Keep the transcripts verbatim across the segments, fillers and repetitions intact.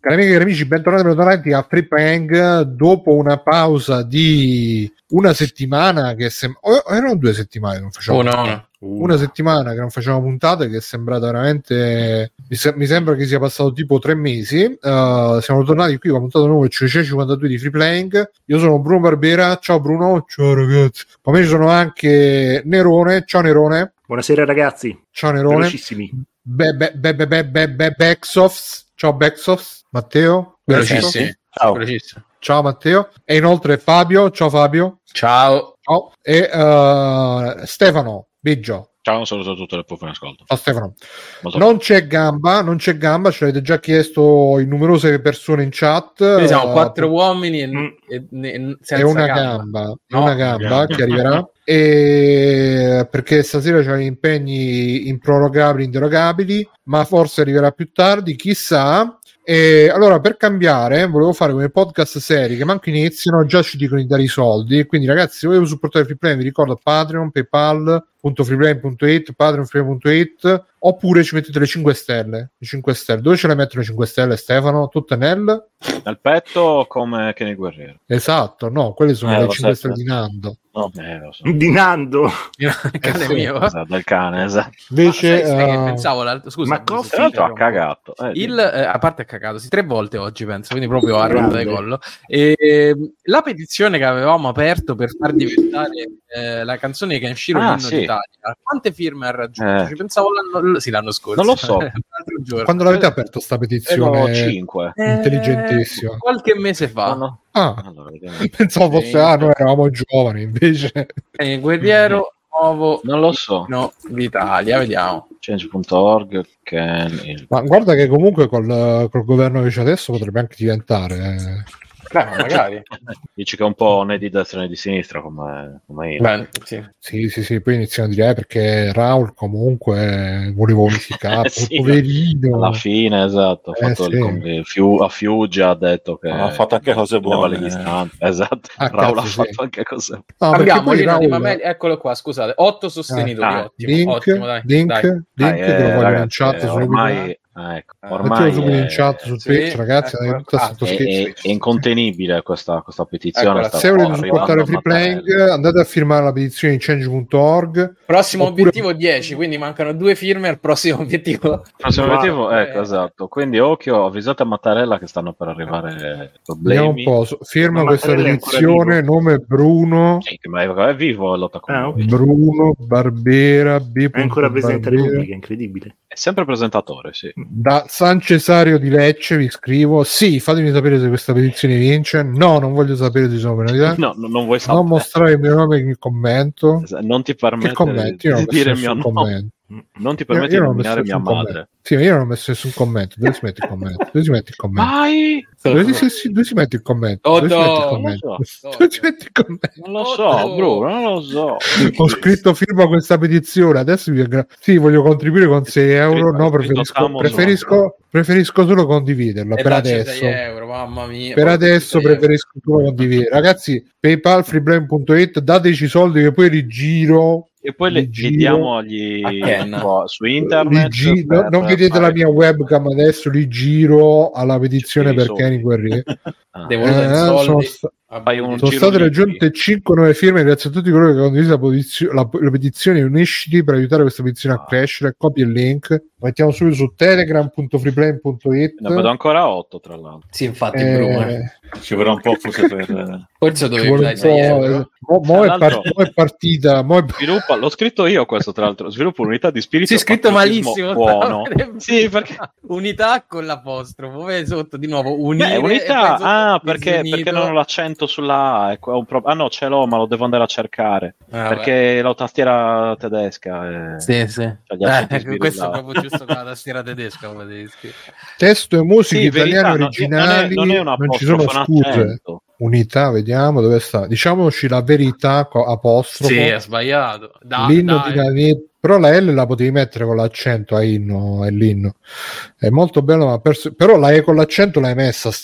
Cari amiche e cari amici, bentornati, bentornati a Free Playing dopo una pausa di una settimana che sem- oh, erano due settimane che non facevamo oh, no. uh. una settimana che non facevamo puntate, che è sembrata veramente mi, se- mi sembra che sia passato tipo tre mesi. Uh, siamo tornati qui con la puntata numero cinquecentocinquantadue di Free Playing. Io sono Bruno Barbera, ciao Bruno. Ciao ragazzi. Con me ci sono anche Nerone, ciao Nerone. Buonasera ragazzi. Ciao Nerone. Velocissimi. Be- be- be- be- be- be- be- Backsofts. Ciao Backsofts. Matteo. Velocissimi. Ciao. Velocissimo. Ciao Matteo. E inoltre Fabio. Ciao Fabio. Ciao. Ciao. E uh, Stefano Biggio. Ciao, saluto tutte le persone in ascolto. Ciao Stefano. Molto Non c'è gamba, non c'è gamba, ce l'avete già chiesto in numerose persone in chat. Quindi siamo uh, quattro uomini e, mm. e, e è senza una gamba. gamba, è No, una gamba gamba. che arriverà. E perché stasera c'è impegni improrogabili, inderogabili, ma forse arriverà più tardi, chissà. E allora, per cambiare, volevo fare come podcast serie che manco iniziano, già ci dicono di dare i soldi. Quindi, ragazzi, se volevo supportare Free Play, vi ricordo Patreon, PayPal punto freeplay punto it, patreon punto freeplay punto it, oppure ci mettete le cinque stelle. Le cinque stelle, dove ce le mettono le cinque stelle, Stefano? Tutte nel nel petto come Kenny Guerriero. Esatto, no, quelle sono Eh, le lo cinque so, stelle di Nando. No, eh, lo so. Di Nando. Il cane Eh sì, mio. Esatto, del cane, esatto. Invece, Ah, sai, sai che uh, pensavo l'altro- scusa, ma mi Coffee- Tra l'altro ha interrompo. cagato. Eh, Il, eh, a parte ha cagato, sì, tre volte oggi penso, quindi proprio a ronda di Grande. collo. E, ehm, la petizione che avevamo aperto per far diventare eh, la canzone di Kenshiro Ah, l'inno sì. d'Italia, quante firme ha raggiunto? Eh. Ci pensavo l'anno, sì, l'anno scorso. Non lo so. L'altro giorno. quando l'avete aperto sta Erano petizione? cinque. Eh, intelligentissimo. Qualche mese fa. No, no. Ah, Allora, vediamo. pensavo fosse, Sì. ah, noi eravamo giovani, invece. Eh, guerriero nuovo Non lo so. no, d'Italia, vediamo. Change punto org Ken il... Ma guarda che comunque col, col governo che c'è adesso potrebbe anche diventare. eh. Beh, magari. Dici che è un po' né di destra né di sinistra come, come io. Beh, sì. Sì, sì, sì, poi iniziano a dire eh, perché Raul comunque voleva unificare, Eh, sì, poverino. alla fine, esatto, ha Eh, fatto sì. il, il fiu, a Fiuggia ha detto che Ha fatto anche cose voleva buone. le distanze. Esatto, Ah, Raul cazzo, ha sì. fatto anche cose. No, perché Abbiamo poi Lino di Raul- Mameli, eccolo qua, scusate, otto sostenitori, Ah, ottimo, Link, ottimo, dai, link, dai. link Dai, che eh, lo vogliono in ragazzi, chat eh, su ormai, ah, ecco, Mettilo ormai subito in è, chat su sì, Twitch, ragazzi, ecco, è tutto ah, sotto è, scherzo. è- è incontenibile questa, questa petizione. Eccola, sta Se volete arrivando supportare a Free Mattarella. Playing, andate a firmare la petizione in change punto org. Prossimo Oppure- obiettivo dieci, quindi mancano due firme al prossimo obiettivo. Prossimo Wow, obiettivo, ecco, eh, esatto. Quindi occhio, avvisate a Mattarella che stanno per arrivare Vediamo un problemi. po', su- firma Ma questa Mattarella è ancora petizione, vivo? nome Bruno, Sì, ma è, è vivo lotta con Ah, noi. ok. Bruno Barbera, B. È ancora Presidente Barbera. della Repubblica, incredibile. È sempre presentatore, sì. Da San Cesario di Lecce vi scrivo, sì, fatemi sapere se questa petizione vince. No, non voglio sapere se sono penalità. No, no, non vuoi sapere. Non mostrare il mio nome in commento. Non ti Che permette commenti? di Io non ho messo dire il mio nessun nome. commento. Non ti Io, permette io di non ho messo nominare mia nessun madre. commento. Sì, ma io non ho messo nessun commento. Dove si mette il commento? Dove si mette il commento? Vai! Dove si, si- dove si mette il commento? Oh, Dove si no, mette il non commento? lo so. Dove si mette il commento? Non lo so, Bruno, non lo so. Ho scritto firma questa petizione, adesso vi aggra- sì, voglio contribuire con sei euro. No, preferisco, preferisco, preferisco solo condividerlo E per dacci adesso. sei euro, mamma mia. Per Poi adesso sei euro. preferisco solo condividere. Ragazzi, PayPal freeplay punto it, dateci i soldi che poi rigiro. E poi le, Li li giro diamo agli, a Ken. su- su internet. Li gi- per no, non vedete fare- la mia webcam adesso, li giro alla petizione Ci tiri per i soldi. Kenny Guerrier. Ah. Devoluta in Eh, sono soldi. sta- Fai un Sono giro state di- raggiunte cinque nuove firme grazie a tutti coloro che hanno condiviso la, posizio- la, la petizione. Unisciti per aiutare questa petizione a Ah. crescere. Copia il link, mettiamo subito su telegram punto freeplay punto it. Ne vedo ancora otto, tra l'altro. Sì, infatti, Eh, Bruno. eh. Ci vorrà un po' forse per... Forse ci dovevi vuole dare un sei po', euro. eh, mo, mo è, Tra par- l'altro- mo è partita mo è... Sviluppa, l'ho scritto io questo, tra l'altro. Sviluppa un'unità di spirito. Sì, scritto patriottismo malissimo. Buono. Sì, perché... Unità con l'apostrofo. Vedi sotto di nuovo unire. Beh, e poi unità, sotto ah, perché, disunito. perché non ho l'accento sulla A? Ecco, è un pro- ah no, ce l'ho, ma lo devo andare a cercare. Ah, perché la tastiera tedesca è... Sì, sì. C'ha gli accenti Eh, ecco, questo è sbirellati. proprio giusto con la tastiera tedesca. come devi scrivere. testo e musiche Sì, italiane verità, originali. non è, non è un non ci sono apostrofo, un scuse. accento. Unità, vediamo dove sta. Diciamoci la verità, co- apostrofo. Sì, è sbagliato. Da, L'inno dai. di Nani- però la L la potevi mettere con l'accento a inno, è l'inno. È molto bello, ma per- però la E con l'accento l'hai messa, Ste. Eh,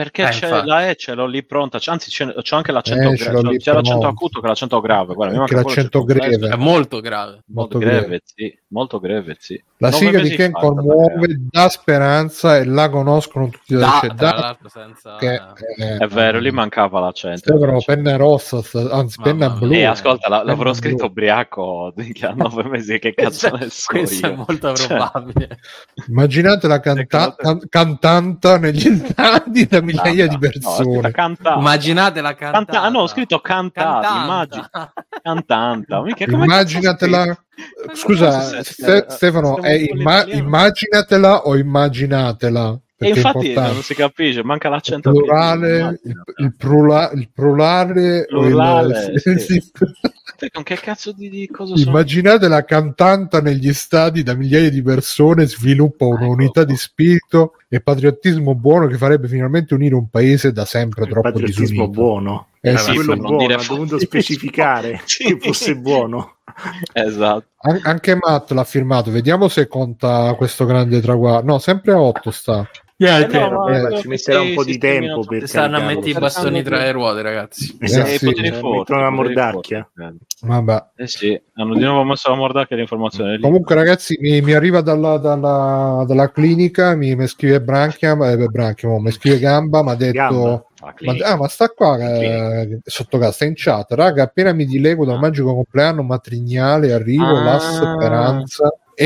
Perché Eh, c'è infatti. la E, ce l'ho lì pronta, c'è- anzi c'è, c'ho anche l'accento Eh, ce grave, l'ho lì c'è l'accento pronto. acuto che l'accento grave, guarda, mi Anche manca quello l'accento circonflesso. greve. È molto grave. Molto Molto greve, greve. sì, molto greve, sì. La Nove sigla di mesi Ken fa è stata commuove, creata. dà speranza e la conoscono tutti da Da, c'è tra da l'altro senza... che eh, eh, È vero, lì mancava l'accento. Stefano, invece. penna rossa, sta- anzi Mamma penna mia. blu. E ascolta, la- l'avrò Penna scritto blu. ubriaco che ha nove mesi, che cazzo Questo- ne so questo io. è molto Cioè, probabile. Immaginate la canta- Secondo te- can- cantanta negli stadi da migliaia di Canta. No, è scritta persone. cantata. Immaginate la cantata. Canta- ah no, ho scritto cantata, Cantanta. immagini. Cantanta. Mica, come Immaginatela. cazzo Scusa, Forse Ste- se- Stefano, stiamo è un po' imma- l'italiano. immaginatela o immaginatela? E Perché è infatti importante. non si capisce, manca Il l'accento plurale, additivo, il, immaginatela. il prula- il plurale, o il- Plurale, sì, sì. sì. Te con che cazzo di, di cosa sono? Immaginate la cantanta negli stadi da migliaia di persone sviluppa un'unità di spirito e patriottismo buono che farebbe finalmente unire un paese da sempre Il troppo patriottismo disunito. buono. Eh Era sì, quello per non buono, dire ha dovuto fascismo. specificare Sì. che fosse buono. Esatto. An- anche Matt l'ha firmato, vediamo se conta questo grande traguardo. No, sempre a otto sta. Eh, Vero, no, vabbè, ma- ci metterà sì, un po' di sistemino tempo troppo- per Stanno a caricarlo. mettere i bastoni tra le ruote, ragazzi. Esatto, Eh, E i sì. poteri cioè, forti, mettono una i poteri mordacchia. forti. Vabbè. Eh sì, hanno di nuovo messo la mordacchia di informazione lì. Comunque, ragazzi, mi, mi arriva dalla, dalla, dalla clinica, mi, mi scrive Branchia, eh, Branchia, mo, mi scrive Gamba, mi ha detto. Gamba. La Ma, clinica. ah, ma sta qua La eh, sotto casa in chat, raga. Appena mi dilego dal Ah. magico compleanno matrignale, arrivo Ah. la speranza.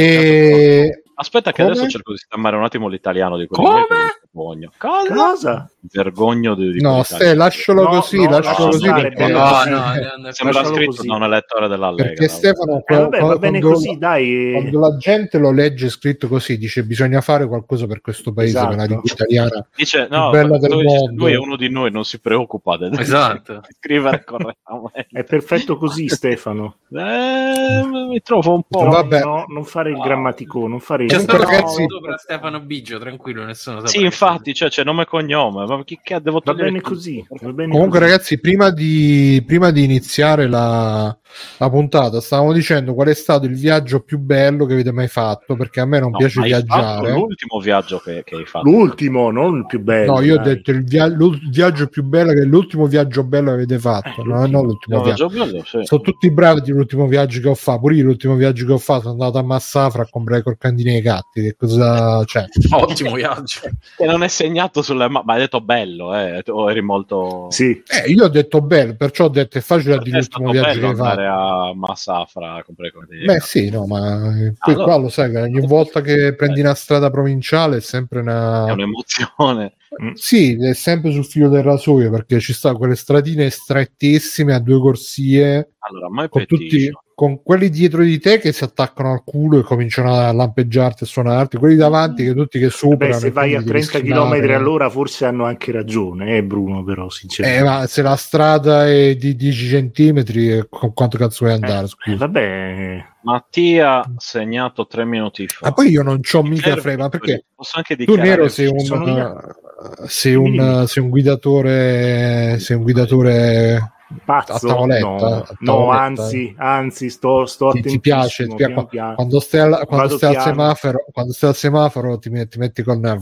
E Aspetta che Come? adesso cerco di sistemare un attimo l'italiano di quelli Come? miei, perché mi vergogno. Cosa? Cosa? Vergogno di, di no, quell'italiano. Ste, lascialo No, così, no, lascialo lascia così stare, perché, bello No, così. no, Eh, no, Sembra lascialo scritto così. da un elettore dell'Allegra. perché Stefano, Eh, vabbè, va bene quando- così, dai. quando la gente lo legge scritto così, dice bisogna fare qualcosa per questo paese, Esatto. per la lingua italiana. Dice, no, bella del lui, dice, mondo. lui è uno di noi, non si preoccupa di Esatto. scrivere correttamente. È perfetto così, Stefano. Eh, mi trovo un po'... No, vabbè. no, non fare il grammaticone, non fare il C'è Comunque, stato ragazzi- un sopra Stefano Biggio, tranquillo, nessuno sa. Sì, infatti, cioè, c'è nome e cognome, ma chi cazzo devo Va togliere bene tutto? così. Va bene Comunque, così. ragazzi, prima di, prima di iniziare la, la puntata, stavamo dicendo qual è stato il viaggio più bello che avete mai fatto, perché a me non No, piace ma hai fatto viaggiare. l'ultimo viaggio che, che hai fatto. L'ultimo, non il più bello. No, io ho dai. detto il, via- l'ul- viaggio più bello che è l'ultimo viaggio bello che avete fatto, Eh, no, l'ultimo. non l'ultimo No, viaggio. viaggio bello, sì. Sono tutti bravi dell'ultimo viaggio che ho fatto. Pure io l'ultimo viaggio che ho fatto sono andato a Massafra a comprare croccantini ai gatti. Che cosa c'è? Ottimo viaggio. Che non è segnato sulle ma, ma hai detto bello, eh? O eri molto... Sì. Eh, io ho detto bello, perciò ho detto è facile a Per te dire è l'ultimo stato viaggio che bello hai andare fatto. a Massafra a comprare cose. Beh, sì, no, ma eh, poi Allora- qua lo sai che ogni volta che prendi una strada provinciale è sempre È una. un'emozione. Sì, è sempre sul filo del rasoio perché ci sta quelle stradine strettissime a due corsie Allora, mai con tutti con quelli dietro di te che si attaccano al culo e cominciano a lampeggiarti e suonarti, quelli davanti che tutti che superano. Beh, se e vai a quindi devi trenta schivare. chilometri all'ora forse hanno anche ragione, eh, Bruno, però Eh, sinceramente. ma se la strada è di dieci centimetri, eh, con quanto cazzo vuoi andare? Eh, Scusa. vabbè, Mattia segnato tre minuti fa. Ma poi io non c'ho mica Fermi, frega perché posso anche tu dichiarare Nero sei un, sono io. uh, sei un, sei un guidatore sei un guidatore pazzo. a tavoletta, no, a no, tavoletta. anzi, anzi, sto, sto ti, ti piace, ti piace. piano piano. Quando stai al, quando Vado stai al piano. semaforo quando stai al semaforo ti metti, ti metti con No,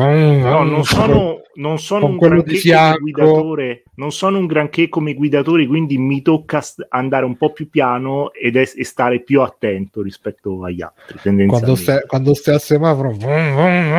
non sono, non sono con un quello granché di fianco. come guidatore, non sono un granché come guidatori, quindi mi tocca st- andare un po' più piano ed es- e stare più attento rispetto agli altri. quando Tendenzialmente. stai, quando stai al semaforo con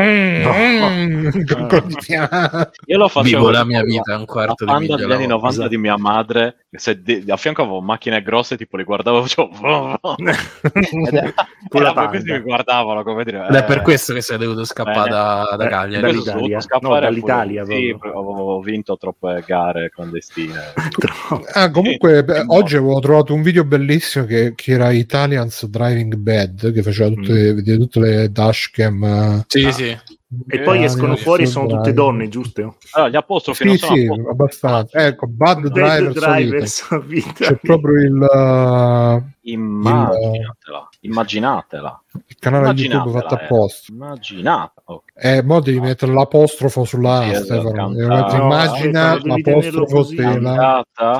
quello di fianco. Io lo facevo Vivo la tipo mia vita un quarto la di Panda miglia degli anni alla volta. novanta di mia madre, se de- a fianco avevo macchine grosse, tipo li guardavo facevo ed era, Con la era per Panda. questi mi guardavano come dire Ed è eh, per questo che sei dovuto scappare bene. da, da Eh, Cagliari. da- questo ho dovuto Dall'Italia. scappare No, dall'Italia pure- sì, proprio. avevo vinto troppe gare clandestine. Ah, comunque beh, oggi avevo trovato un video bellissimo che, che era Italians Driving Bad, che faceva tutte, Mm. vedeva tutte le dashcam eh, Sì, sì. E poi Eh, escono no, fuori e sul sono tutte drive. donne, giusto? Allora, gli apostrofi non sì sono sì apostrophi. abbastanza, ecco Bad Dead Drivers Drivers vita. c'è proprio il, uh, Immaginatela, immaginatela, il canale YouTube Immaginatela, fatto eh. apposta immaginata. Ok. e mo devi mettere l'apostrofo sulla A, Sì, esatto, Stefano. cantata. Immagina No, Stefano, devi tenerlo l'apostrofo così. tela Cantata,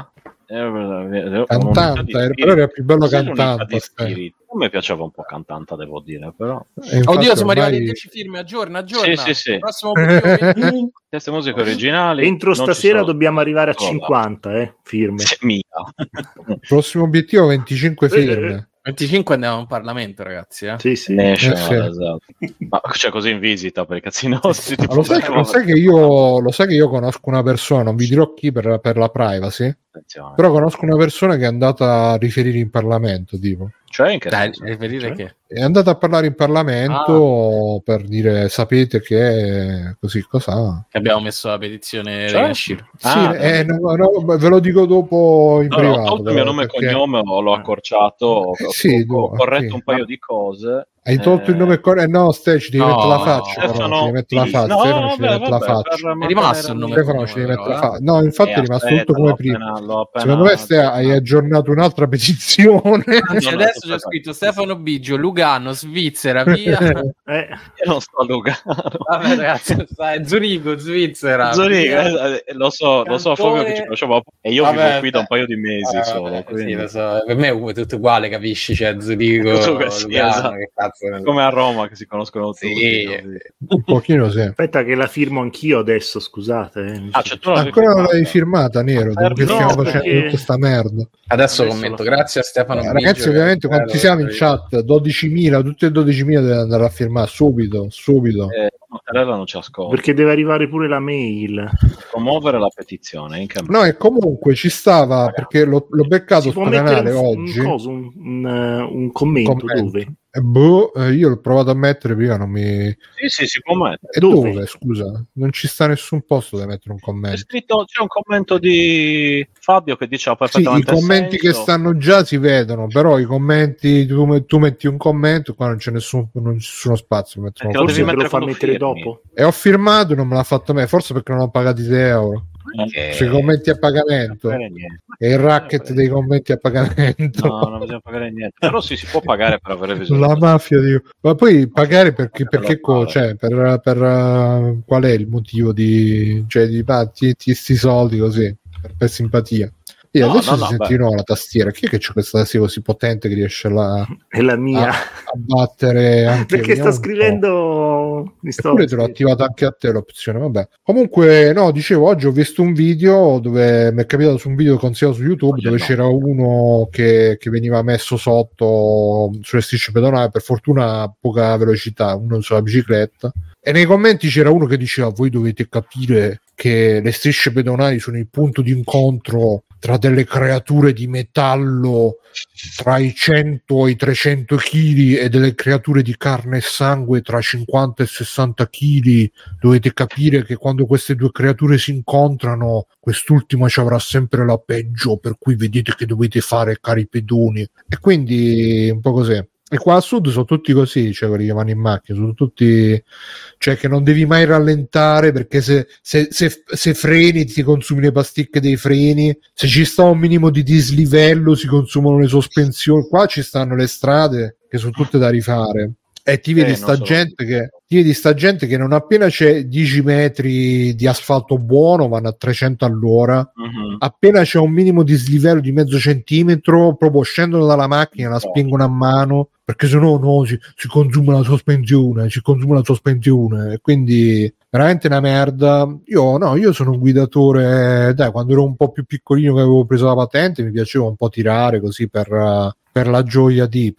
Eh, Cantanta, era, però era più bello Sì, cantante. di spirito. A me piaceva un po' Cantanta, devo dire, però. Oddio, siamo ormai... arrivati ai dieci film, aggiorna, aggiorna. Sì, sì, sì. Prossimo obiettivo, Queste musiche originali. Entro non stasera ci sono... dobbiamo arrivare a solo cinquanta eh, firme. Sì, mia. Prossimo obiettivo venticinque firme. venticinque andiamo in Parlamento, ragazzi. Eh? Sì, sì. National, Eh, sì. esatto. Ma cioè così in visita per i cazzi nostri. Ma lo, sai, lo, sai che io, lo sai che io conosco una persona, non vi dirò chi per, per la privacy, Attenzione. però conosco una persona che è andata a riferire in Parlamento, tipo. Cioè, in che Dai, senso? riferire Cioè? che? È andata a parlare in Parlamento per dire sapete che così cosa. Che abbiamo messo la petizione Cioè? dei Shiro. Sì, Ah, eh, no, no, ve lo dico dopo in No, no, ho privato. tolto il mio nome perché- e cognome, o l'ho accorciato, ho, Eh, sì, ho- ho tu- corretto sì. un paio di cose. Hai tolto Eh, il nome e con- eh, no, Ste, ci devi No, mettere la no, faccia, però, Stefano ci devi mettere la P. faccia, No, Stefano, ci devi vabbè, mettere la vabbè, faccia. per È rimasto il nome e Stefano ci devi cognome, mettere la però, faccia. No, infatti Eh, è rimasto aspetta, tutto come l'ho prima. appena- l'ho appena Secondo me Ste, hai aggiornato un'altra petizione. Anzi, No, no, adesso c'è aspetta. scritto Stefano Biggio, Lugano, Svizzera, via. Eh, Io non sto a Lugano. Vabbè, ragazzi, stai Zurigo, Svizzera. Zurigo, via. eh, eh, lo so, lo so, Fabio che ci conosciamo e io Vabbè, vivo qui da un beh. paio di mesi Eh, solo. vabbè, Quindi... sì, lo so. Per me è tutto uguale, capisci? C'è Zurigo, Tutto sì, Lugano, esatto. che cazzo ne so. Come a Roma che si conoscono Sì. tutti. così. Un pochino sì. aspetta che la firmo anch'io adesso, scusate. eh. Ah, c'è tu la Ancora non l'hai firmata, Nero, dopo che No, stiamo perché- facendo tutta sta merda. Adesso Adesso commento, lo- grazie a Stefano Eh, Biggio, ragazzi, che- ovviamente quanti bello, siamo in bello. chat? dodicimila, tutti e dodicimila deve andare a firmare subito, subito. Eh, Mattarella non ci ascolta. Perché deve arrivare pure la mail. Promuovere la petizione in che No, e comunque ci stava perché l'ho, l'ho beccato Si sto può mettere canale un, oggi. un, coso, un, un, eh, un commento, commento. dove? E boh, eh, io l'ho provato a mettere prima, non mi. E Sì, sì, si può mettere. Dove? dove? Scusa, non ci sta nessun posto da mettere un C'è commento. scritto, c'è un commento di Fabio che dice Sì, i perfettamente commenti che senso. stanno già si vedono, però i commenti tu, tu metti un commento, qua non c'è nessun, non c'è nessuno spazio. per mettere un Perché lo Forse devi te lo mettere fa quando mettere firmi. dopo. E ho firmato e non me l'ha fatto me, forse perché non ho pagato i sei euro. Eh, Sui commenti a pagamento. non bisogna pagare niente. E il racket dei commenti a pagamento. No, non bisogna pagare niente. Però sì, si può pagare per avere La visualizzazione. mafia di... Ma poi pagare perché, Per perché lo co- fare. cioè, per, per uh, qual è il motivo di cioè di ah, ti, ti sti soldi così per, per simpatia. E No, adesso no, si no, sente beh. di nuovo la tastiera. Chi è che c'è questa tastiera così potente che riesce la, È la a, mia. a battere anche Perché vediamo sta un po'. scrivendo mi sto- Eppure te l'ho attivato anche a te l'opzione, vabbè. Comunque, no, dicevo, oggi ho visto un video dove mi è capitato su un video consigliato su YouTube Oggi dove no. c'era uno che, che veniva messo sotto sulle strisce pedonali, per fortuna a poca velocità, uno sulla bicicletta. E nei commenti c'era uno che diceva: voi dovete capire che le strisce pedonali sono il punto di incontro tra delle creature di metallo tra i cento e i trecento chili e delle creature di carne e sangue tra cinquanta e sessanta chili. Dovete capire che quando queste due creature si incontrano, quest'ultima ci avrà sempre la peggio, per cui vedete che dovete fare, cari pedoni. E quindi un po' così. E qua a sud sono tutti così, cioè quelli che vanno in macchina, sono tutti, cioè che non devi mai rallentare perché se, se, se, se freni ti consumi le pasticche dei freni, se ci sta un minimo di dislivello si consumano le sospensioni. Qua ci stanno le strade che sono tutte da rifare e ti vedi Eh, sta non so. gente che ti vedi sta gente che non appena c'è dieci metri di asfalto buono vanno a trecento all'ora. Mhm. Appena c'è un minimo di slivello di mezzo centimetro, proprio scendono dalla macchina, la spingono a mano perché sennò no, si, si consuma la sospensione, si consuma la sospensione. E quindi veramente una merda. Io no, io sono un guidatore, dai, quando ero un po' più piccolino che avevo preso la patente mi piaceva un po' tirare così per, uh, per la gioia di,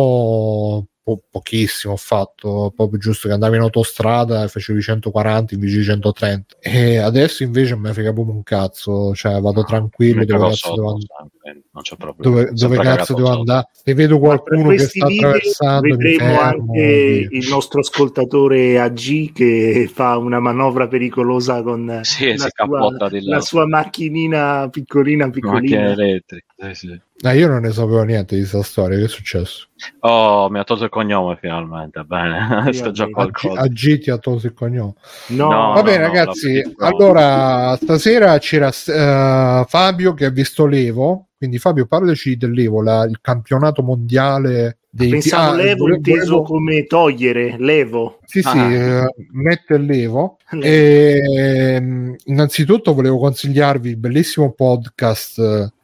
però po- pochissimo ho fatto, proprio giusto che andavi in autostrada e facevi centoquaranta invece di centotrenta, e adesso invece mi frega proprio un cazzo, cioè vado No, tranquillo mi dove cago cazzo sotto, devo andare, sempre, non c'è problema. dove, dove Sempre cazzo cagato devo sotto. andare, se vedo Ma tra qualcuno che questi sta video attraversando mi vedremo fermo, anche via. il nostro ascoltatore A G che fa una manovra pericolosa con Sì, la, si sua, cappotta di là. la sua macchinina piccolina Macchina piccolina. elettrica. Sì, sì. Ah, io non ne sapevo niente di questa storia, che è successo? Oh, mi ha tolto il cognome finalmente. Bene, Sì, sto già vabbè. A G, qualcosa. a G ti ha tolto il cognome. No, No, Va bene, no, ragazzi, la petita- allora stasera c'era eh, Fabio che ha visto l'Evo, quindi Fabio parlaci dell'Evo, la- il campionato mondiale dei pensavo ah, levo vole- inteso volevo- come togliere, levo. Sì, sì, Ah. eh, mette l'Evo. Levo. E, ehm, innanzitutto volevo consigliarvi il bellissimo podcast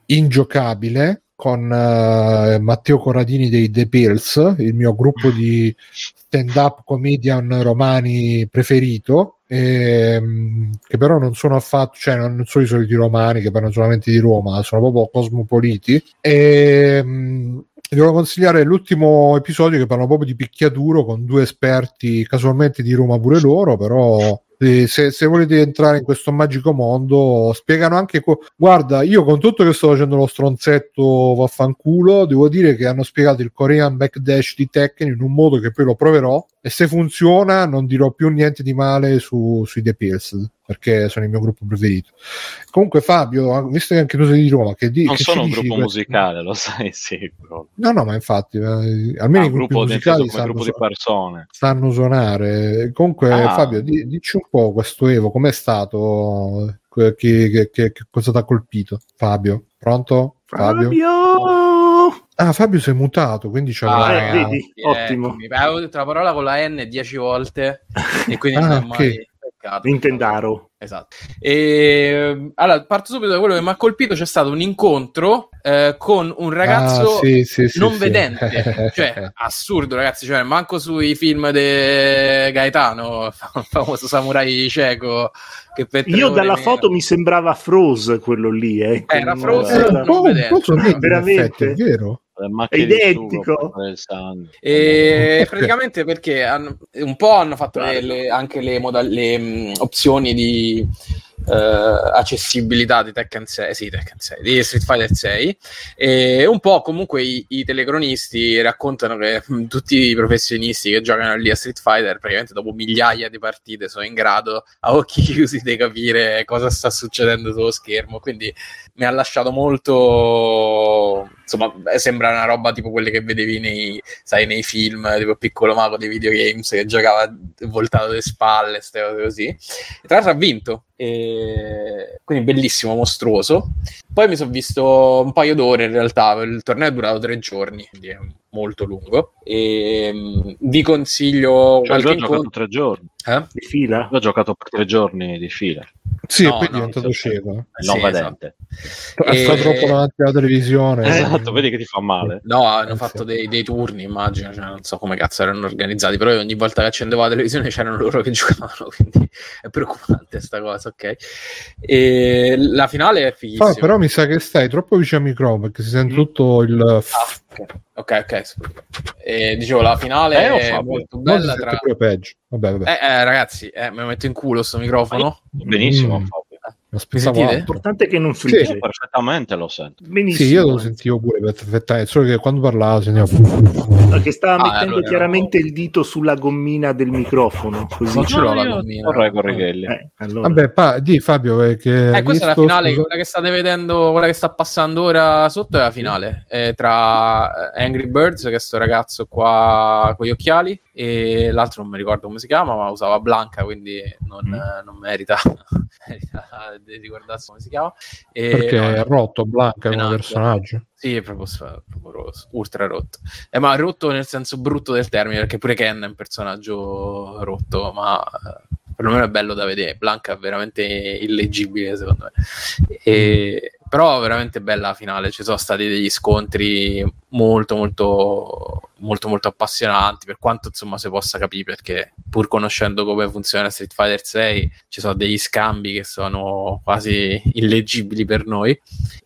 ingiocabile con uh, Matteo Corradini dei The Pills, il mio gruppo di stand-up comedian romani preferito, ehm, che però non sono affatto, cioè non sono i soliti romani che parlano solamente di Roma, sono proprio cosmopoliti. E um, vi volevo consigliare l'ultimo episodio che parla proprio di picchiaduro con due esperti casualmente di Roma pure loro, però se, se volete entrare in questo magico mondo spiegano anche co- guarda, io con tutto che sto facendo lo stronzetto vaffanculo, devo dire che hanno spiegato il Korean backdash di Tekken in un modo che poi lo proverò, e se funziona non dirò più niente di male su, sui The Pills, perché sono il mio gruppo preferito. Comunque Fabio, visto che anche tu sei di Roma, che di, non che sono un dici gruppo questo? musicale, lo sai, sì, però. No, no, ma infatti, eh, almeno Ah, i gruppi gruppo, musicali come sanno, gruppo di persone. sanno suonare. Comunque, Ah. Fabio, di, dici un po' questo Evo, com'è stato? Che, che, che, che cosa ti ha colpito? Fabio, pronto? Fabio? Fabio! Ah, Fabio sei mutato, quindi c'è Ah, una... eh, vedi? Ottimo. Eccomi. Avevo detto la parola con la N dieci volte e quindi non Ah, è mai ok. peccato. Nintendaro. Esatto. E, allora, parto subito da quello che mi ha colpito. C'è stato un incontro eh, con un ragazzo Ah, sì, sì, sì, non sì. vedente, cioè assurdo, ragazzi, cioè manco sui film di Gaetano, famoso samurai cieco che per tre Io ore dalla ne- foto mi sembrava Froze quello lì, eh. Era con- Froze, Era non un po', un vedente. po' somiglia, in Veramente? effetti, è vero? Le macchie È di identico. sugo, per il sangue. E Ok. praticamente perché hanno, un po' hanno fatto le, le- anche le, moda- le mh, opzioni di eh, accessibilità di Tekken sei, sì, Tekken sei, di Street Fighter sei, e un po' comunque i, i telecronisti raccontano che mh, tutti i professionisti che giocano lì a Street Fighter praticamente dopo migliaia di partite sono in grado a occhi chiusi di capire cosa sta succedendo sullo schermo, quindi mi ha lasciato molto, insomma, sembra una roba tipo quelle che vedevi nei, sai, nei film, tipo Piccolo Mago dei videogames che giocava voltato le spalle, queste cose così. E tra l'altro ha vinto, e quindi bellissimo, mostruoso. Poi mi sono visto un paio d'ore in realtà, il torneo è durato tre giorni, quindi è molto lungo, e mh, vi consiglio Cioè, qualche lui ha giocato incontro. tre giorni. Eh? Di fila? Lui ha giocato per tre giorni di fila. Sì, No, e poi è no, diventato sì, cieco. È non Sì, vedente. Sta E- troppo davanti alla televisione. Esatto, vedi che ti fa male. No, hanno Eh, fatto sì. dei, dei turni, immagino, cioè, non so come cazzo erano organizzati, però ogni volta che accendevo la televisione c'erano loro che giocavano, quindi è preoccupante sta cosa, ok? E la finale è fighissima. Ah, però mi sa che stai troppo vicino al microfono perché si sente Mm. tutto il... Ah, ok, ok, ok. E dicevo, la finale Eh, lo è fa, molto No, si bella sente tra... pure peggio. Vabbè, vabbè. Eh, eh, ragazzi, eh, me lo metto in culo sto microfono. Benissimo, Mm. Fabio. Mi Mi aspettavo sentite? altro. L'importante è che non Sì. frigge. Io perfettamente lo sento. Benissimo. Sì, io lo sentivo pure perfettamente, solo che quando parlavo sentivo... Che stava Ah, mettendo allora, chiaramente il dito sulla gommina del microfono. Così. Non ce l'ho la io gommina. Correggo Righelli. Eh, allora. Vabbè, pa- di Fabio, eh, che Eh, questa è la visto, finale, scusa? quella che state vedendo, quella che sta passando ora sotto è la finale, è tra Angry Birds, che è sto ragazzo qua con gli occhiali, e l'altro non mi ricordo come si chiama, ma usava Blanca, quindi non, Mm. eh, non merita, merita di ricordarsi come si chiama. E, Perché no, è rotto Blanca come Menante. personaggio. Sì, è proprio, proprio ro- ultra rotto. Eh, ma rotto nel senso brutto del termine, perché pure Ken è un personaggio rotto, ma eh, perlomeno è bello da vedere. Blanca è veramente illeggibile, secondo me. E, però veramente bella la finale. Ci sono stati degli scontri molto, molto, molto, molto appassionanti, per quanto insomma si possa capire, perché pur conoscendo come funziona Street Fighter sei, ci sono degli scambi che sono quasi illeggibili per noi.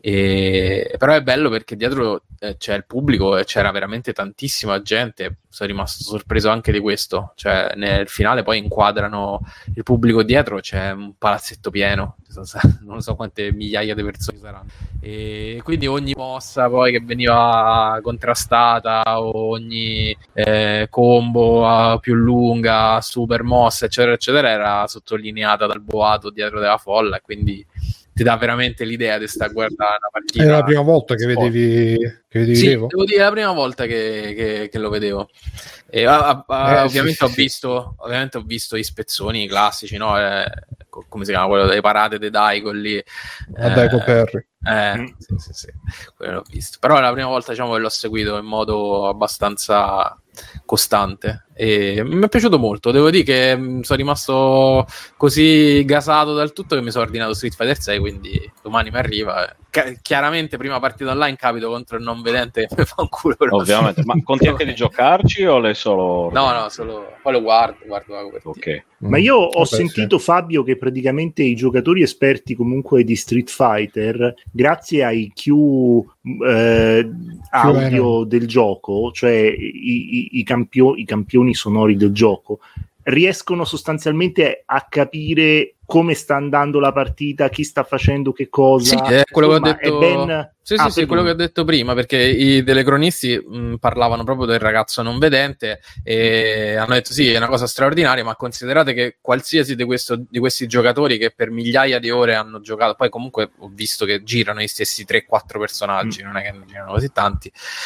E, però è bello perché dietro eh, c'è il pubblico e c'era veramente tantissima gente. Sono rimasto sorpreso anche di questo, cioè nel finale poi inquadrano il pubblico dietro, c'è un palazzetto pieno, non so quante migliaia di persone saranno, e quindi ogni mossa poi che veniva contrastata, ogni eh, combo più lunga, super mossa eccetera eccetera, era sottolineata dal boato dietro della folla, e quindi ti dà veramente l'idea di stare a guardare una partita. È la prima volta che sport. vedevi, che vedevi Sì, Evo? devo dire, è la prima volta che, che, che lo vedevo. E, a, a, Eh, ovviamente, sì, ho sì, visto, ovviamente ho visto i spezzoni classici, no? Eh, co- come si chiama quello delle parate dei Daikon lì? A Daico Eh, Perry. Eh, Mm. sì, sì, sì, quello l'ho visto. Però è la prima volta, diciamo, che l'ho seguito in modo abbastanza costante e mi è piaciuto molto. Devo dire che mh, sono rimasto così gasato dal tutto che mi sono ordinato Street Fighter sei, quindi domani mi arriva. Ca- chiaramente prima partita online capito contro il non vedente che mi fa un culo. però- Ovviamente, ma conti anche di giocarci o le solo... No, no, solo poi lo guardo, guardo la copertina. Ok. Ma io ho Vabbè, sentito, sì. Fabio, che praticamente i giocatori esperti comunque di Street Fighter, grazie ai Q eh, audio del gioco, cioè i, i, i, campio- i campioni sonori del gioco, riescono sostanzialmente a capire come sta andando la partita, chi sta facendo che cosa. Sì, è quello Insomma, che ho detto. è ben... Sì, Ah, sì, sì, quello che ho detto prima, perché i telecronisti mh, parlavano proprio del ragazzo non vedente e hanno detto sì, è una cosa straordinaria, ma considerate che qualsiasi di, questo, di questi giocatori che per migliaia di ore hanno giocato, poi comunque ho visto che girano gli stessi tre quattro personaggi, mm. non è che ne girano così tanti,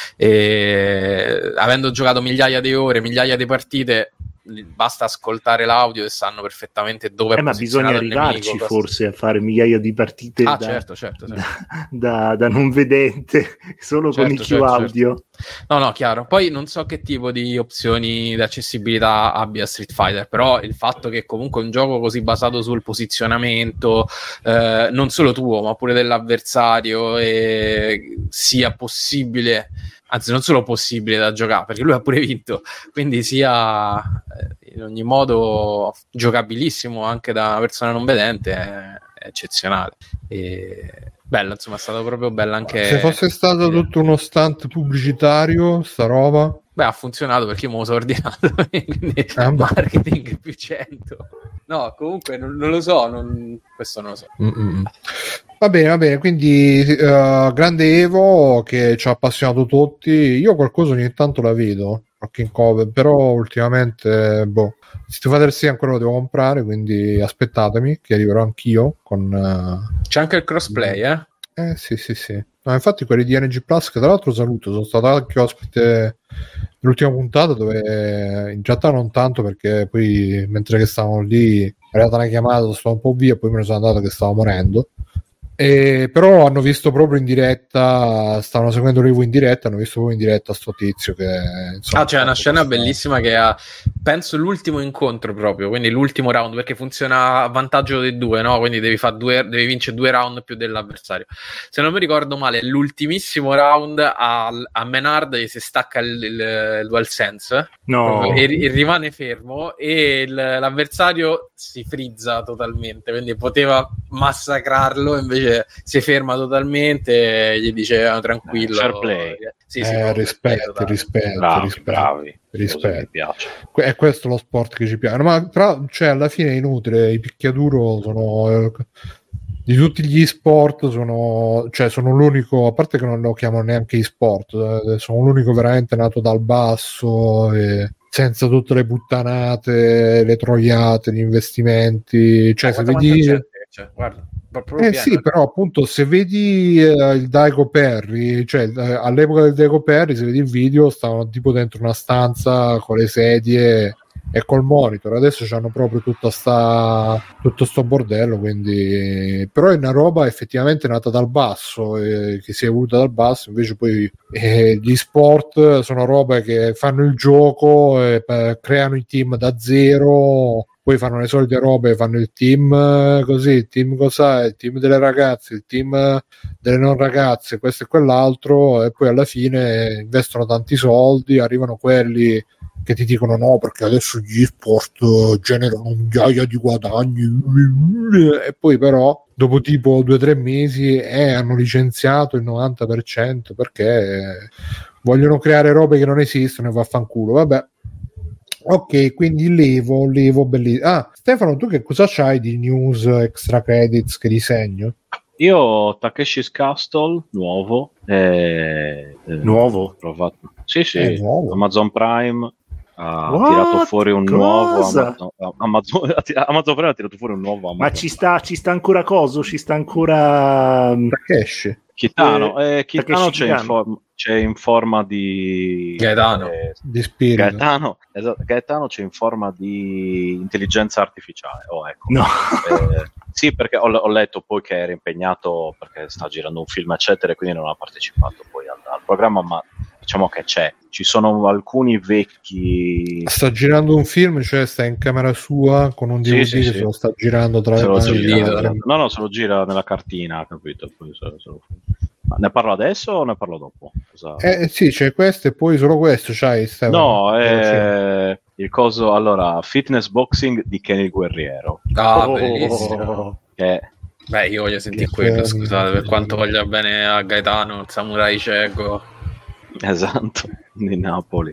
e avendo giocato migliaia di ore, migliaia di partite, basta ascoltare l'audio e sanno perfettamente dove eh, è ma bisogna posizionato il arrivarci nemico, forse a fare migliaia di partite ah, da, certo, certo, certo. Da, da, da non vedente solo certo, con i Q certo, audio certo. No, no, chiaro. Poi non so che tipo di opzioni di accessibilità abbia Street Fighter, però il fatto che comunque un gioco così basato sul posizionamento eh, non solo tuo ma pure dell'avversario eh, sia possibile, anzi non solo possibile da giocare, perché lui ha pure vinto, quindi sia eh, in ogni modo giocabilissimo anche da una persona non vedente, è, è eccezionale. E bella, insomma, è stato proprio bella anche. Se fosse stato tutto uno stunt pubblicitario, sta roba. Beh, ha funzionato perché mo' sono ordinato, quindi Ah, marketing più cento. No, comunque non, non lo so, non... questo non lo so. Mm-mm. Va bene, va bene, quindi uh, grande Evo che ci ha appassionato tutti. Io qualcosa ogni tanto la vedo, Rocking Cover, però ultimamente, boh, Street Fighter sei ancora lo devo comprare, quindi aspettatemi che arriverò anch'io con... Uh... C'è anche il crossplay, eh? Eh sì, sì, sì. No, infatti quelli di N G Plus, che tra l'altro saluto, sono stato anche ospite dell'ultima puntata, dove in realtà non tanto, perché poi mentre che stavamo lì è arrivata una chiamata, stavo un po' via e poi me ne sono andato che stavo morendo. E però hanno visto proprio in diretta, stavano seguendo l'Evo in diretta, hanno visto proprio in diretta sto tizio che insomma, ah, c'è una scena questa... bellissima che ha, penso, l'ultimo incontro proprio, quindi l'ultimo round, perché funziona a vantaggio dei due, no? Quindi devi fare due, devi vincere due round più dell'avversario. Se non mi ricordo male, l'ultimissimo round a, a Menard gli si stacca il, il, il DualSense no. e, e rimane fermo e il, l'avversario si frizza totalmente, quindi poteva massacrarlo, invece si ferma totalmente e gli dice ah, tranquillo, fair play. sì, sì, eh, rispetto, play rispetto, bravi, rispetto, bravi. rispetto. Mi piace. È questo lo sport che ci piace, ma tra, cioè, alla fine è inutile, i picchiaduro sono eh, di tutti gli sport sono, cioè, sono l'unico, a parte che non lo chiamano neanche e-sport, eh, sono l'unico veramente nato dal basso e senza tutte le puttanate, le troiate, gli investimenti, cioè eh, se vedi gente, cioè, guarda, eh pieno, sì, però appunto se vedi eh, il Daigo Perry, cioè eh, all'epoca del Daigo Perry, se vedi il video stavano tipo dentro una stanza con le sedie e col monitor, adesso c'hanno proprio tutta sta, tutto sto bordello, quindi però è una roba effettivamente nata dal basso, eh, che si è evoluta dal basso, invece poi eh, gli sport sono robe che fanno il gioco, eh, creano i team da zero, poi fanno le solite robe, fanno il team così, il team cos'è, il team delle ragazze, il team delle non ragazze, questo e quell'altro, e poi alla fine investono tanti soldi, arrivano quelli che ti dicono no perché adesso gli sport generano migliaia di guadagni e poi però dopo tipo due o tre mesi eh, hanno licenziato il novanta per cento perché vogliono creare robe che non esistono e vaffanculo, vabbè. Ok, quindi l'Evo, l'Evo bellissimo. Ah, Stefano, tu che cosa c'hai di news extra credits che disegno? Io ho Takeshi's Castle nuovo. Eh, eh, nuovo? Provato. Sì, sì, eh, nuovo. Amazon Prime ha What? tirato fuori un Cosa? nuovo Amazon, Amazon, Amazon Prime ha tirato fuori un nuovo Amazon. Ma ci sta, ci sta ancora coso? Ci sta ancora Takeshi. Kitano, eh, Kitano c'è, in Kitano. forma, c'è in forma di Gaetano. eh, Di spirito. Gaetano, esatto, Gaetano c'è in forma di intelligenza artificiale. Oh, ecco. No. Eh, Sì, perché ho, ho letto poi che era impegnato perché sta girando un film, eccetera, e quindi non ha partecipato poi al, al programma, ma diciamo che c'è. Ci sono alcuni vecchi... Sta girando un film, cioè sta in camera sua con un D V D sì, sì, che sì. se lo sta girando tra se lo le gira, mani. no, no, se lo gira nella cartina, capito? Poi se, se lo... Ma ne parlo adesso o ne parlo dopo? Cosa... Eh sì, c'è questo e poi solo questo, c'hai Stefano? No, è il coso, allora, fitness boxing di Kenny Guerriero. Ah, Oh, bellissimo. Che Beh, io voglio sentire Che quello, bello. scusate, per quanto voglia bene a Gaetano, il samurai cieco, esatto, di Napoli.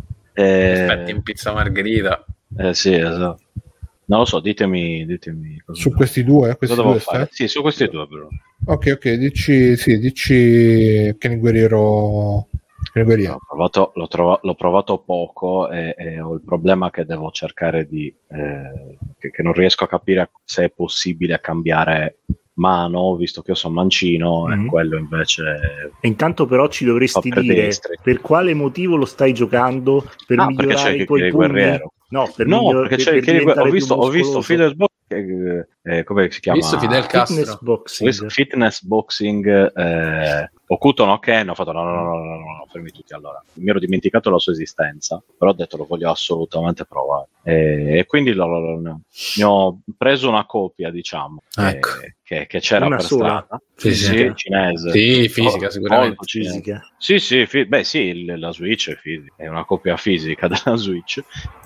Eh, aspetti in pizza margherita. eh, sì, esatto. Non lo so, ditemi, ditemi cosa, Su questi due, questi cosa devo due fare. stai? Sì, su questi due però. Ok, ok, dici, sì, dici Kenny Guerriero. Kenny Guerriero. L'ho provato, l'ho, trova- l'ho provato poco e, e ho il problema che devo cercare di eh, che, che non riesco a capire se è possibile cambiare mano, visto che io sono mancino Mm-hmm. e quello invece E intanto però ci dovresti fa per dire destri. per quale motivo lo stai giocando, per Ah, perché c'è migliorare il i tuoi Kenny pugni? Guerriero. No, per no, miglior- perché per- c'è per il Kenny Guerriero. Ho diventare visto, più ho visto muscoloso. Fitness Boxing, eh, eh, come si chiama? Visto Fidel Castro. Fitness Ho boxing. visto Fitness Boxing eh, Okuto no Ken, ho fatto no no no no no, no, no fermi tutti allora. Mi ero dimenticato la sua esistenza, però ho detto lo voglio assolutamente provare. E, e quindi lo, lo, lo, ne ho preso una copia, diciamo, Ecco. che, che, che c'era Una per sola? strada. Fisica. Sì, cinese. Sì, fisica, Oh, sicuramente. molto cinese. Fisica. Sì, sì, fi- beh sì, il- la Switch è, fisica, è una copia fisica della Switch.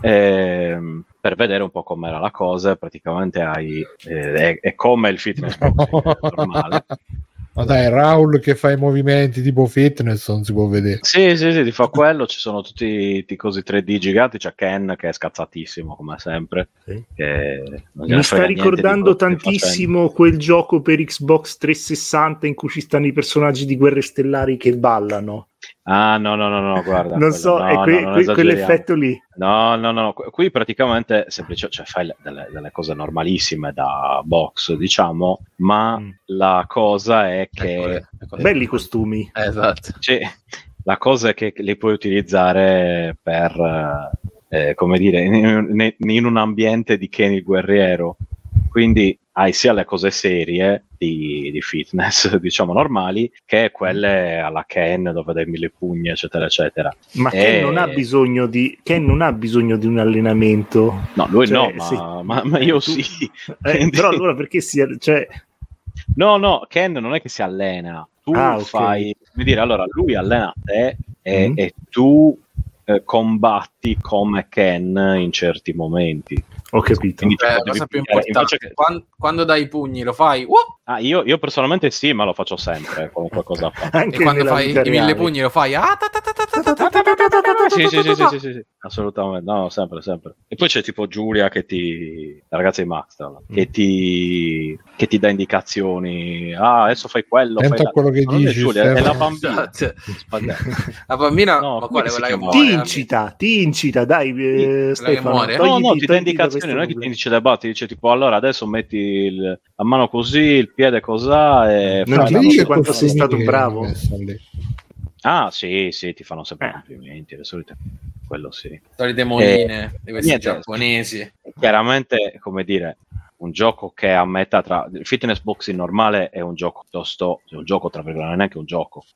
Ehm, per vedere un po' com'era la cosa, praticamente hai eh, è, è come il fitness boxing normale. Ma dai, Raul che fa i movimenti tipo fitness non si può vedere. Sì, sì, sì, ti fa quello, ci sono tutti i cosi tre D giganti, c'è Ken che è scazzatissimo come sempre. Sì. Che non gliene Mi sta frega niente di ricordando quello che sta tantissimo quel gioco per Xbox trecentosessanta in cui ci stanno i personaggi di Guerre Stellari che ballano. Ah, no, no, no, no, guarda. Non quello, so, no, è que- no, non que- esageriamo. quell'effetto lì. No, no, no, qui qui praticamente semplice, cioè fai le- delle, delle cose normalissime da box, diciamo, ma Mm. la cosa è che Eccole, eccole. Belli costumi. Eh, esatto. cioè, la cosa è che li puoi utilizzare per, eh, come dire, in, in un ambiente di Kenny Guerriero. Quindi hai sia le cose serie di, di fitness, diciamo normali, che quelle alla Ken dove dai mille pugni, eccetera, eccetera. Ma E- Ken non ha bisogno di Ken non ha bisogno di un allenamento. No, lui Cioè, no, ma, sì. ma- ma io Tu- sì. Eh, Quindi- però allora perché si cioè No, no, Ken non è che si allena, tu Ah, ok. fai, come dire, allora lui allena te e, Mm. e tu eh, combatti come Ken in certi momenti. ho capito. Quindi Cioè, tipo, la devi cosa più pigliare- importante, invece che- quan- quando dai i pugni lo fai, uh! Ah, io, io personalmente sì, ma lo faccio sempre con qualcosa a fare. Anche E quando nella fai vita i mille reale. pugni lo fai, ah, ta, ta, ta, ta, ta, ta, ta, ta, ta, ta, ta, Sì, sì, sì, ta, sì, ta. sì, sì, sì, assolutamente, no, sempre, sempre. E poi c'è tipo Giulia che ti, la ragazza di Max, tra l'altro, che ti, che ti dà indicazioni, ah, adesso fai quello, Attento fai a quello che Ma non è dici, Giulia, è la Stefano. bambina. Esatto. Sbagliato. La bambina, No, ma come quale si quella che chiama? muore? Ti incita, ti incita, dai, eh, che Stefano. muore? togliti- No, no, ti dà togliti da indicazioni, questo non è che ti problema. dice le batte, ti dice tipo allora adesso metti il- la mano così, il piede cos'ha e Non fai ti la dice cosa quanto così. sei stato bravo? Messo lì. Ah, sì, sì, ti fanno sempre Eh. complimenti, le solite, quello sì. Solite moline di questi niente. giapponesi. Chiaramente, come dire, un gioco che è a metà tra il fitness boxing normale è un gioco piuttosto, è un gioco tra virgolette, non è neanche un gioco,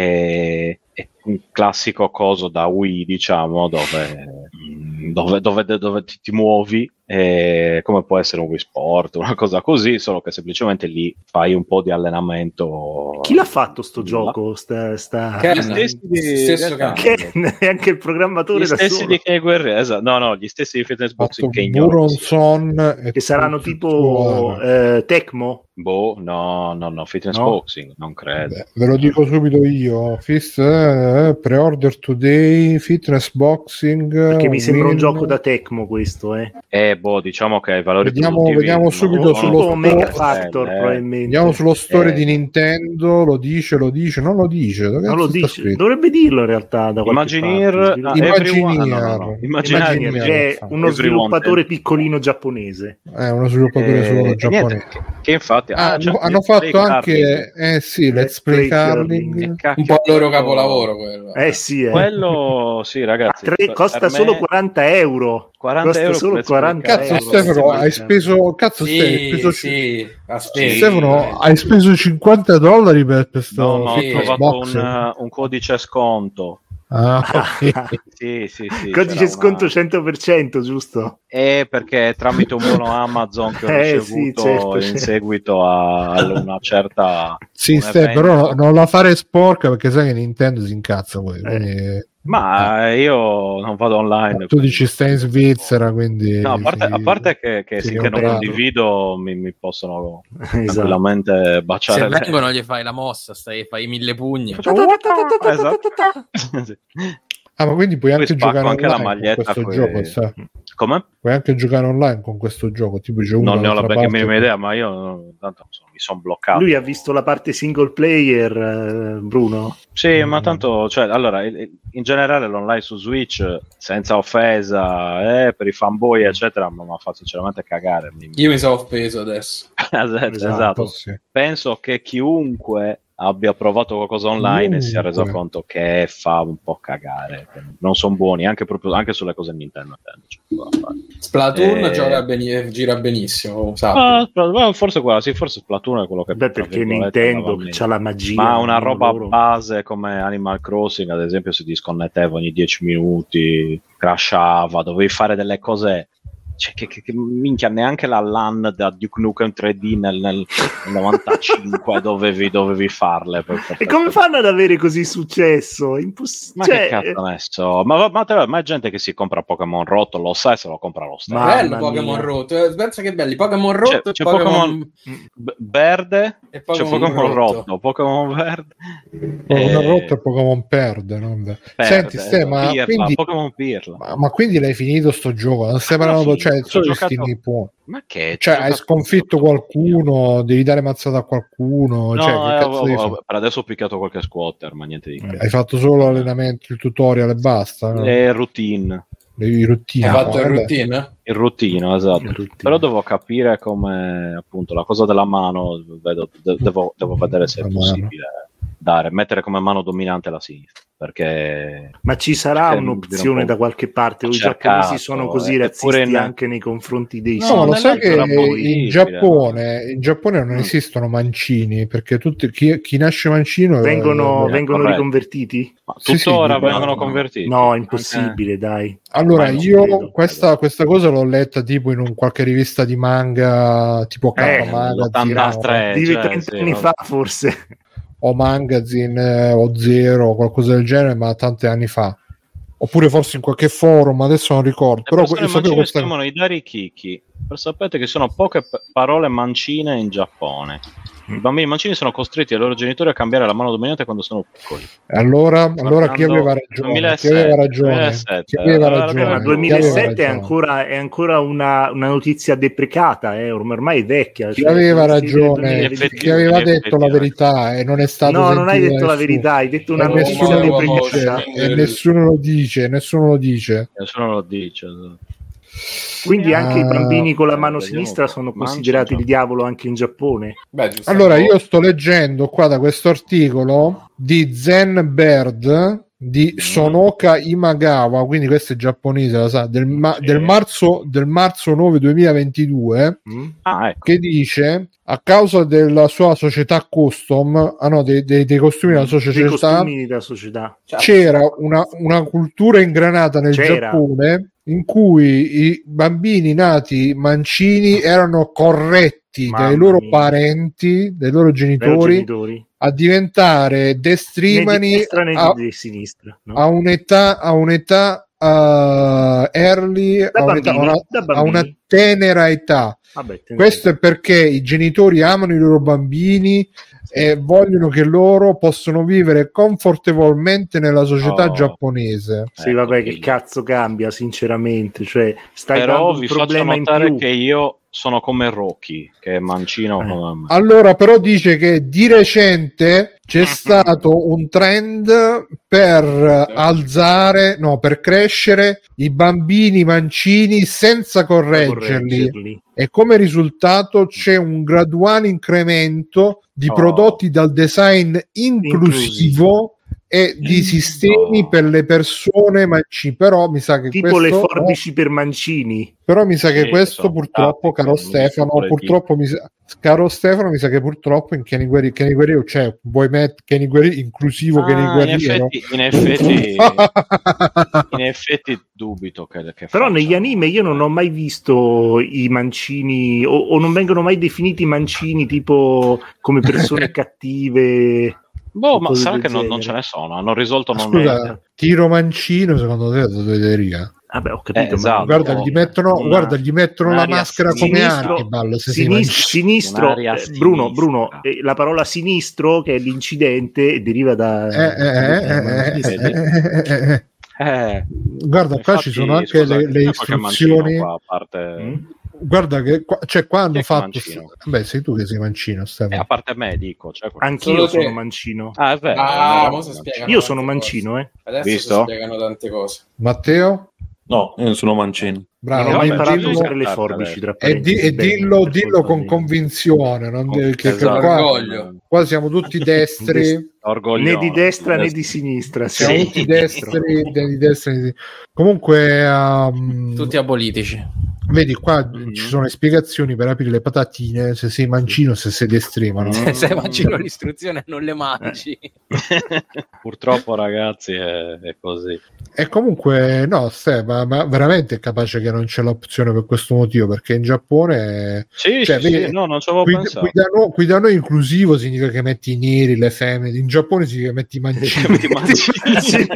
è, è un classico coso da Wii, diciamo, dove, dove, dove, dove ti, ti muovi, e come può essere un Wii Sport, una cosa così, solo che semplicemente lì fai un po' di allenamento. Chi l'ha fatto sto Nulla. gioco? Sta, sta... Ken, Gli stessi di- stesso esatto. cane. Ken è anche il programmatore Gli da stessi solo. di Kenny Guerriero, esatto. No, no, gli stessi di fitness Fatto boxing che ignoro. Buronson e Che saranno tutto il tipo suo- eh, Tecmo? Boh, no, no, no, fitness No? boxing, non credo. Beh, ve lo dico subito io. Fist, eh, pre-order today, fitness boxing. Perché mi sembra un win. gioco da Tecmo questo, eh. Eh, boh, diciamo che i valori Vediamo- produttivi vediamo non- subito non- sullo Tipo store. Mega Oh, Factor, eh, probabilmente. Andiamo sullo store Eh. di Nintendo. Lo dice, lo dice, non lo dice. Dove Non lo cazzo sta dice, scritto? dovrebbe dirlo in realtà da qualche Imagineer, parte. ah, Sviluppo- everyone- Imagineer. ah, no, no, no. Imagineer, Imagineer, che è fa. uno Everyone sviluppatore can- piccolino giapponese. È uno sviluppatore Eh, solo e niente, giapponese. che, che infatti Ah, ah, c'è hanno, hanno Let's Play fatto Curling. anche eh sì, Let's Let's Play Play Curling. Curling. Che cacchio, Un po' il loro quello- capolavoro quello. Eh sì, eh. Quello sì, A ragazzi. tre- per- costa per solo me quaranta euro. quaranta quaranta Costa euro solo quaranta Cazzo euro. Stefano, hai speso cazzo Sì, Ste- hai speso sì, ha speso. Stefano, hai speso cinquanta dollari per questo No, ma ho Sì. trovato box? un, un codice sconto. Ah, ok. Sì, sì, sì. Codice c'era sconto una- cento per cento, giusto? È perché tramite un buono Amazon che ho Eh, sì, ricevuto certo, in certo. seguito a a una certa... Sì, un Ste, evento. però non la fare sporca perché sai che Nintendo si incazza poi. Quindi... Ma io non vado online. tu dici stai in Svizzera, quindi No, a parte, sì, a parte che, che sì, finché non comprato. condivido mi, mi possono Esatto. tranquillamente baciare Se le- vengono gli fai la mossa, stai, fai mille pugni. Esatto. Sì. Ah, ma quindi puoi Poi anche spacco giocare anche la online con maglietta questo coi- gioco, sa? Come? Puoi anche giocare online con questo gioco, tipo c'è uno Non ne ho la dall'altra benché parte minima che- idea, ma io non- tanto insomma, mi sono bloccato. Lui ha visto la parte single player, eh, Bruno? Sì, Mm. ma tanto, cioè, allora, il- il- in generale l'online su Switch, senza offesa, eh, per i fanboy, eccetera, ma mi fa sinceramente cagare. Mi- Io mi sono offeso adesso. esatto, esatto. Oh, sì. Penso che chiunque abbia provato qualcosa online e si è reso Chiunque. conto che fa un po' cagare, che non sono buoni, anche proprio anche sulle cose Nintendo. C'è poco da fare. Splatoon Eh. gioca beni- gira benissimo, sappi. Ah, Spl- forse quella, sì, forse Splatoon è quello che Beh, tra perché virgolette, Nintendo andava meglio. c'ha la magia. Ma una non roba loro. base come Animal Crossing, ad esempio, si disconnetteva ogni dieci minuti, crashava, dovevi fare delle cose. Cioè, che, che, che minchia, neanche la LAN da Duke Nukem tre D nel, nel, nel novantacinque dovevi, dovevi farle. Per, per, E come fanno ad avere così successo? Imposs- Ma cioè, che cazzo ne so? Ma, ma, ma, ma è gente che si compra Pokémon rotto, lo sai se lo compra lo stesso. Ma- Bello Mamma Pokémon mia. rotto, eh, pensa che belli, Pokémon C'è, rotto c'è e Pokémon... Pokémon b- verde, e c'è Pokémon Pokémon rotto. rotto, Pokémon verde. Pokémon Eh, rotto e Pokémon perde, non... perde, Senti Ste, ma Pirla, quindi, Pokémon Pirla. ma, ma quindi l'hai finito sto gioco? Non stai Ma l'ho parlando, finito, cioè, ci ho solo di giocato- sti nipponi. Ma che? Cioè, Ci ho hai giocato sconfitto tutto, qualcuno, devi dare mazzata a qualcuno, No, cioè, che eh, cazzo ho- devi ho- fare? per adesso ho picchiato qualche squatter, ma niente di che. Hai fatto solo l'allenamento, il tutorial e basta? No? Le routine, I routine. Hai fatto il vabbè. routine? il routine, esatto. Il routine. Però devo capire come, appunto, la cosa della mano, vedo- de- devo, devo vedere se è La mano. possibile dare, mettere come mano dominante la sinistra, perché Ma ci sarà Cioè, un'opzione un po' da qualche parte? O i cercato, giapponesi sono così eh, razzisti eppure in- anche nei confronti dei No, ma lo sai che nell'altro era in possibile, Giappone, in Giappone non Mm. esistono mancini, perché tutti, chi, chi nasce mancino vengono, eh, vengono corretto. riconvertiti? ma Sì, sì, tuttora dico, vengono no. convertiti. No, è Anche- impossibile, dai. Allora, Ma non io credo. questa, questa cosa l'ho letta tipo in un qualche rivista di manga, tipo K Eh, Magazine l'ottantatré, Di cioè, trenta sì, anni no. fa, forse. o, o Magazine eh, o Zero, qualcosa del genere, ma tanti anni fa. Oppure forse in qualche forum, adesso non ricordo. Le Però persone io sapevo mancine si questa... chiamano i darikiki. Per sapete che sono poche p- parole mancine in Giappone. I bambini mancini sono costretti dai loro genitori a cambiare la mano dominante quando sono piccoli. Allora, allora chi Guardando aveva ragione? duemilasette, Chi aveva ragione? duemilasette. Chi aveva Allora, ragione? Ma Chi aveva duemilasette è ragione? ancora, è ancora una, una notizia deprecata, eh, ormai è vecchia. Chi cioè, aveva questi del ragione? duemilaventitré. Chi aveva detto la effettivamente. verità e non è stato No, non hai sentito detto la nessuno. verità, hai detto una E No, notizia nessuno lo no, dice, no, e nessuno lo dice, nessuno lo dice. Nessuno lo dice. esatto. Quindi anche Ah, i bambini con la eh, mano vediamo sinistra un po'. sono Mancia, considerati già. il diavolo anche in Giappone. Beh, giusto. Allora, io sto leggendo qua da questo articolo di Zen Bird di Sonoka Imagawa, quindi questo è giapponese, lo sa, del, ma- Sì. del marzo del marzo nove duemilaventidue, Mm? Ah, ecco. che dice a causa della sua società custom, ah no, dei, dei, dei costumi della sua Dei società, costumi della società. Cioè, c'era una, una cultura ingranata nel C'era. Giappone in cui i bambini nati mancini erano corretti Mamma dai loro mia. parenti, dai loro Dai genitori, genitori. a diventare Né di destrimani destra né a, di sinistra. No? a un'età a un'età uh, early, Da a un'età, bambini, una- da a bambini. una tenera età. Vabbè, te ne Questo è perché i genitori amano i loro bambini e vogliono che loro possano vivere confortevolmente nella società Oh. giapponese. Sì, Ecco, vabbè, che figlio. cazzo cambia, sinceramente. Cioè, stai Però dando un vi faccio problema in notare più. che io sono come Rocky, che è mancino Eh. come me. Allora, però dice che di recente c'è stato un trend per alzare, no, per crescere i bambini mancini senza correggerli. correggerli. E come risultato c'è un graduale incremento di Oh. prodotti dal design inclusivo e di sistemi no. per le persone mancini, però mi sa che tipo questo, le forbici per mancini. Però mi sa che Sì, questo sono purtroppo, stati, caro sono Stefano, pure purtroppo mi sa, caro Stefano, mi sa che purtroppo in Kenny Guerriero, Kenny Guerriero c'è, vuoi mettere Kenny Guerriero, inclusivo Kenny Ah, in Guerriero? effetti, in effetti, in effetti dubito che, che Però facciano. negli anime io non ho mai visto i mancini, o, o non vengono mai definiti mancini tipo come persone cattive. Boh, ma cose sarà del che non, non genere. ce ne sono, hanno risolto non Scusa, tiro mancino, secondo te dove deriva? Vabbè, ho capito, Eh, esatto. ma Guarda, gli mettono, Una- guarda, gli mettono la un'aria maschera come sinistro- Hannibal. Se si Sinis- mangi- sinistro, Un'area eh, Bruno, sinistra. Bruno eh, la parola sinistro, che è l'incidente, deriva da... Eh, eh, eh, eh, eh, eh, eh. Eh, Guarda, qua infatti, ci sono anche scusa, le, le c'è qualche mancino istruzioni. qua, a parte, Mm? Guarda che qua, cioè qua hanno Chi è che fatto. mancino? Beh, sei tu che sei mancino, eh, Stefano. a parte me, dico. C'è qualche- Anch'io Solo sono te. mancino. Ah, è vero. Ah, è mo vero. si spiegano Io sono tante mancino, cose. eh. Adesso Visto? si spiegano tante cose. Matteo? No, io non sono mancino. Bravo. non ho mai vabbè, imparato a dillo- usare le Guarda, forbici, tra E, parentesi. di- e Bene, dillo, per dillo colpa con mia. convinzione, non de- che, che Esatto. qua, Orgoglio. qua siamo tutti destri, Orgoglioso. Né di destra né di sinistra. siamo sì. tutti destri, né di destra né di- comunque um, Tutti apolitici. vedi qua Mhm. ci sono le spiegazioni per aprire le patatine, se sei mancino, se sei destrino. Mm. Se mancino l'istruzione non le mangi. Purtroppo, ragazzi, è, è così. E comunque no, Ste, ma, ma veramente è capace che non c'è l'opzione per questo motivo, perché in Giappone Sì, Cioè, sì, vedi, sì, no, non ci avevo qui, pensato. qui da noi, qui da noi inclusivo significa che metti i neri, le femmine, in Giappone significa che metti i mancini. Metti i mancini.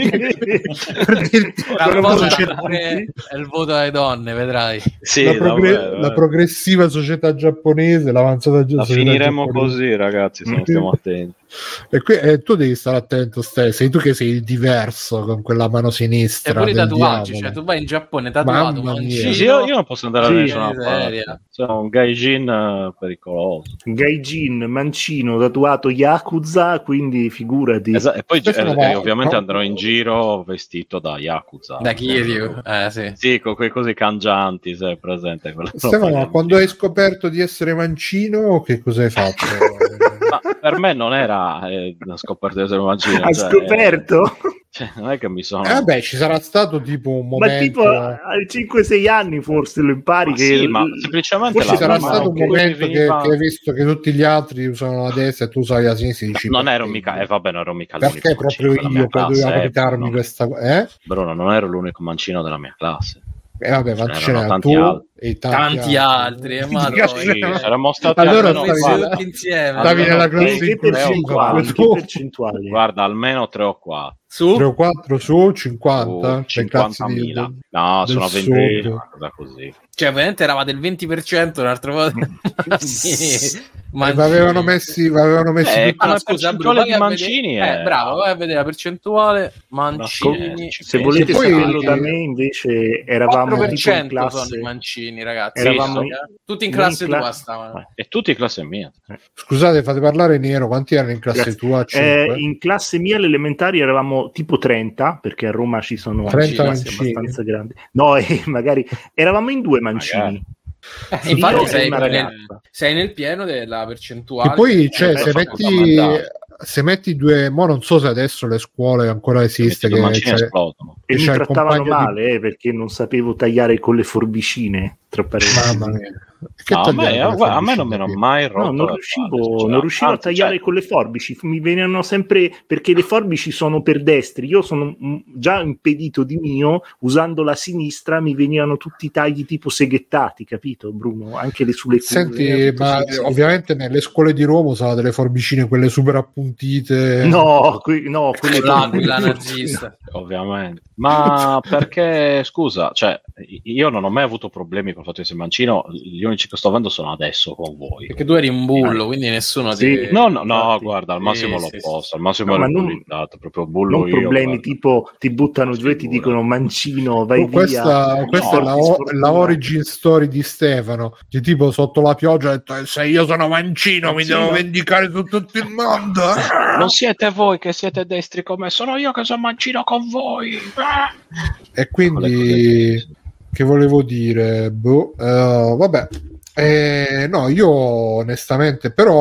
Per dirti, Tra una un po' cosa sarà c'è- pure il voto alle donne, vedrai. Sì, la, progre- davvero, la eh. progressiva società giapponese, l'avanzata La società finiremo giapponese. così, ragazzi, se non stiamo attenti. E qui, eh, tu devi stare attento, Ste, sei tu che sei il diverso con quella mano E sinistra. pure i del tatuaggi, diavolo. cioè tu vai in Giappone tatuato, Mamma mia. mancino. Sì, io, io non posso andare Sì, da nessuna miseria. parte. Sono un gaijin eh, pericoloso. Gaijin, mancino, tatuato Yakuza, quindi figurati. Esa- e poi Stefano, eh, ma- eh, ovviamente no. andrò in giro vestito da Yakuza. Da Kiryu, eh sì. Sì, con quei così cangianti, sei presente? Quella Stefano, roba ma lì. quando hai scoperto di essere mancino, che cosa hai fatto? Ma per me non era eh, una scoperta di essere mancino. Ha cioè, scoperto? eh, cioè, non è che mi sono... Eh, vabbè, ci sarà stato tipo un Ma tipo momento. ai cinque sei anni forse lo impari Ma che sì, ma semplicemente forse Ci la sarà prima, stato un che- momento che, veniva- che hai visto che tutti gli altri usano la destra e tu usavi la sinistra e dici, non ero perché? mica, eh, vabbè, non ero mica l'unico Perché mancino proprio della mia io poi classe, dovevo eh, applicarmi Bruno. questa eh? Bruno, non ero l'unico mancino della mia classe. E vabbè, ma Ce ce n'erano n'era tanti tu altri. e Tanti altri, eh, ma Sì, noi- saremmo stati Allora almeno stavi- messi guarda, tutti insieme. stavi Allora, nella no, classe che tre o percentuali, inclusiva. che Tu- percentuali? guarda, almeno tre o quattro. Su? tre o quattro su cinquanta Uh, le classi di- cinquantamila. No, del sono sud. venti, una cosa così. Cioè, ovviamente eravate il venti per cento un'altra volta. Ma avevano messi, avevano messi Eh, tutti- come Allora, scusa, Bruno, percentuale vai di a mancini vedere... è- eh, bravo, vai a vedere la percentuale mancini. Ci Se pensi. volete E poi- saperlo da me, invece eravamo tipo in quattro per cento sono classe. i mancini, ragazzi. Eravamo Sì, in- eh. tutti in noi classe in cla- tua stavano. Eh, E tutti in classe mia. Scusate, fate parlare Nero, quanti erano in classe Grazie. tua? Eh, cinque? in classe mia alle elementari eravamo tipo trenta, perché a Roma ci sono trenta classi mancini. abbastanza grandi. No, eh, magari eravamo in due mancini. Magari. Eh, infatti Io e sei una nel, ragazza. sei nel pieno della percentuale. E poi, cioè, eh, se fatto metti, fondamentale. se metti due, mo non so se adesso le scuole ancora esiste, Metti due che mancini c'è- esplodono. E mi c'è il trattavano compagno di- male eh, perché non sapevo tagliare con le forbicine. Tra parentesi. Mamma mia. Che No, a, me, tagliare a- le guarda, a me forbici non mi hanno qui? mai rotto No, non le riuscivo, palle, non sinceramente. riuscivo a Anzi, tagliare cioè, con le forbici, mi venivano sempre perché le forbici sono per destri. Io sono mm, già impedito di mio, usando la sinistra mi venivano tutti i tagli tipo seghettati, capito, Bruno? Anche le sulle Senti, culle, tutto ma sì, eh, sì. ovviamente nelle scuole di Roma usava delle forbicine quelle super appuntite. No, que- no, quelle L'aquila nazista. ovviamente. Ma perché, scusa, cioè, io non ho mai avuto problemi con il fatto di essere mancino, gli unici che sto avendo sono adesso con voi. Perché tu eri un bullo, quindi nessuno Sì. ti... No, no, no, Infatti. guarda, al Sì, massimo sì, l'opposto, al massimo No, ero ma non- bullizzato, proprio bullo non io. problemi guarda. tipo ti buttano giù e ti Figura. dicono mancino, vai Oh, questa, via. questa No, è la, ti o- sfortuna. la origin story di Stefano, che tipo sotto la pioggia ha detto "Eh, se io sono mancino mi Sì, devo no. vendicare su tutto il mondo". Non siete voi che siete destri come sono io che sono mancino con voi. Ah! E Quelle cose quindi lì. che volevo dire? Boh, eh, vabbè, Eh, no, io onestamente però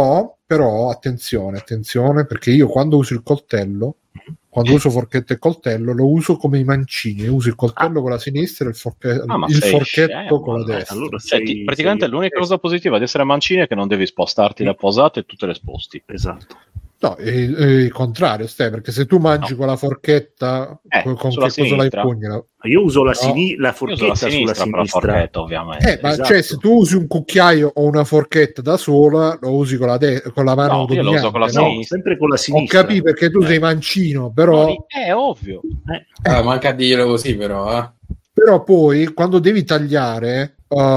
però attenzione, attenzione, perché io quando uso il coltello, quando uso forchetta e coltello, lo uso come i mancini, uso il coltello ah. con la sinistra e il, forche- ah, il forchetto scemo, con la destra. Allora sei, cioè, ti, praticamente sei l'unica cosa positiva di essere mancini è che non devi spostarti da posate e tutte le sposti. Esatto. No, è, è il contrario, stai, perché se tu mangi no. con la forchetta, eh, con che cosa la impugni? Io uso la, no. sini- la forchetta la sinistra, sulla sinistra, forchetta, ovviamente. Eh, ma esatto. cioè, se tu usi un cucchiaio o una forchetta da sola, lo usi con la, de- con la mano no, dominante. Io lo uso con la no? sinistra. Sempre con la sinistra. Ho capito perché tu eh. sei mancino, però no, è ovvio. Eh. Ah, manca a dirlo così, però. Eh. Però poi quando devi tagliare,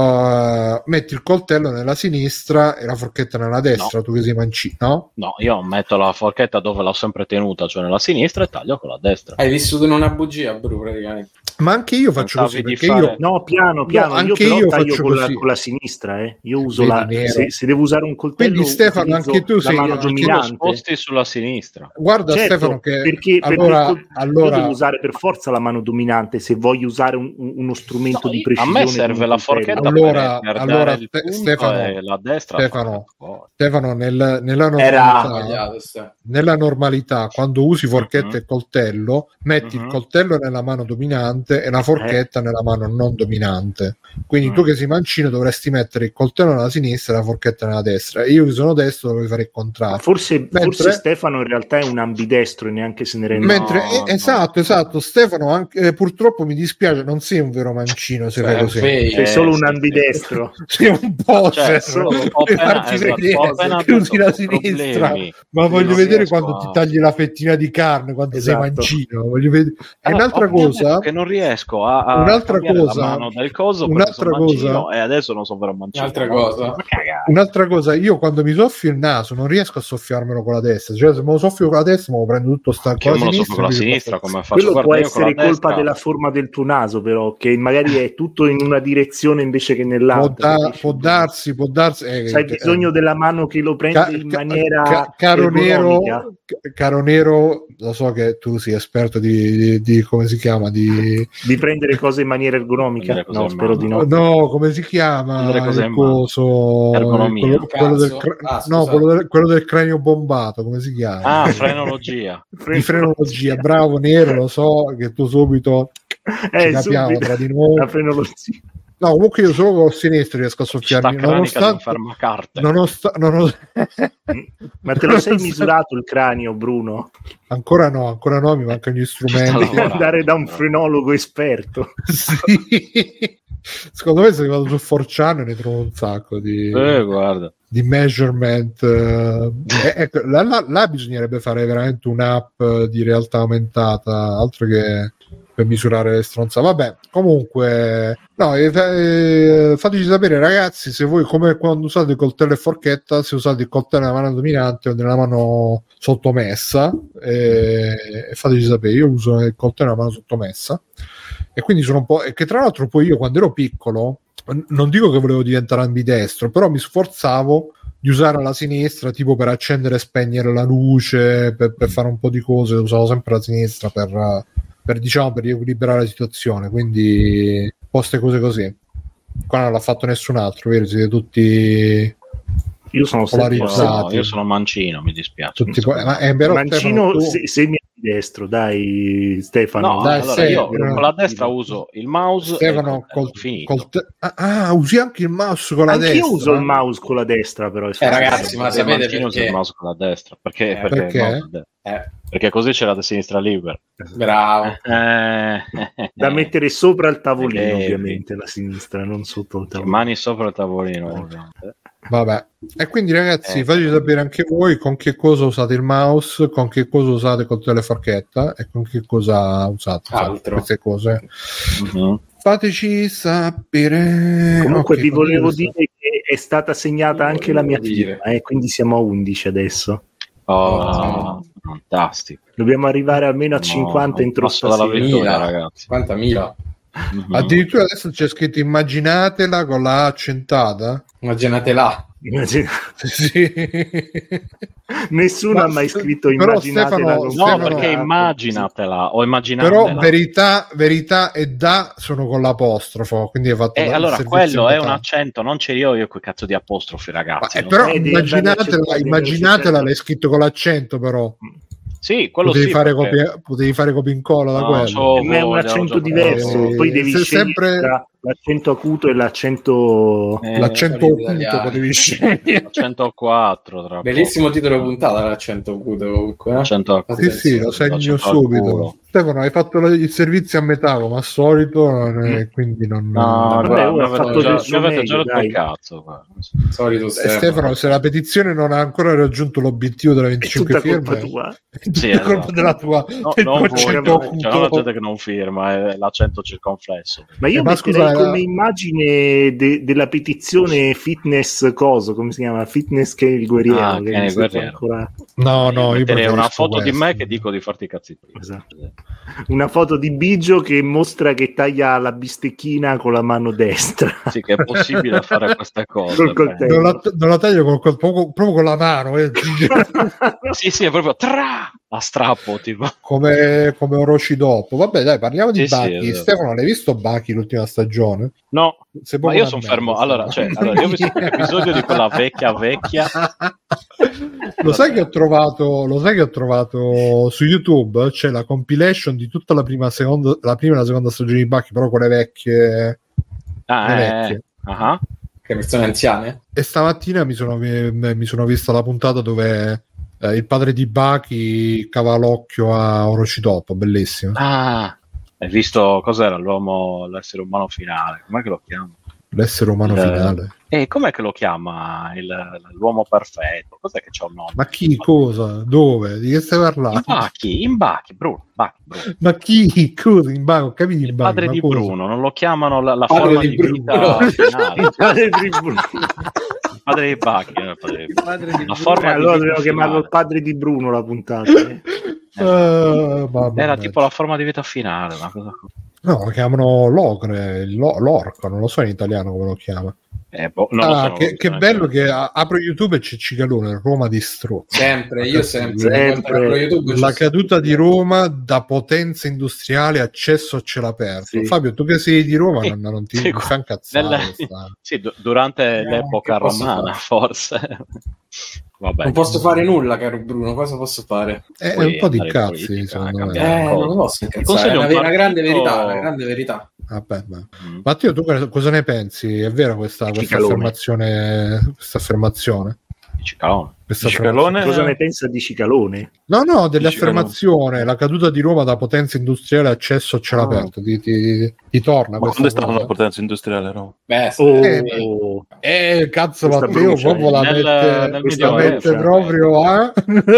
uh, metti il coltello nella sinistra e la forchetta nella destra. No. Tu che sei mancino, no? No, io metto la forchetta dove l'ho sempre tenuta, cioè nella sinistra, e taglio con la destra. Hai vissuto in una bugia, Bru, praticamente. Ma anche io faccio Pensavi così perché fare... io no piano piano no, io però io taglio con la, così. con la sinistra eh. Io uso Vedi, la se, se devo usare un coltello quindi Stefano anche tu sei mano dominante sposti sulla sinistra. Guarda certo, Stefano che perché, allora, perché allora... devo usare per forza la mano dominante se voglio usare un, uno strumento no, di precisione. A me serve la forchetta allora, per, per allora il punto Stefano, e la destra Stefano, Stefano nel, nella normalità Era... nella normalità quando usi forchetta uh-huh. e coltello metti uh-huh. il coltello nella mano dominante e la forchetta eh. nella mano non dominante, quindi uh-huh. tu che sei mancino dovresti mettere il coltello nella sinistra e la forchetta nella destra, e io che sono destro dovrei fare il contrario. Forse, mentre... forse Stefano in realtà è un ambidestro e neanche se ne rende mentre no, eh, no. esatto esatto Stefano anche, eh, purtroppo mi dispiace, non sei un vero mancino se fai così, sei eh, solo un ambidestro sei un po' cioè, solo per farti esatto, vedere che usi la sinistra, ma voglio vedere quando a... ti tagli la fettina di carne quando esatto. sei mancino, voglio vedere. E allora, un'altra cosa che non riesco a, a un'altra cosa la mano del coso un'altra cosa e adesso non so vero mancino. Un'altra cosa un'altra cosa io quando mi soffio il naso non riesco a soffiarmelo con la destra, cioè se me lo soffio con la destra me lo prendo tutto sta con la sinistra, con la sinistra come faccio. Quello Guarda, può essere colpa destra... della forma del tuo naso, però che magari è tutto in una direzione invece che nell'altra. Può, da, può darsi può darsi eh, hai che, bisogno eh, della mano che lo prende ca- in maniera ca- caro nero caro nero lo so che tu sei esperto di, di, di come si chiama di... di prendere cose in maniera ergonomica. No, spero di no. No, come si chiama il coso ergonomia quello, quello del cra- ah, no quello del, quello del cranio bombato, come si chiama? Ah, frenologia. Di frenologia, bravo nero, lo so che tu subito eh, ci capiamo tra di noi. La frenologia. No, comunque io solo con il sinistro riesco a soffiarmi, nonostante nonostante non ma te lo sei misurato il cranio, Bruno? Ancora no, ancora no, mi mancano gli strumenti. Devi andare da un frenologo esperto. Sì. Secondo me se vado su four chan ne trovo un sacco di eh, guarda. di measurement. Eh, ecco, là, là, là bisognerebbe fare veramente un'app di realtà aumentata, altro che per misurare le stronzate. Vabbè, comunque no, eh, eh, fateci sapere ragazzi se voi, come quando usate il coltello e forchetta, se usate il coltello nella mano dominante o nella mano sottomessa, e eh, fateci sapere. Io uso il coltello nella mano sottomessa e quindi sono un po', e che tra l'altro poi io quando ero piccolo non dico che volevo diventare ambidestro, però mi sforzavo di usare la sinistra tipo per accendere e spegnere la luce, per, per fare un po' di cose usavo sempre la sinistra per per diciamo per riequilibrare la situazione, quindi poste cose così. Qua non l'ha fatto nessun altro, vero? Siete tutti io sono polarizzati. No, io sono mancino, mi dispiace. Tutti po- ma è vero, mancino Stefano, tu... se, semi destro, dai Stefano. No, dai, allora sei, io no. con la destra uso il mouse Stefano, e col, col te- ah, ah, usi anche il mouse con la anche destra? Io uso il mouse con la destra, però eh, ragazzi, ma sapete perché uso il mouse con la destra? Perché? Eh, perché, perché? No, eh. Perché così c'è la sinistra libera. Bravo. Eh, da mettere sopra il tavolino, eh, ovviamente, la sinistra, non sotto il tavolino. Mani sopra il tavolino, ovviamente. Vabbè, e quindi ragazzi eh, fateci sapere anche voi con che cosa usate il mouse, con che cosa usate con la forchetta e con che cosa usate altro queste cose. Uh-huh. Fateci sapere. Comunque okay, vi volevo dire che è stata segnata vi anche la mia dire. firma, eh, quindi siamo a undici adesso. Oh, fantastico. Dobbiamo arrivare almeno a no, cinquanta entro stasera, vittoria, ragazzi. cinquantamila. Mm-hmm. Addirittura adesso c'è scritto immaginatela con la accentata. Immaginatela. Immaginate. Sì. Nessuno Ma ha mai Ste- scritto però immaginatela. Stefano- con No, Stefano- perché immaginatela o immaginatela. Però verità, verità e da sono con l'apostrofo, quindi hai fatto Eh, il allora servizio quello a è metà. un accento, non ce li ho io quei cazzo di apostrofi, Ma, ragazzi. eh, no? però Eh, devi andare a immaginatela, cercare, devi immaginatela andare a l'hai scritto con l'accento, però Sì, quello potevi, sì. fare perché- copia, potevi fare copia e incolla da No, quello. so- Ma è un voglio, accento ho già diverso, fatto- poi Eh, devi se scegliere sempre- tra l'accento acuto e l'accento Eh, L'accento solito occulto italiano. potevi scegliere. centoquattro tra Bellissimo poco. titolo puntata l'accento acuto comunque. Eh? cento Sì, sì, lo segno l'accento al subito. culo. Stefano, hai fatto lo- il servizio a metà come al solito, non è- quindi non... No, Vabbè, guarda, ora mi ha avete fatto già, del mi suo avete meglio, già rotto dai. il cazzo. guarda. Solito Eh, Stefano. Stefano, se la petizione non ha ancora raggiunto l'obiettivo delle È venticinque tutta colpa firme, tua. è tutta Sì, colpa esatto. della tua No, del non tuo voi, accento no, occulto. c'è la gente che non firma, è l'accento circonflesso. Ma io Eh, ma metterei scusa, come eh, immagine de- della petizione fitness coso, come si chiama? Fitness che è il guerriero. Ah, che che è mi il sembra guerriero. ancora- No, no, io metterei una preferisco foto di questo. me che dico di farti i cazzi tuoi. Esatto. Una foto di Biggio che mostra che taglia la bistecchina con la mano destra. Sì, che è possibile fare queste cose. Col coltello. Non la, non la taglio col, col- proprio, proprio con la mano, eh. Sì, sì, è proprio tra a strappo, tipo. come, come Orochi dopo. Vabbè, dai, parliamo di Sì, sì, Bucky. esatto. Stefano, l'hai visto Bucky l'ultima stagione? No, Sei ma proprio io una sono merda, fermo. Allora, cioè, Stefano. allora, io ho visto un episodio di quella vecchia vecchia. Lo sai che ho trovato, lo sai che ho trovato su YouTube? C'è la compilation di tutta la prima, seconda, la prima e la seconda stagione di Bucky, però con le vecchie. Ah, le eh, vecchie. eh. Ah, Che persone anziane? E stamattina mi sono, mi, mi sono vista la puntata dove eh, il padre di Bucky cava l'occhio a Orochi dopo, bellissimo. ah, hai visto cos'era l'uomo, l'essere umano finale? Com'è che lo chiama? L'essere umano Eh, finale. E com'è che lo chiama il, l'uomo perfetto? Cos'è che c'ha un nome? Ma chi, cosa, dove, di che stai In parlando? Bachi, in Bachi, Bruno, Bachi, Bruno. Ma chi, cosa, in baco, ho capito in Il baco, padre ma di cosa? Bruno, non lo chiamano la, la Padre forma di di, Bruno. vita finale. Il padre di Bruno. Il padre di Bachi, non il padre di Bruno. La Eh, forma di allora vita dobbiamo chiamarlo finale. il padre di Bruno la puntata. eh. Eh, vabbè, Era vabbè. tipo la forma di vita finale, una cosa così. No, lo chiamano l'ogre, lo- l'orco, non lo so in italiano come lo chiama. Eh, boh, non lo Ah, so, non che, lo che so bello neanche. che a- apro YouTube e c'è Cicalone, Roma distrutta. Sempre, io sempre. Sempre. Quando apro YouTube La c'è caduta sempre- di Roma da potenza industriale, accesso a cielo aperto. Sì. Fabio, tu che sei di Roma, Sì. non, non ti Sì, mi fa incazzare. nella- questa- Sì, du- durante Eh, l'epoca che posso romana, fare? forse. Vabbè. Non posso fare nulla, caro Bruno. Cosa posso fare? È Puoi un po' di andare in cazzi, politica, secondo me. cambiare. Eh, cosa? non lo posso Ti incazzare. consiglio È una, un vera- una grande partito- verità, una grande verità. Vabbè, ma... Mm. Matteo, tu cosa cosa ne pensi? È vera questa, questa Cicalone. affermazione? Questa affermazione? Cicalone. Questa Cicalone? Cosa ne pensa di Cicalone? No, no, delle Dici che non- affermazione, la caduta di Roma da potenza industriale, accesso a cielo Ah. aperto. Ti, ti- ti torna Ma questa quando è stata cosa? una potenza industriale, no? Beh, sì. Oh, Eh, Eh, cazzo, Questa Matteo, brucia, proprio la nel- mette, nel questa Medioevo, mette cioè. proprio a...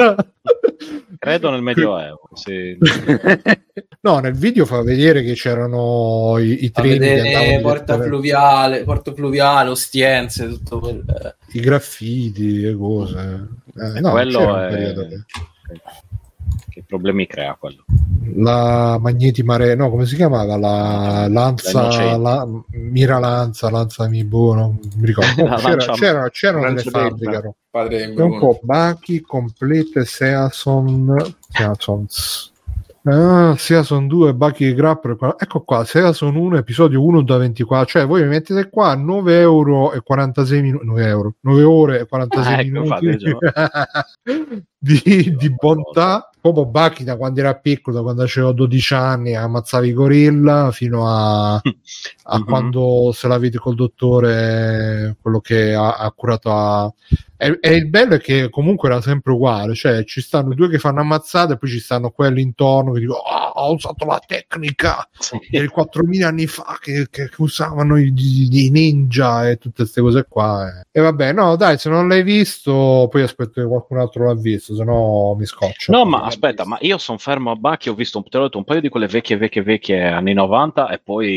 Credo nel Medioevo. Sì. No, nel video fa vedere che c'erano i, i A treni che vedere andavano porta direttamente- fluviale, porto fluviale, Ostiense, tutto quel... i graffiti e cose. Eh, E no, quello c'era un è... periodo che- Che problemi crea quello? la Magneti Mare, no, come si chiamava? La Lanza, Innocenti. la Mira Lanza, Lanza Mibo, non mi ricordo. La C'era, Lancia- c'erano, c'erano delle Lancia Delta. fabbriche. no? padre di È un Bruno. po' Bachi, complete Season, Seasons. Ah, Season due, Bucky Grapper. Ecco qua, Season uno, episodio uno da ventiquattro. Cioè, voi mi mettete qua nove euro e quarantasei minuti. nove euro, nove ore e quarantasei Ah, ecco, minuti infatti, di, di bontà. Proprio Bucky da quando era piccolo, da quando avevo dodici anni, ammazzavi i gorilla fino a, a Mhm. quando se la vede col dottore, quello che ha, ha curato a. E, e il bello è che comunque era sempre uguale, cioè ci stanno due che fanno ammazzate e poi ci stanno quelli intorno che dicono "Ah, ho usato la tecnica Sì. del quattromila anni fa che, che, che usavano i, i ninja e tutte queste cose qua eh. E vabbè, no dai, se non l'hai visto poi aspetto che qualcun altro l'ha visto, se no mi scoccia. No, ma aspetta, ma io sono fermo a Bacchi, ho visto un, te l'ho detto, un paio di quelle vecchie, vecchie, vecchie anni novanta e poi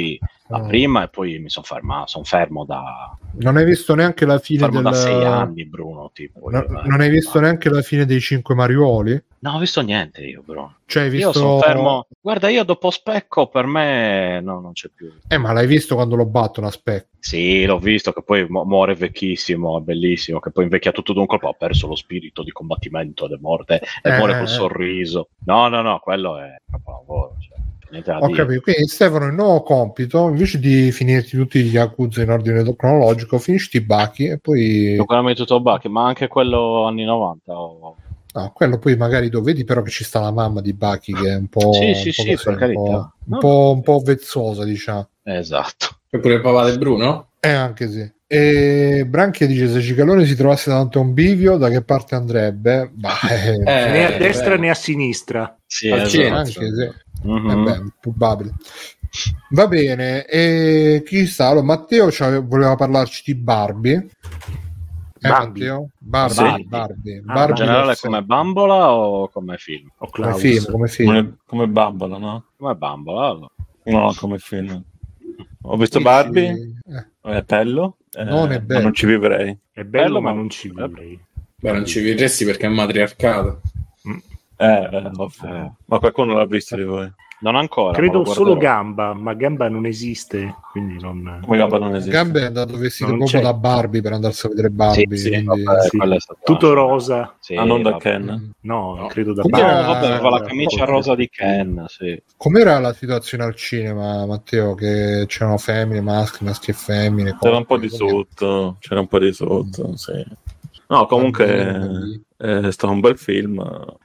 la Oh. prima e poi mi sono fermato, sono fermo da Non hai visto neanche la fine fermo del... da sei anni, Bruno, tipo. No, io, eh. non hai visto neanche la fine dei cinque Mariuoli? No, ho visto niente io, Bruno. Cioè hai visto... Io sono fermo. Guarda, io dopo Specco per me no, non c'è più. Eh, ma l'hai visto quando lo battono a Specco? Sì, l'ho visto che poi mu- muore vecchissimo, è bellissimo, che poi invecchia tutto d'un colpo, ha perso lo spirito di combattimento ed è morte e Eh, muore eh, col eh. sorriso. No, no, no, quello è capolavoro, cioè, niente da Ho dire. capito. Quindi Stefano, il nuovo compito, invece di finirti tutti gli Yakuza in ordine cronologico, finisci Baki e poi... Non quello tutto Baki, ma anche quello anni novanta. o- No, quello poi magari lo vedi, però che ci sta la mamma di Baki che è un po'... Sì, un sì, po' sì, così, per un carità. po', un No, po', un po' vezzosa, diciamo. Esatto. E pure il papà di Bruno? Eh, anche sì. E Branchia dice: se Cicalone si trovasse davanti a un bivio, da che parte andrebbe? Bah, eh, Eh, né a destra beh. né a sinistra. Sì, Al esatto. centro. anche sì. Mhm. Eh beh, probabile. Va bene, e chi sta? Allora, Matteo c'ave- voleva parlarci di Barbie. Eh, Barbie. Matteo? Barbie, Barbie. Barbie. Ah, Barbie In generale verso- come bambola o come film? O come Klaus. film, come film. Come, come bambola, no? Come bambola, allora. No, come film. Ho visto Dici- Barbie, eh, è bello, eh, Non è ma bello. non ci vivrei. È bello, Bello, ma ma- non ci vivrei. Beh, non ci vivresti perché è matriarcato. Eh, eh, ovvio. Eh. Ma qualcuno l'ha visto di voi? Non ancora. ma Credo lo solo guarderò. Gamba, ma Gamba non esiste, quindi non... Come gamba non esiste. Gambe è andato vestito Non proprio c'è. da Barbie per andarsi a vedere Barbie. Sì, sì, quindi- vabbè, Sì. quello è stato- Tutto rosa. Sì, Ah, non da vabbè. Ken. No, No. credo da Come No, era- vabbè, aveva la eh, camicia po- rosa di Ken, sì. Com'era la situazione al cinema, Matteo? Che c'erano femmine, maschi, maschi e femmine? C'era un po' coppie, di com'era? sotto, c'era un po' di sotto, sì. No, comunque eh, è stato un bel film.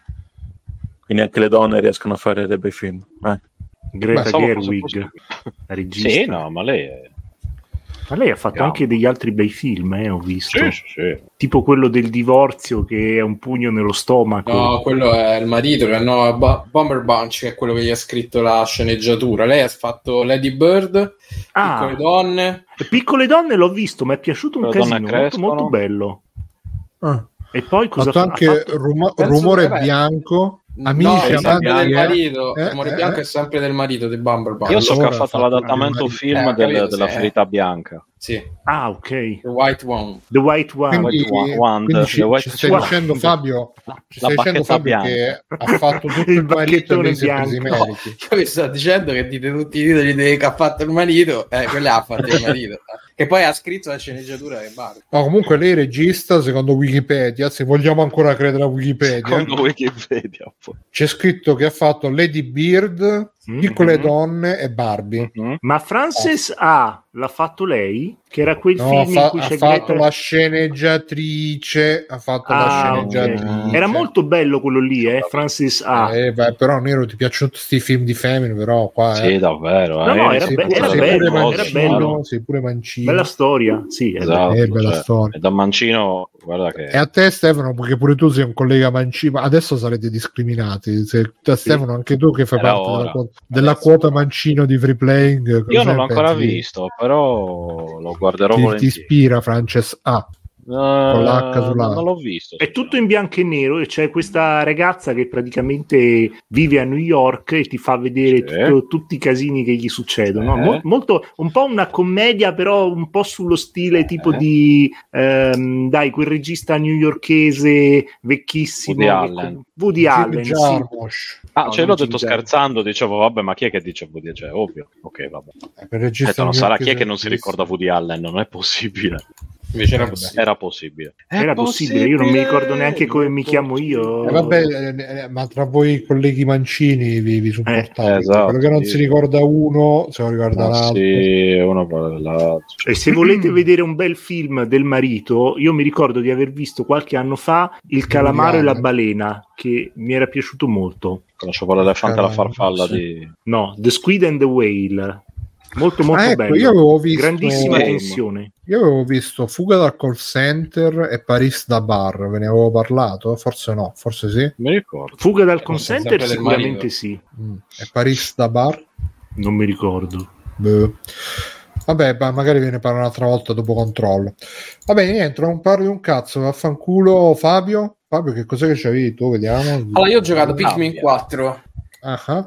Quindi anche le donne riescono a fare dei bei film. Eh. Greta Beh, Pensavo fosse Gerwig, possibile. la regista. Sì, no, ma lei è... Ma lei ha fatto Gamba. anche degli altri bei film, eh, ho visto. Sì, sì, sì. Tipo quello del divorzio che è un pugno nello stomaco. No, quello è il marito, che no, Bo- Bomber Bunch, che è quello che gli ha scritto la sceneggiatura. Lei ha fatto Lady Bird, Ah. Piccole donne. Piccole donne l'ho visto, mi è piaciuto un Le donne casino, molto, crescono. molto bello. Ah. E poi Ha cosa fatto fa? anche Ha fatto- Rumo- Penso- Rumore vabbè. Bianco, No, Amici, è sempre amanti, del eh. marito. Eh, Rumore eh, bianco eh. è sempre del marito di Bomber Bunch. Io so che Allora ha fatto ha fatto l'adattamento anche- film Eh, del- capito, della sì. ferita bianca. Sì, Ah, ok. The White One. The White One. Quindi, White Wa- Wand, quindi ci, The White ci stai Wand. dicendo Fabio, ci La stai dicendo bacchetta Fabio bianca. che ha fatto tutto Il il marito e bacchettone lui si è preso i bianco. meriti. Io vi sto dicendo che dite tutti i titoli di- che ha fatto il marito, eh, quella ha fatto il marito. Che poi ha scritto la sceneggiatura del bar. No, comunque lei regista, secondo Wikipedia, se vogliamo ancora credere a Wikipedia, Secondo Wikipedia. poi. c'è scritto che ha fatto Lady Bird, Piccole Mhm. donne e Barbie. Mhm. Ma Frances A l'ha fatto lei? Che era quel No, film ha, fa- in cui ha c'è fatto Greta... la sceneggiatrice, ha fatto la Ah, ok. sceneggiatrice. Era molto bello quello lì, eh? Frances A. Eh, vai, però Nero ti piacciono tutti questi film di femmine, però qua Sì, eh. davvero. No, eh, no, io era sì, be- pure era delle bello, cose, era mancino, bello. sei pure mancino. Bella storia, sì. È Esatto, Eh, bella cioè, storia. E da mancino, guarda che... E a te Stefano, perché pure tu sei un collega mancino, adesso sarete discriminati. Se, te, Stefano, anche tu che fai Era parte della, ora. quota, della Adesso- quota mancino di free playing, Io cosa non ne l'ho ancora pensi? visto, però lo guarderò Ti, ti volentieri. ispira Frances A. Eh, l'H sulla A. non l'ho visto. È tutto in bianco e nero e c'è questa ragazza che praticamente vive a New York e ti fa vedere Sì. tutto- tutti i casini che gli succedono. Sì. Mo- molto, un po' una commedia, però un po' sullo stile tipo Sì. di ehm, dai, quel regista newyorkese vecchissimo Woody che- Allen. Woody Jim Allen, sì. Jarmusch. Ah, No, cioè non l'ho detto Jim Carrey. scherzando, dicevo, vabbè, ma chi è che dice Woody Allen? Cioè, ovvio. Ok, vabbè. Eh, per regista Detto, non sarà chi è newyorkese che non si ricorda Woody Allen, non è possibile. Invece era Eh, possibile. Era possibile. Era possibile, io non mi ricordo neanche come mi chiamo io. Eh, vabbè, eh, eh, ma tra voi colleghi mancini vi, vi supportate. Eh, esatto, Quello che non sì. si ricorda uno, se lo ricorda Ma l'altro. sì, uno parla dell'altro. E se volete vedere un bel film del marito, io mi ricordo di aver visto qualche anno fa Il calamaro e la balena, che mi era piaciuto molto. Conoscevo l'elefante e la Calamaro, farfalla sì. di... No, The Squid and the Whale. Molto molto Ah, ecco, bello. io avevo visto- Grandissima Eh, tensione. Io avevo visto Fuga dal call center e Paris da bar, ve ne avevo parlato? Forse no, forse sì. Mi ricordo. Fuga dal Eh, consenter sempre del sicuramente marito. sì. Mm. E Paris da bar? Non mi ricordo. Boh. Vabbè, ma magari ve ne parlo un'altra volta dopo controllo. Vabbè, niente, non parlo di un cazzo, vaffanculo Fabio. Fabio, che cos'è che c'avevi tu? Vediamo. Allora, io ho giocato Pikmin Gabbia. quattro. Ah,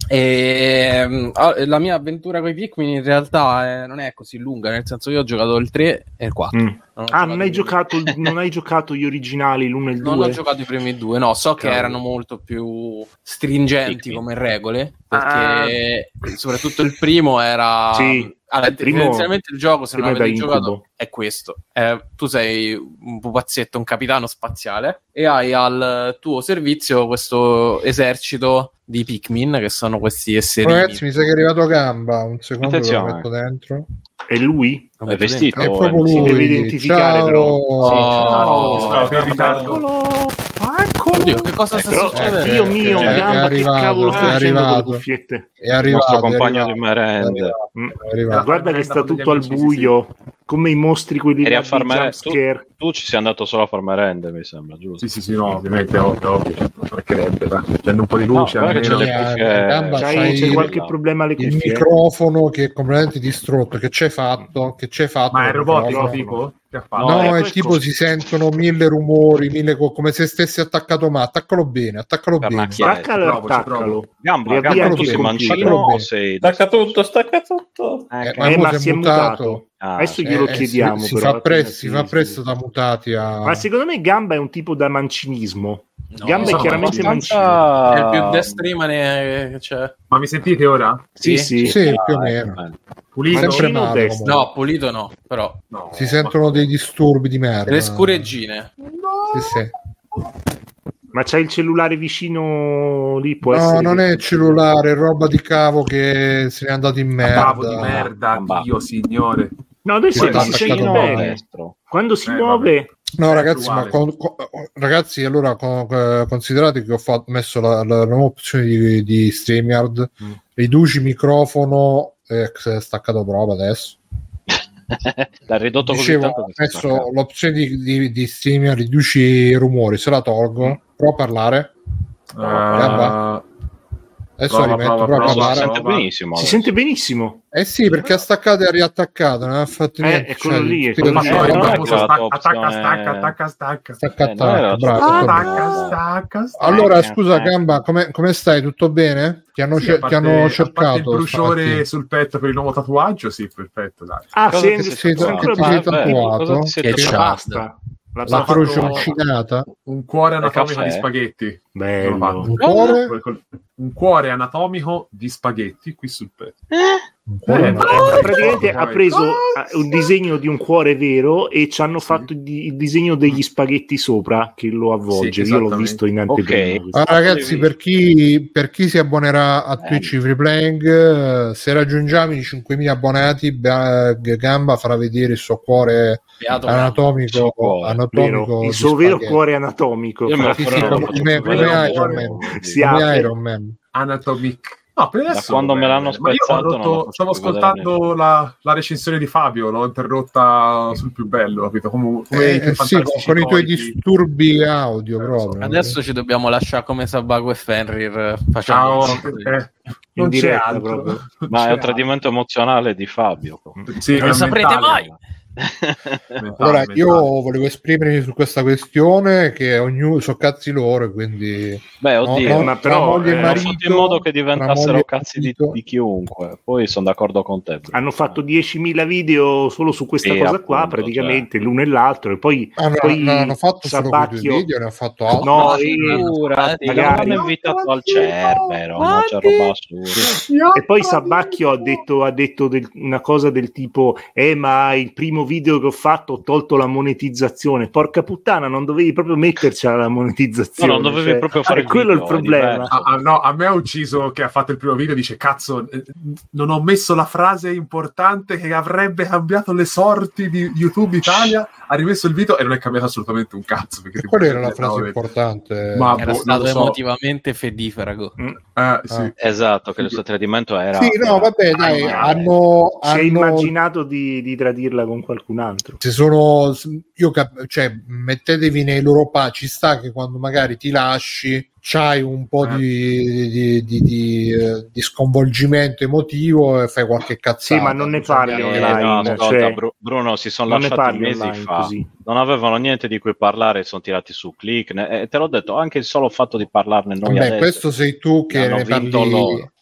E, la mia avventura con i Pikmin in realtà è, non è così lunga, nel senso io ho giocato il tre e il quattro. Mm. Non ah, non hai, giocato, non hai giocato gli originali, l'uno e il due? Non ho giocato i primi due, no, so Cavolo. che erano molto più stringenti Pikmin. come regole, perché ah. soprattutto il primo era... Sì. Allora, tendenzialmente il gioco, se non avete giocato, è questo. Eh, tu sei un pupazzetto, un capitano spaziale e hai al tuo servizio questo esercito di Pikmin, che sono questi esseri. Ragazzi, mi sa che è arrivato Gamba. Un secondo Attenzione. lo metto dentro. È lui? È vestito? È proprio lui. Si deve identificare, però. Oh, sì. no, no, Oddio, che cosa sta succedendo? Dio mio, è, Gamba, è arrivato, che cavolo sta facendo con le cuffiette? È arrivato, il nostro compagno di merende. È arrivato. Guarda che sta tutto al buio, come i mostri quelli di jumpscare. Tu ci sei andato solo a far merende, mi sembra, giusto? Sì, sì, sì, no, ovviamente ovvio, ovvio, perché c'è un po' di luce. No, c'è, le cuffie... Gamba, c'è, c'è qualche problema alle cuffie? Il microfono che è completamente distrutto, che c'è fatto, che c'è fatto. Ma è robotico, tipo? No, no, è tipo così. Si sentono mille rumori, mille co- come se stessi attaccato, ma attaccalo bene, attaccalo bene. Staccalo, attaccalo. Gamba, Gamba, tu sei mancino o sei... Stacca tutto, stacca tutto. Eh, ma, eh, ma si è mutato. mutato. Ah, Adesso glielo eh, chiediamo. Si, però, fa presto, si fa presto da mutati a... Ma secondo me Gamba è un tipo da mancinismo. No, Gamba è chiaramente mancino. È il più destrimane che c'è. Ma mi sentite ora? Sì, sì, sì, sì ah, più o meno. Pulito? Male, no, pulito no, però. No, si sentono ma... dei disturbi di merda. Le scureggine. No. Sì, sì. Ma c'hai il cellulare vicino lì? Può no, essere non è cellulare, è roba di cavo che se n'è andato in merda. Cavo di merda, Dio signore. No, adesso si sente bene. Quando si eh, muove... Vabbè. No, ragazzi, ma con, con, ragazzi, allora con, considerate che ho fatto, messo la, la nuova opzione di, di StreamYard, mm. riduci microfono, eh, è staccato proprio adesso. L'ha ridotto Dicevo, così tanto. Ho messo l'opzione di, di, di StreamYard, riduci i rumori, se la tolgo, mm. prova a parlare. Uh... Adesso prova, rimetto, prova, prova, prova, si sente benissimo. Si sente benissimo. Eh sì, perché ha staccato e ha riattaccato, non ha fatto niente. Eh, è quello lì. È quello lì. Attacca, stacca, stacca, attacca, stacca. Stacca, attacca, bravo. Stacca, stacca, stacca. Allora, scusa, Gamba, come, come stai? Tutto bene? Ti hanno, sì, ce- parte, ti hanno cercato? Il bruciore stamattina sul petto per il nuovo tatuaggio? Sì, perfetto, dai. Ah, sì, che sei tatuato? Che basta. La, la croce uncinata, un cuore anatomico di spaghetti. Bello. Un cuore? Un cuore anatomico di spaghetti qui sul petto. Eh? Eh, oh, praticamente ha preso oh, un disegno di un cuore vero e ci hanno sì. fatto il disegno degli spaghetti sopra che lo avvolge. Sì, io l'ho visto in anteprima. Okay. Ah, ragazzi, per chi, per chi si abbonerà a Twitch eh. Free Playing, se raggiungiamo i cinquemila abbonati, Gamba farà vedere il suo cuore Beato anatomico, cuore. anatomico il suo vero cuore anatomico. Io me sì, sì, come, come, come Iron Man, si come Iron Man. Anatomic. No, per adesso, da quando me l'hanno spezzato rotto, stavo ascoltando la, la recensione di Fabio, l'ho interrotta sul più bello, capito? Come, come eh, sì, con i tuoi disturbi audio eh, proprio. Adesso ci dobbiamo lasciare come Sabago e Fenrir. Ciao, eh, non c'è altro proprio. Ma è un tradimento emozionale di Fabio. Sì, non lo saprete mai. mentale, allora mentale. Io volevo esprimermi su questa questione che ognuno so cazzi loro, quindi beh oddio no, no, ma però eh, hanno fatto in modo che diventassero cazzi di, di chiunque, poi sono d'accordo con te. Hanno fatto diecimila video solo su questa e cosa appunto, qua praticamente cioè. l'uno e l'altro e poi, ah, no, poi no, hanno fatto Sabacchio... solo quei video, ne ha fatto altro. No, figura, magari hanno invitato al Cerbero, ma c'è roba assurda. E poi Sabacchio ha detto, ha detto del, una cosa del tipo eh ma il primo video che ho fatto ho tolto la monetizzazione. Porca puttana, non dovevi proprio metterci la monetizzazione. No, non dovevi cioè, proprio fare eh, quello video, è il problema. A, a, no, a me ha ucciso che ha fatto il primo video, dice cazzo, eh, non ho messo la frase importante che avrebbe cambiato le sorti di YouTube Italia, ha rimesso il video e non è cambiato assolutamente un cazzo. Perché qual era la frase importante? Ma era boh, stato so. emotivamente fediferago. Mm. Eh, sì. ah. Esatto, che il suo tradimento era... Sì, no, vabbè, dai, ah, hanno... Si è hanno... immaginato di, di tradirla con qualcun altro. Se sono... Io cap- cioè, mettetevi nei loro pa, ci sta che quando magari ti lasci c'hai un po' eh. di, di, di, di, di sconvolgimento emotivo e fai qualche cazzata. Sì, ma non ne parli online. No, ascolta, cioè, Bruno, si sono lasciati mesi online, fa. Così. Non avevano niente di cui parlare, sono tirati su Click. E te l'ho detto, anche il solo fatto di parlarne noi Beh, adesso. questo sei tu che ne parli,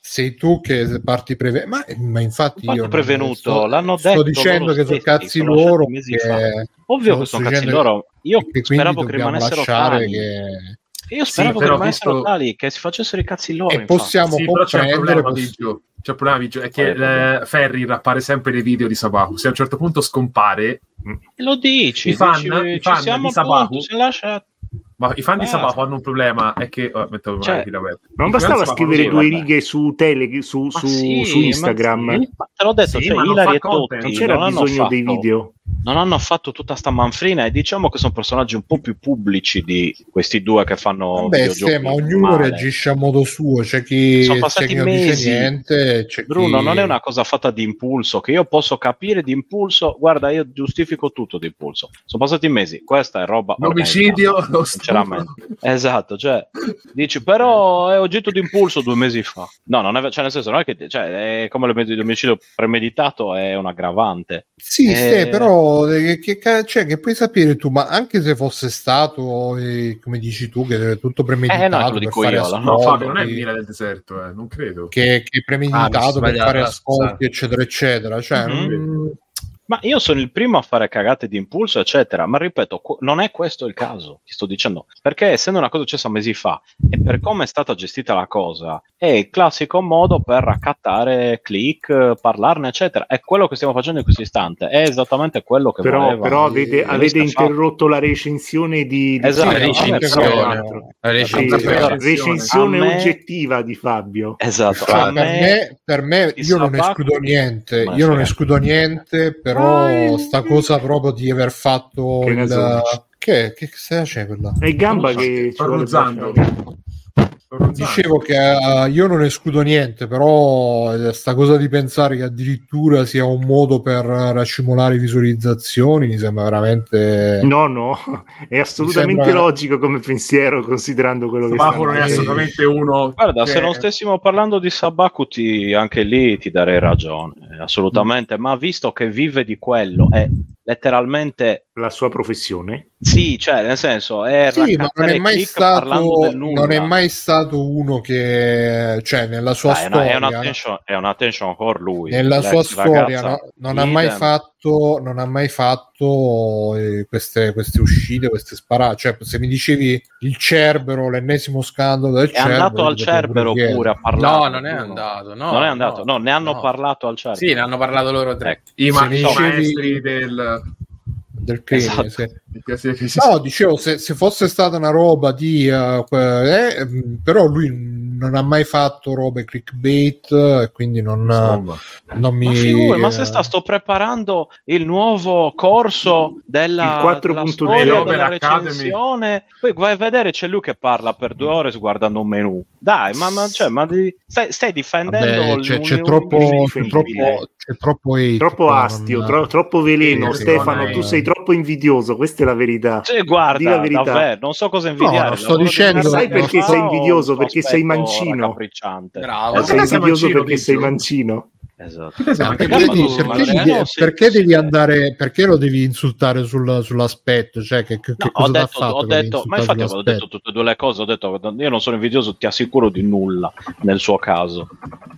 sei tu che parti prevenuto. Ma, ma infatti Parti io prevenuto, sto, l'hanno sto detto dicendo che sono stessi, cazzi sono loro. mesi Che, fa. Ovvio che sono cazzi loro. Io che speravo che rimanessero tali. Che... Io speravo sì, che rimanessero visto... tali, che si facessero i cazzi loro. E infatti. possiamo sì, comprendere. però c'è un problema, poss- Biggio. C'è un problema, Biggio, è che eh, Ferri appare sempre nei video di Sabaku. Se a un certo punto scompare, E lo dici, i fan, dici, i ci fan siamo di Sabaku, punto, si lascia... ma i fan Basta. di Sabaku hanno un problema, è che oh, metto Cioè, non I bastava fan scrivere Sabaku- due vabbè. righe su tele su, Ma su, sì, su Instagram. ma sì, ma te l'ho detto, Sì, cioè ma non Ilari fa e content. Non Totti c'era non hanno bisogno fatto, dei video. non hanno fatto tutta sta manfrina e diciamo che sono personaggi un po' più pubblici di questi due che fanno Vabbè, videogiochi sì, ma ognuno male. reagisce a modo suo. C'è chi, Sono c'è passati chi non dice mesi. niente. C'è Bruno, chi... non è una cosa fatta di impulso, che io posso capire di impulso. Guarda, io giustifico tutto di impulso. Sono passati mesi, questa è roba L'omicidio, organica, lo sinceramente. stupro. Esatto, cioè, dici, però è oggetto di impulso due mesi fa. No, non è, cioè, nel senso, non è che, cioè, è come l'omicidio premeditato, è un aggravante. Sì, Eh, sì, però eh, che, che, cioè, che puoi sapere tu, ma anche se fosse stato, eh, come dici tu, che è tutto premeditato Eh, no, te lo per dico fare io, ascolti, No, Fabio, non è Mira del deserto, eh, non credo. che, che è Ah, mi premeditato sono per fare sbagliato, ascolti, scusate. eccetera, eccetera. Cioè, Mhm. mm, Ma io sono il primo a fare cagate di impulso, eccetera, ma ripeto, qu- non è questo il caso, ti sto dicendo, perché essendo una cosa successa mesi fa e per come è stata gestita la cosa, è il classico modo per raccattare click, eh, parlarne, eccetera. È quello che stiamo facendo in questo istante, è esattamente quello che Però, voleva. però avete, eh, avete l'avete interrotto la recensione di, di Esatto, sì, Fabio. no, anche recensione. quello. La Sì, recensione. Allora, recensione a me- oggettiva di Fabio. Esatto, Cioè, a per me, me, per me di io non Sabaku- escludo niente, Ma io non sì. escludo niente, però sta cosa proprio di aver fatto Che ne il... so. Che, che cosa c'è quella? È Gamba Non so, che ci sto vuole ruzzando. baciare. Sto ruzzando. Dicevo che eh, io non escludo niente, però eh, sta cosa di pensare che addirittura sia un modo per racimolare visualizzazioni mi sembra veramente... No, no, è assolutamente sembra- logico come pensiero, considerando quello che Sabaku non è stanno facendo. assolutamente uno Guarda, che- se non stessimo parlando di Sabaku, ti- anche lì ti darei ragione, eh, assolutamente, ma visto che vive di quello, è letteralmente, La sua professione. sì, cioè, nel senso, è Sì, ma non raccattare è mai click parlando stato del nulla. non è mai stato uno che, cioè, nella sua Dai, è una- storia, è una attention, è una attention core lui. nella L'ex sua storia ragazza, no- non ha mai idem. fatto non ha mai fatto eh, queste, queste uscite, queste sparate. Cioè, se mi dicevi il Cerbero, l'ennesimo scandalo del È Cerbero, andato al ti potevo Cerbero chiedere. pure a parlare. No, non è andato. No, non è andato, no, ne hanno no. parlato al Cerbero. Sì, ne hanno parlato loro tre. Ecco. i, ma- Se mi i dicevi- maestri del del crimine, Esatto. sì. che si- che si- No, dicevo, se, se fosse stata una roba di... eh, que- eh, mh, però lui non ha mai fatto robe clickbait, e quindi non, Insomma. non mi... Ma figura, ma se eh, sta, sto preparando il nuovo corso della, Il quattro della punto storia zero della Academy. recensione, poi vai a vedere c'è lui che parla per due ore guardando un menù. Dai, ma, ma, cioè, ma di- stai, stai difendendo vabbè, il- c'è, un- c'è un- troppo, un- c'è troppo, c'è troppo hate, Troppo qua, astio, non- tro- troppo veleno. Sì, sì, Stefano, non è- tu sei troppo invidioso, questa è la verità. Sì, Di la guarda, verità. davvero, non so cosa No, invidiare. non sto lavoro di dicendo- merda Sai che perché fa sei o invidioso? il suo Perché sei aspetto mancino. raccapricciante? Bravo. Ma Ma sei perché sei invidioso mancino, perché sei Biggio? mancino. Esatto. Perché sei Ma mancino? perché, Ma devi, tu- perché, ma devi- Mariano, sì, perché sì, devi sì. andare, perché lo devi insultare sul, sull'aspetto? Cioè, che, che, No, che ho cosa t'ha detto, fatto? ho che devi detto, ma insultare infatti ho sull'aspetto? detto tutte e due le cose. Ho detto che io non sono invidioso, ti assicuro di nulla nel suo caso.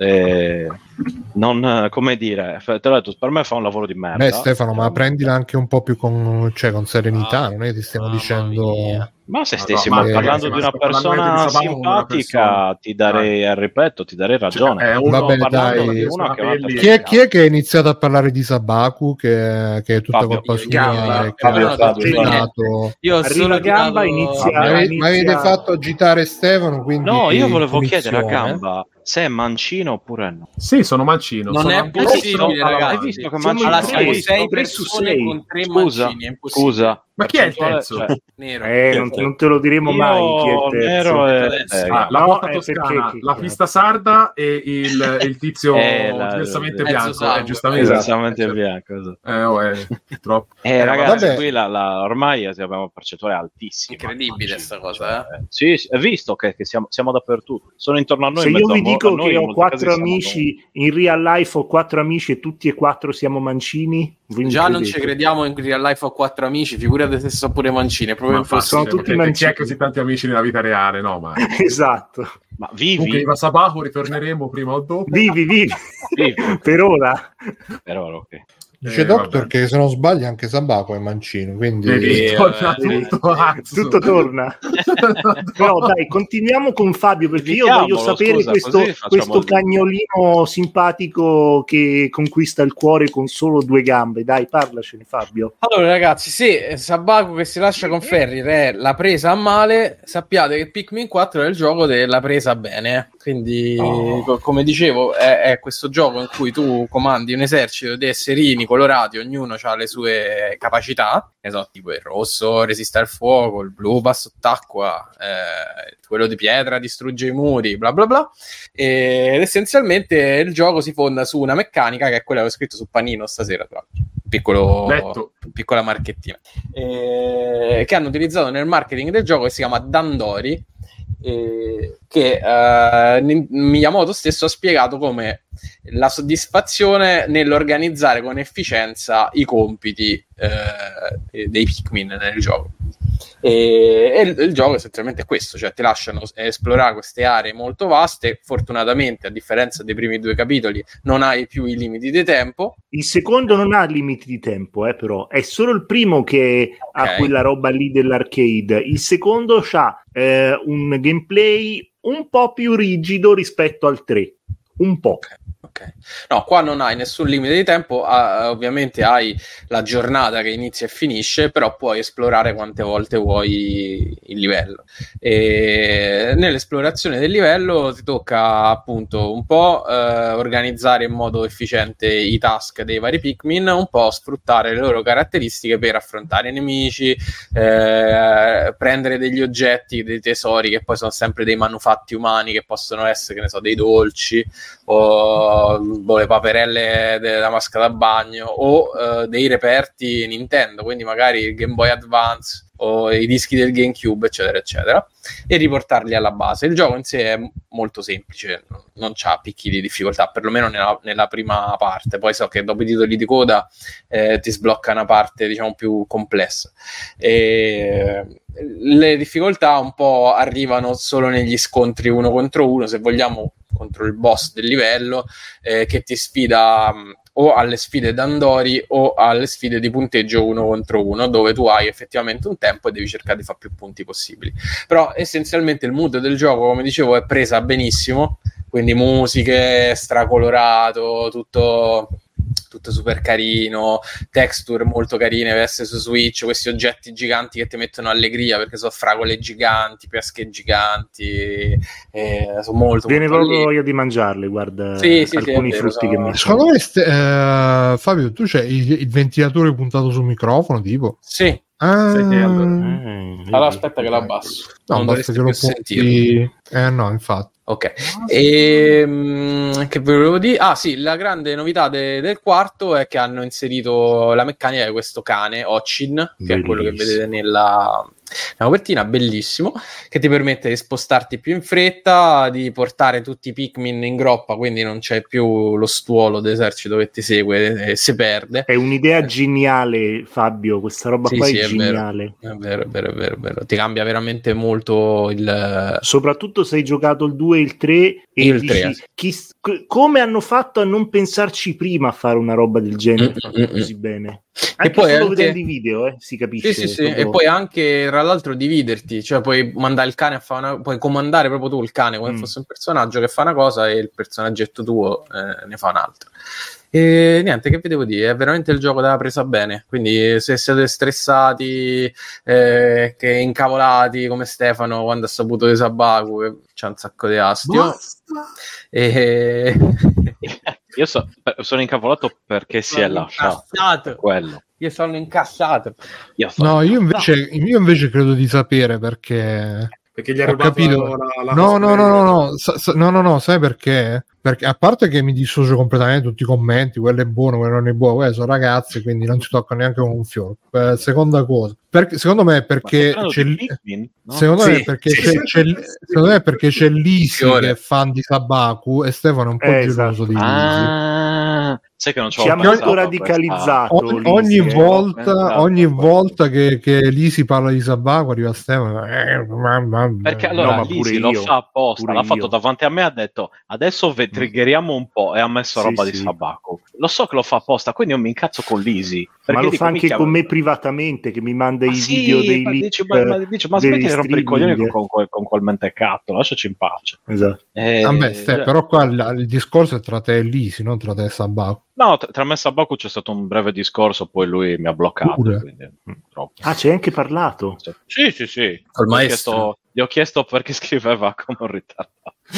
Eh, non, come dire, te l'ho detto, per me fa un lavoro di merda. Beh, Stefano, ma prendila anche un po' più con, cioè, con serenità, Ah, non è che ti stiamo mamma dicendo... mia. Ma se No, stessimo no, ma- parlando eh, di ma una sto parlando persona di Sabaku come una simpatica, persona. ti darei, eh, ripeto, ti darei ragione. Cioè, è uno Vabbè, parlando dai, di una che è una capelli- Chi è, chi è che ha iniziato a parlare di Sabaku, che, che è tutta Fabio. colpa Io, sua? Gamba, e che Fabio, ha Fabio, agitato- Io ho Arriva solo Gamba, tirato- inizia- Mi ave- mi inizia- avete fatto agitare Stefano, quindi No, io volevo punizione. chiedere a Gamba se è mancino oppure no. Sì, sono mancino. Non sono è anche possibile, sotto alla ragazzi. mano. Hai visto che Siamo mancino? Allora, in siamo tre, sei tre su persone sei. con tre Scusa, mancini, è impossibile. scusa. Ma chi è il Percentuale- terzo? cioè, Nero. Eh, non, non te lo diremo mai chi è il io, terzo. Nero e- Adesso. eh, Ah, la No, costa è toscana, perché- la pista sarda e il, il tizio Eh, la- diversamente mezzo bianco. sangue. Eh, giustamente. Esattamente Eh, bianco. esatto. Eh, oh, eh, troppo. Eh, Eh, ragazzi, vabbè. qui la, la- ormai abbiamo percentuale altissima. Incredibile Mancini, sta cosa, cioè, Sì, sì, è visto che, che siamo, siamo dappertutto. Sono intorno a noi. Se in io mezzo vi a mo- dico a noi, che in ho molti quattro casi siamo amici in real life, ho quattro amici e tutti e quattro siamo mancini, Già non ci crediamo in Real Life a quattro amici, figurate se sono pure mancini, è proprio sono tutti mancini. C'è così tanti amici nella vita reale, no? Ma esatto. Ma vivi? Comunque, Iva Sabaku, ritorneremo prima o dopo. Vivi, vivi. vivi. Per ora. Per ora, ok. Dice eh, Doctor vabbè. Che se non sbaglio anche Sabaku è mancino, quindi eh, torna eh, tutto, eh, tutto torna. Però dai, continuiamo con Fabio, perché io voglio sapere scusa, questo, questo cagnolino simpatico che conquista il cuore con solo due gambe. Dai, parlacene Fabio. Allora ragazzi, sì, Sabaku che si lascia con Ferri è la presa a male, sappiate che Pikmin quattro è il gioco della presa bene, eh. Quindi oh. co- come dicevo è, è questo gioco in cui tu comandi un esercito di esserini colorati, ognuno ha le sue capacità, ne so, tipo il rosso resiste al fuoco, il blu va sott'acqua, eh, quello di pietra distrugge i muri, bla bla bla, e, ed essenzialmente il gioco si fonda su una meccanica che è quella che ho scritto su Panino stasera, tra l'altro, un piccolo, piccola marchettina, e, che hanno utilizzato nel marketing del gioco, che si chiama Dandori, e, che uh, Miyamoto stesso ha spiegato come la soddisfazione nell'organizzare con efficienza i compiti eh, dei Pikmin nel gioco. E, e il, il gioco essenzialmente è questo, cioè ti lasciano esplorare queste aree molto vaste. Fortunatamente, a differenza dei primi due capitoli, non hai più i limiti di tempo. Il secondo non ha limiti di tempo, eh, però è solo il primo che okay. ha quella roba lì dell'arcade. Il secondo ha eh, un gameplay un po' più rigido rispetto al tre, un po'. Okay. Okay. No, qua non hai nessun limite di tempo, uh, ovviamente hai la giornata che inizia e finisce, però puoi esplorare quante volte vuoi il livello. E nell'esplorazione del livello ti tocca appunto un po' uh, organizzare in modo efficiente i task dei vari Pikmin, un po' sfruttare le loro caratteristiche per affrontare i nemici, eh, prendere degli oggetti, dei tesori che poi sono sempre dei manufatti umani, che possono essere, che ne so, dei dolci o le paperelle della masca da bagno o uh, dei reperti Nintendo, quindi magari il Game Boy Advance o i dischi del GameCube, eccetera eccetera, e riportarli alla base. Il gioco in sé è molto semplice, non c'ha picchi di difficoltà, perlomeno nella, nella prima parte. Poi so che dopo i titoli di coda eh, ti sblocca una parte, diciamo, più complessa, e le difficoltà un po' arrivano solo negli scontri uno contro uno, se vogliamo contro il boss del livello, eh, che ti sfida um, o alle sfide Dandori o alle sfide di punteggio uno contro uno, dove tu hai effettivamente un tempo e devi cercare di fare più punti possibili. Però essenzialmente il mood del gioco, come dicevo, è presa benissimo, quindi musiche, stracolorato, tutto tutto super carino, texture molto carine, veste su Switch, questi oggetti giganti che ti mettono allegria perché sono fragole giganti, pesche giganti, eh, sono molto viene molto proprio voglia di mangiarli, guarda, sì, sì, alcuni sì, frutti so. che mi secondo me st- eh, Fabio, tu c'hai il, il ventilatore puntato sul microfono tipo? Sì. Ah, allora. Mm, allora aspetta che lo abbasso, no, non basta che lo sentire. Eh no, infatti. Ok, e mh, che volevo dire? Ah sì, la grande novità de- del quarto è che hanno inserito la meccanica di questo cane, Ochin, che bellissimo. È quello che vedete nella, nella copertina, bellissimo, che ti permette di spostarti più in fretta, di portare tutti i Pikmin in groppa, quindi non c'è più lo stuolo d'esercito che ti segue e si perde. È un'idea geniale, Fabio, questa roba sì, qua sì, è, è geniale. Vero, è vero, è vero, è vero, è vero. Ti cambia veramente molto il... Soprattutto se hai giocato il due e il tre e il dici tre. Chi, come hanno fatto a non pensarci prima a fare una roba del genere Mm-mm. così bene? Anche e poi solo anche... vedendo i video, eh, si capisce. Sì, sì, sì. E poi anche, tra l'altro, dividerti, cioè puoi mandare il cane a fare una... puoi comandare proprio tu il cane come mm. fosse un personaggio che fa una cosa e il personaggetto tuo eh, ne fa un'altra. E niente, che vi devo dire, è veramente il gioco della presa bene, quindi se siete stressati, eh, che incavolati come Stefano quando ha saputo di Sabaku, che c'ha un sacco di astio, e... io so, sono incavolato perché si è lasciato quello. Io sono incassato. Io sono no, io invece, io invece credo di sapere perché perché gli ha rubato capito. La, la no, no, no, no, no, sa, sa, no, no, no, sai perché? Perché a parte che mi dissocio completamente tutti i commenti, quello è buono, quello non è buono, quello sono ragazzi, quindi non ci tocca neanche con un fiore. Eh, seconda cosa, perché, secondo me perché c'è Pikmin, no? secondo sì, me perché sì, c'è, sì, c'è, sì, secondo me perché c'è Lisi che è fan di Sabaku e Stefano è un po' eh, geloso esatto. di Lisi. Ah, Sai che non ci ha molto radicalizzato ogni, ogni volta ogni volta che, che lì si parla di Sabaku arriva Stefano perché allora no, Lisi lo fa apposta, l'ha fatto davanti a me, ha detto adesso vi triggeriamo un po' e ha messo roba sì, di sì. Sabaku. Lo so che lo fa apposta, quindi io mi incazzo con Lisi, ma lo fa anche con me privatamente, che mi manda ma i sì, video dei ma link, dice, ma, ma, dice, ma smetti di rompere i coglioni con, con, con, con quel mentecatto, lasciaci in pace. Esatto. Eh, ah beh, Ste, però qua il, il discorso è tra te e Lisi, non tra te e Sabaku. No, tra, tra me e Sabaku c'è stato un breve discorso, poi lui mi ha bloccato. Quindi, ah, ci hai anche parlato? Sì, sì, sì. Al gli, ho chiesto, gli ho chiesto perché scriveva come un ritardato.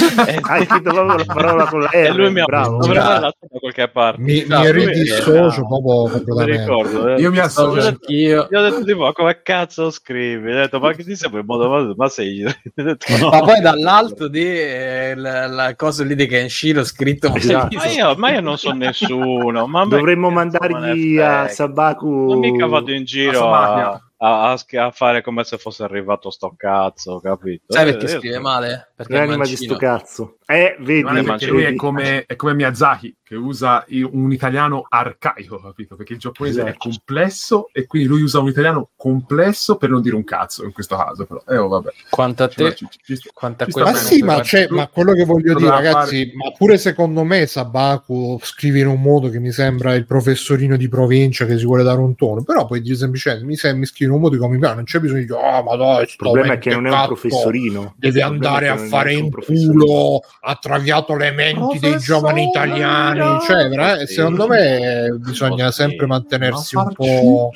Hai scritto proprio la parola con la R, e lui mi ha bravo, bravo. Da qualche parte. Mi, no, mi ridissocio proprio completamente. Ricordo, eh. Io mi associo anch'io. Io ho detto tipo, come cazzo scrivi? Ho detto, ma che ti sembra in modo, ma sei... Detto, no. Ma poi dall'alto di eh, la, la cosa lì di Kenshiro scritto esatto. ma, io, ma io non so nessuno, ma dovremmo mandargli a Sabaku. Non mica vado in giro a, a, a fare come se fosse arrivato sto cazzo, capito? Sai perché eh, scrive male? Perché l'anima di sto cazzo. Eh, vedi, non è perché lui è come, è come Miyazaki, che usa un italiano arcaico, capito? Perché il giapponese esatto. è complesso e quindi lui usa un italiano complesso per non dire un cazzo in questo caso, però eh, oh, vabbè. Quanto a te, ci, ci, ci, quanto a ci ma sì, ma, c'è, ma quello che voglio dire, ragazzi, fare... ma pure secondo me Sabaku scrive in un modo che mi sembra il professorino di provincia che si vuole dare un tono, però poi dice semplicemente mi, sem- mi scrive in un modo che mi piace, non c'è bisogno di oh, ma dai, il problema è che non è un professorino, deve andare a fare in culo, ha traviato le menti dei giovani italiani, cioè vera, secondo me bisogna sempre mantenersi un po'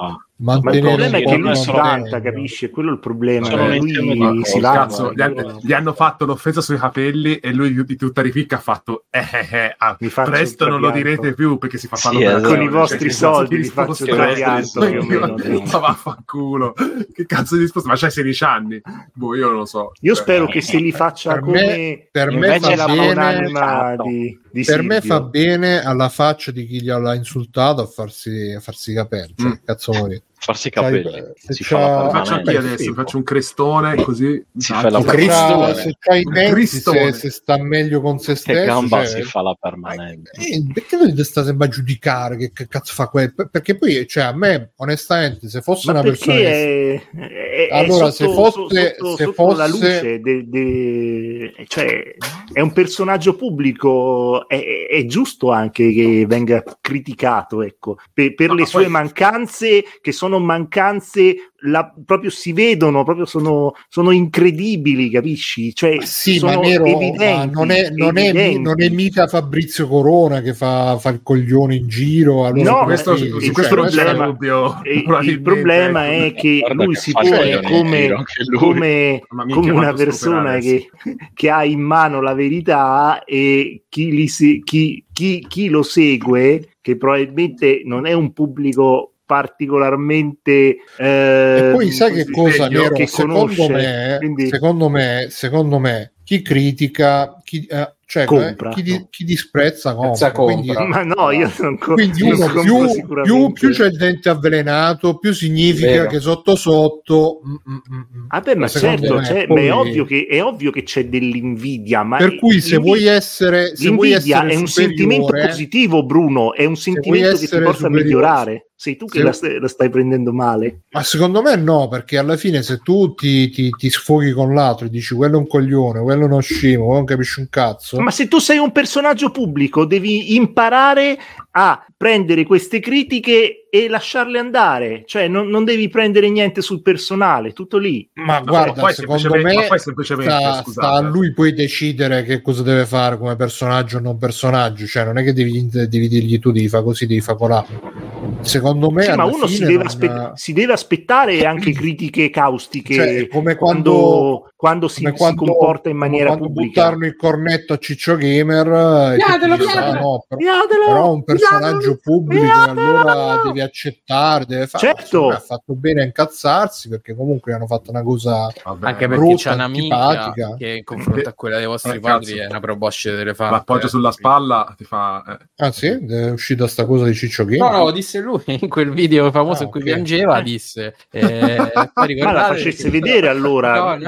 ma il problema è che lui si vanta, capisci? È quello il problema. Sono lui si cazzo, gli, hanno, gli hanno fatto l'offesa sui capelli e lui di tutta ripicca ha fatto eh, eh, eh, ah, presto non lo direte più perché si fa sì, esatto. Con i vostri cioè, soldi vi faccio il trapianto più o meno. Ma vaffanculo, che cazzo di risposta? Ma c'hai sedici anni? Boh, io non lo so. Io spero che se li faccia per come me, per me fa la buonanima di, di per Silvio. Me fa bene alla faccia di chi gliel'ha insultato a farsi, a farsi capire, cioè, mm. cazzo vuoi farsi capelli, se si fa la faccio anche adesso, sì. Faccio un crestone così si fa la permanente. Se c'hai i menti, se, se sta meglio con se stesso, che gamba cioè, si fa la permanente. Eh, perché dovete stare sempre a giudicare che, che cazzo fa quello? Perché poi, cioè, a me onestamente, se fosse ma una persona è, è, allora è sotto, se fosse, sotto, se sotto fosse... la luce de, de... cioè è un personaggio pubblico, è, è giusto anche che venga criticato, ecco, per, per no, le sue poi... mancanze, che sono mancanze la, proprio si vedono, proprio sono, sono incredibili, capisci? Cioè, sì, sono ma Nero, evidenti, ma non, è, non, è, non è mica Fabrizio Corona che fa, fa il coglione in giro. Allora no, questo, il, su questo non c'è dubbio. Il problema è che lui si pone come, come, come una persona che, che ha in mano la verità e chi, li se, chi, chi, chi lo segue, che probabilmente non è un pubblico particolarmente eh, e poi sai che cosa Nero, che secondo, conosce, me, quindi... secondo me secondo me chi critica chi, eh, cioè compra, chi, no? chi disprezza compra, compra. Quindi, ma no, io non, co- quindi non uno più, più, più c'è il dente avvelenato, più significa Vero. Che sotto sotto mm, mm, mm. ah beh, ma certo me, c'è, poi... ma è ovvio che è ovvio che c'è dell'invidia, ma per cui se vuoi essere se l'invidia vuoi essere è un superiore, sentimento positivo, Bruno, è un sentimento che ti porta superiore. A migliorare. Sei tu che se... la, stai, la stai prendendo male? Ma secondo me no, perché alla fine se tu ti, ti, ti sfoghi con l'altro e dici quello è un coglione, quello è uno scemo, quello non capisci un cazzo. Ma se tu sei un personaggio pubblico devi imparare a prendere queste critiche e lasciarle andare, cioè non, non devi prendere niente sul personale, tutto lì. Ma no, guarda, poi secondo me poi semplicemente, sta, sta a lui poi decidere che cosa deve fare come personaggio o non personaggio, cioè non è che devi, devi dirgli tu devi fare così, devi fare colà. Secondo me sì, ma uno si deve, non... aspe- si deve aspettare anche critiche caustiche, cioè, come quando, quando, quando, si, come quando si comporta in maniera quando pubblica. Buttarlo il cornetto a Ciccio Gamer piatelo, dice, piatelo, ah, no, però, piatelo, però un personaggio piatelo, pubblico piatelo, allora devi accettare, deve fare. Certo. Ha fatto bene a incazzarsi perché comunque hanno fatto una cosa Vabbè, anche perché brutta, c'è un'amica che in confronto a quella dei vostri eh, padri cazzo. È una proboscide delle fate. L'appoggio sulla spalla ti fa eh. Ah sì? È uscita sta cosa di Ciccio Gamer? No, no, disse lui in quel video famoso ah, in cui okay. piangeva, disse eh, ma la facesse vedere allora, no, dimostrare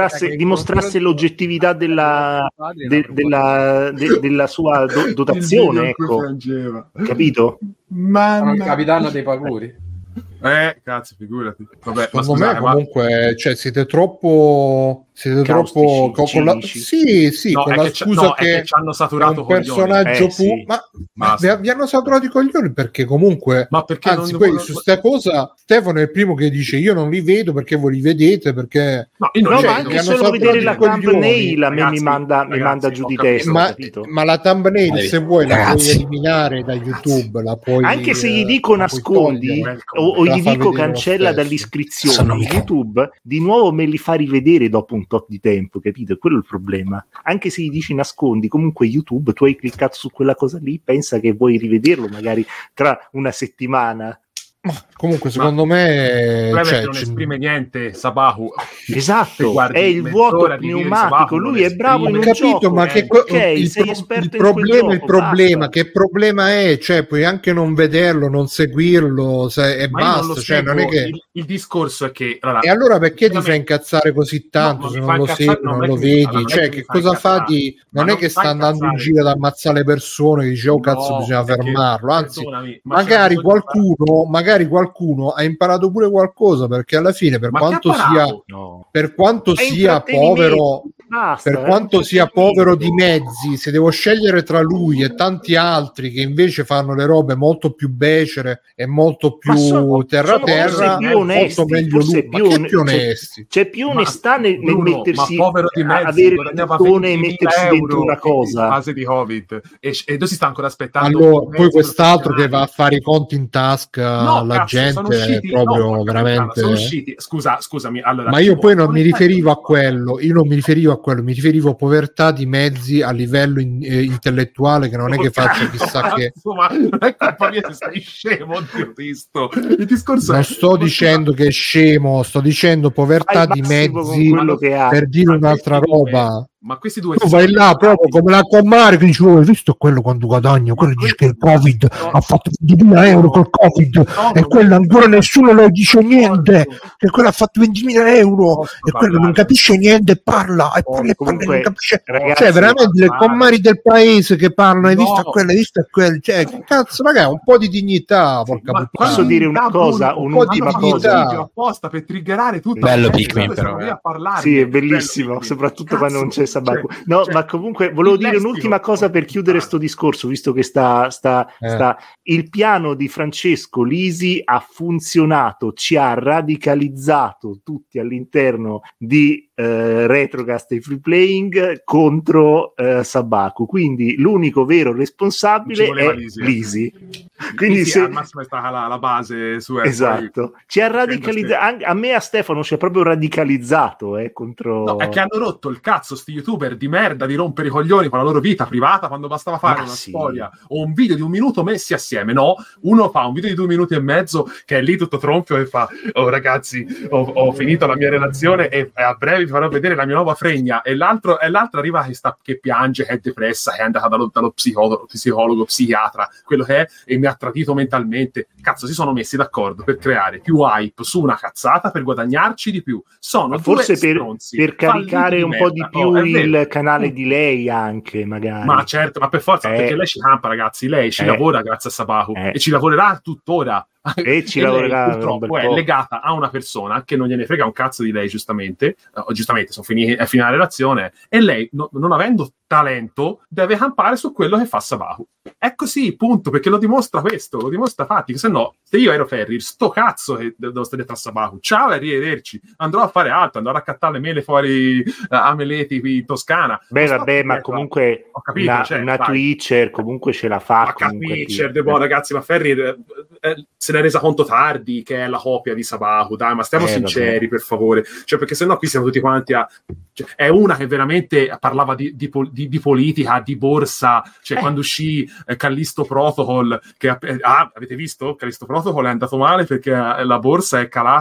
dimostrasse, dimostrasse l'oggettività della, de, della, de, della sua do, dotazione, ecco, capito? Ma il capitano dei paguri. Eh, cazzo, figurati. Vabbè, ma secondo scusate, me comunque, ma... cioè, siete troppo siete troppo con, con la... sì, sì, no, con la scusa no, che, che ci hanno saturato un personaggio eh, pu... sì. ma, ma vi, vi hanno saturato i coglioni perché comunque ma perché anzi non... poi su sta cosa Stefano è il primo che dice io non li vedo perché voi li vedete perché no, io non no ma anche solo vedere la thumbnail a me mi manda, ragazzi, mi manda giù di testa, ma, ma la thumbnail se vuoi la puoi eliminare da YouTube, la puoi, anche se gli dico nascondi o, o gli dico cancella dall'iscrizione di YouTube, di nuovo me li fa rivedere dopo un tot di tempo, capito? Quello è il problema. Anche se gli dici nascondi, comunque YouTube, tu hai cliccato su quella cosa lì, pensa che vuoi rivederlo magari tra una settimana. Ma comunque secondo ma me cioè, non esprime niente Sabahu, esatto, è il vuoto pneumatico, lui è bravo in un capito, gioco, ma che eh. co- okay, il, sei pro- esperto il problema in il problema basta. Che problema è, cioè puoi anche non vederlo, non seguirlo se, e ma basta, non cioè non è che il, il discorso è che allora, e allora perché ti fai incazzare così tanto no, se non lo segui, non, non lo vedi, allora, cioè che, che cosa fa di non, non è che sta andando in giro ad ammazzare le persone, dice oh cazzo no, bisogna fermarlo, anzi magari qualcuno magari qualcuno ha imparato pure qualcosa, perché alla fine per ma quanto sia no. per quanto è sia povero basta, per quanto sia povero di mezzi, se devo scegliere tra lui e tanti altri che invece fanno le robe molto più becere e molto più sono, terra sono terra più onesti, molto meglio lui. Più, ma che più onesti? C'è, c'è più onestà nel, nel Bruno, mettersi ma povero di mezzi, a avere il e mettersi dentro una cosa in fase di Hobbit e, e noi si sta ancora aspettando allora, poi quest'altro che va a fare i conti in tasca no, alla cazzo, gente usciti, è proprio no, veramente sono usciti. Scusa, scusami allora, ma io poi non mi riferivo a quello io non mi riferivo a quello mi riferivo a povertà di mezzi a livello in, eh, intellettuale, che non è che faccia chissà cazzo, che ma non è colpa mia se sei scemo, Dio Cristo. Il discorso non è... sto dicendo che è scemo, sto dicendo povertà di mezzi per dire un'altra roba. Ma questi due tu vai là proprio come la Commare che dice oh, hai visto quello quando guadagno, quello dice che il Covid no. ha fatto ventimila euro col Covid no, e quello ancora nessuno ne dice niente no, che quello ha fatto ventimila euro e quello non capisce niente e parla e parla e parla non capisce ragazzi, cioè veramente le Commari del paese che parlano hai no. visto quello, hai visto quello, cioè che cazzo ragazzi un po' di dignità porca ma posso dire una cosa un, un po' di dignità apposta per triggerare tutto bello Pikmin però eh. sì è bellissimo soprattutto quando non c'è Sabaku. Cioè, no, cioè, ma comunque volevo dire un'ultima cosa per chiudere sto discorso, visto che sta, sta, eh. sta il piano di Francesco Lisi ha funzionato, ci ha radicalizzato tutti all'interno di eh, Retrocast e Free Playing contro eh, Sabaku, quindi l'unico vero responsabile è Lisi, Lisi. Quindi sì, se... al massimo è stata la, la base su esatto, ci ha radicalizzato, a me a Stefano ci ha proprio radicalizzato eh, contro no, è che hanno rotto il cazzo sti youtuber di merda di rompere i coglioni con la loro vita privata quando bastava fare Ma una sì. storia o un video di un minuto messi assieme. No, uno fa un video di due minuti e mezzo che è lì tutto tronfio e fa oh ragazzi ho, ho finito la mia relazione e, e a breve vi farò vedere la mia nuova fregna e l'altro, e l'altro arriva che, sta, che piange, che è depressa, che è andata dallo, dallo psicologo, psicologo, psichiatra, quello che è, e mi ha tradito mentalmente. Cazzo, si sono messi d'accordo per creare più hype su una cazzata per guadagnarci di più. Sono forse per, per caricare un po' di più oh, il canale di lei anche magari ma certo ma per forza eh. perché lei ci campa ragazzi lei ci eh. lavora grazie a Sabaku eh. e ci lavorerà tuttora e ci e lavorerà lei, purtroppo è legata a una persona che non gliene frega un cazzo di lei giustamente uh, giustamente sono finiti è finita la relazione e lei no, non avendo talento deve campare su quello che fa Sabaku è così punto perché lo dimostra questo lo dimostra fatti se no se io ero Ferri sto cazzo che devo stare dietro a Sabaku ciao e arrivederci andrò a fare altro andrò a cattare le mele fuori uh, a Meleti qui in Toscana beh vabbè ma comunque ho capito, una, cioè, una Twitcher comunque ce la fa ma Twitcher de buon ragazzi ma Ferri eh, eh, se ne è resa conto tardi che è la copia di Sabaku dai ma stiamo eh, sinceri vabbè. Per favore cioè perché sennò qui siamo tutti quanti a cioè, è una che veramente parlava di, di, di, di politica di borsa cioè eh. quando uscì eh, Callisto Protocol che ah avete visto? Callisto Protocol è andato male perché la borsa è calata eh.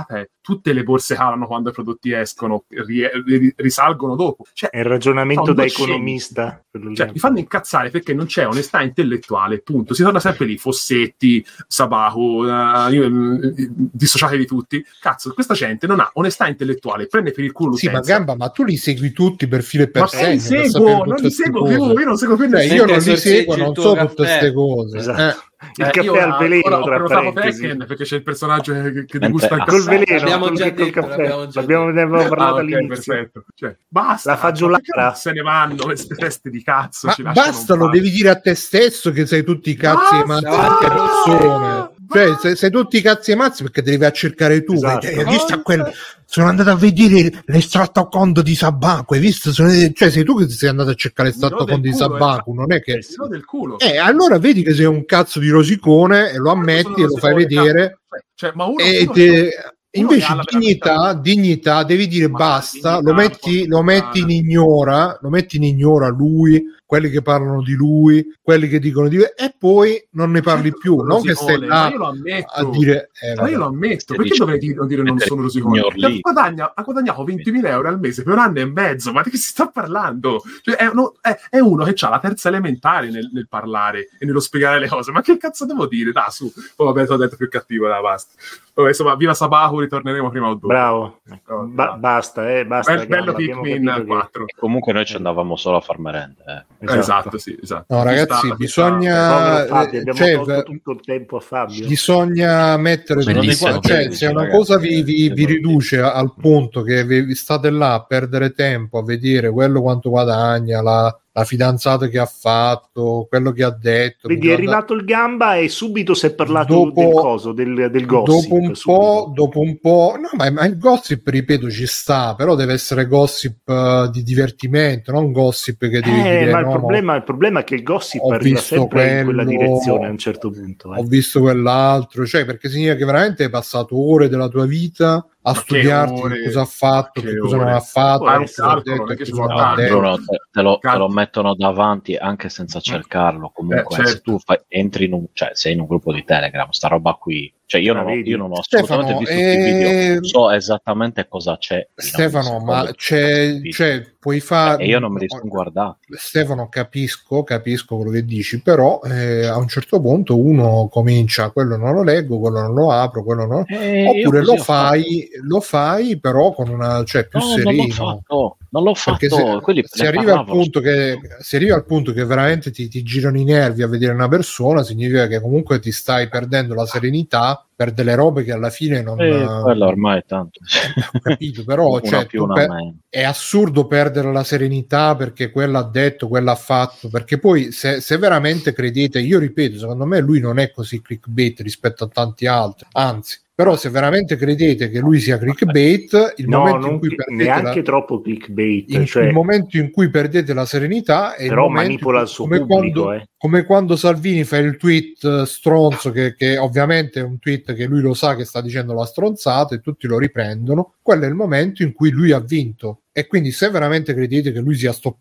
tutte le borse calano quando i prodotti escono, ri- risalgono dopo. Cioè, è il ragionamento da economista. Cioè, mi fanno incazzare perché non c'è onestà intellettuale, punto. Si torna sempre lì, Fossetti, Sabaku, uh, io, uh, dissociatevi tutti. Cazzo, questa gente non ha onestà intellettuale, prende per il culo l'utenza. Sì, ma Gamba, ma tu li segui tutti per filo e per segno. Ma li seguo, non li seguo più, io non seguo più cioè, io non li seguo, non so tutte queste cose. Esatto. Eh. Il eh, caffè al veleno, ora, tra ho parentesi, Tekken, perché c'è il personaggio che, che Mentre, gusta il col veleno, l'abbiamo col, già col detto, caffè. l'abbiamo già Abbiamo, ne abbiamo parlato ah, okay, all'inizio. Perfetto. Cioè, basta, la fagiolata se ne vanno queste teste di cazzo. Ma ci basta, lo devi dire a te stesso che sei tutti i cazzi e mazzi anche persone. Cioè, sei, sei tutti i cazzi e mazzi perché te devi a cercare tu. Esatto. Hai visto quel... Sono andato a vedere l'estratto conto di Sabaku, hai visto? Sono... Cioè, sei tu che sei andato a cercare l'estratto conto di Sabaku, non è che... del culo. Eh, allora vedi che sei un cazzo di rosicone e lo ammetti e lo fai vedere. Cioè, ma uno, e uno te... Uno invece dignità, dignità, devi dire ma basta, dignità, lo metti, lo metti in ignora, lo metti in ignora lui, quelli che parlano di lui, quelli che dicono di lui, e poi non ne parli più, non che stai là a dire eh, ma io lo ammetto, perché dovrei dire, dire non sono rosicone? Guadagna, ha guadagnato ventimila euro al mese per un anno e mezzo, ma di che si sta parlando? Cioè, è, uno, è, è uno che ha la terza elementare nel, nel parlare e nello spiegare le cose, ma che cazzo devo dire? Da, su, poi vabbè, te l'ho detto più cattivo, da, basta. Vabbè, insomma, viva Sabaku, ritorneremo prima o dopo. Bravo, ba- basta, eh, basta. Bel, bello Pikmin quattro. Che... Comunque noi ci andavamo solo a far merende. Eh. Esatto. esatto, sì, esatto. No, ragazzi, sta, bisogna... Fabio, abbiamo cioè, tolto tutto il tempo a Fabio. Bisogna mettere... Qua, cioè, se una cosa vi, vi, vi riduce al punto che vi state là a perdere tempo a vedere quello quanto guadagna, la... la fidanzata che ha fatto, quello che ha detto. Vedi, è arrivato il Gamba e subito si è parlato dopo, del coso, del, del gossip. Dopo un, po', dopo un po', no, ma, ma il gossip, ripeto, ci sta, però deve essere gossip uh, di divertimento, non gossip che devi eh, dire. Ma no, il, problema, il problema è che il gossip ho arriva visto sempre quello, in quella direzione a un certo punto. Eh. Ho visto quell'altro, cioè perché significa che veramente hai passato ore della tua vita a ma studiarti che cosa ha fatto, che cosa ore. non ha fatto. Ah, calcolo, detto, che no, Bruno, te, te, lo, te lo mettono davanti anche senza cercarlo. Comunque, eh, certo. se tu fai, entri in un, cioè, sei in un gruppo di Telegram, sta roba qui. Cioè, io non ho, io non ho assolutamente Stefano, visto eh... questi video, so esattamente cosa c'è. Stefano, ma c'è, cioè, puoi fare. E io non me li sono guardati. Stefano, capisco, capisco quello che dici, però eh, a un certo punto uno comincia, quello non lo leggo, quello non lo apro, quello non. Eh, Oppure lo fai, lo fai, però con una, cioè, più no, sereno. Non l'ho fatto, non l'ho fatto. Se, Quelli si, arriva al punto che, si arriva al punto che veramente ti, ti girano i nervi a vedere una persona, significa che comunque ti stai perdendo la serenità per delle robe che alla fine non eh, quella ormai è tanto ho capito, però cioè, per, è assurdo perdere la serenità perché quella ha detto, quella ha fatto, perché poi se, se veramente credete, io ripeto, secondo me lui non è così clickbait rispetto a tanti altri, anzi, però se veramente credete che lui sia clickbait, il no, momento in cui perdete neanche la, troppo clickbait, in, cioè, il momento in cui perdete la serenità è però il manipola il suo come pubblico, quando, eh. come quando Salvini fa il tweet uh, stronzo che, che ovviamente è un tweet che lui lo sa che sta dicendo la stronzata e tutti lo riprendono, quello è il momento in cui lui ha vinto. E quindi se veramente credete che lui sia sto,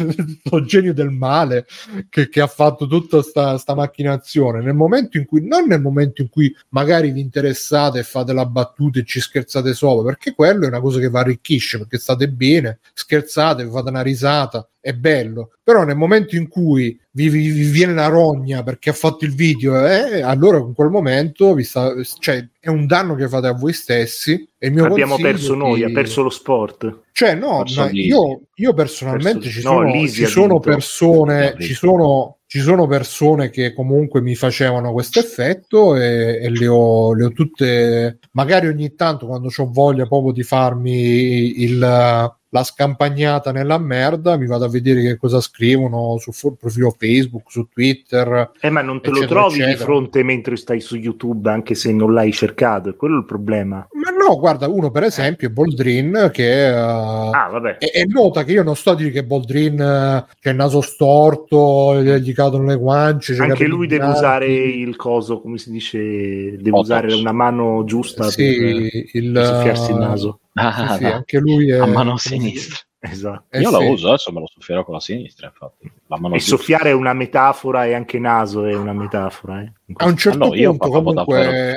sto genio del male che, che ha fatto tutta sta, sta macchinazione, nel momento in cui, non nel momento in cui magari vi interessate e fate la battuta e ci scherzate sopra, perché quello è una cosa che vi arricchisce, perché state bene, scherzate, vi fate una risata, è bello, però nel momento in cui vi, vi, vi viene la rogna perché ha fatto il video, eh, allora in quel momento vi sta, cioè, è un danno che fate a voi stessi. E il mio abbiamo perso di... noi, ha perso lo sport. Cioè no, ma io, io personalmente perso... ci sono, no, ci sono persone, ci sono, ci sono persone che comunque mi facevano questo effetto e, e le, ho, le ho tutte, magari ogni tanto quando ho voglia proprio di farmi il... la scampagnata nella merda, mi vado a vedere che cosa scrivono sul profilo Facebook, su Twitter. Eh, ma non te eccetera, lo trovi eccetera. di fronte mentre stai su YouTube, anche se non l'hai cercato, è quello il problema. Ma no, guarda, uno per esempio è Boldrin che uh, ah, vabbè. E, e nota che io non sto a dire che Boldrin uh, c'è il naso storto, gli cadono le guance. Anche lui deve bianchi. usare il coso, come si dice, deve oh, usare una mano giusta sì, per, il, per soffiarsi il naso. Ah, sì, sì, anche lui è a mano sinistra. Esatto. Eh, io sì. la uso, adesso me lo soffierò con la sinistra, infatti. La mano e giusta. soffiare è una metafora e anche naso è una metafora. Eh. A un certo ah, no, punto comunque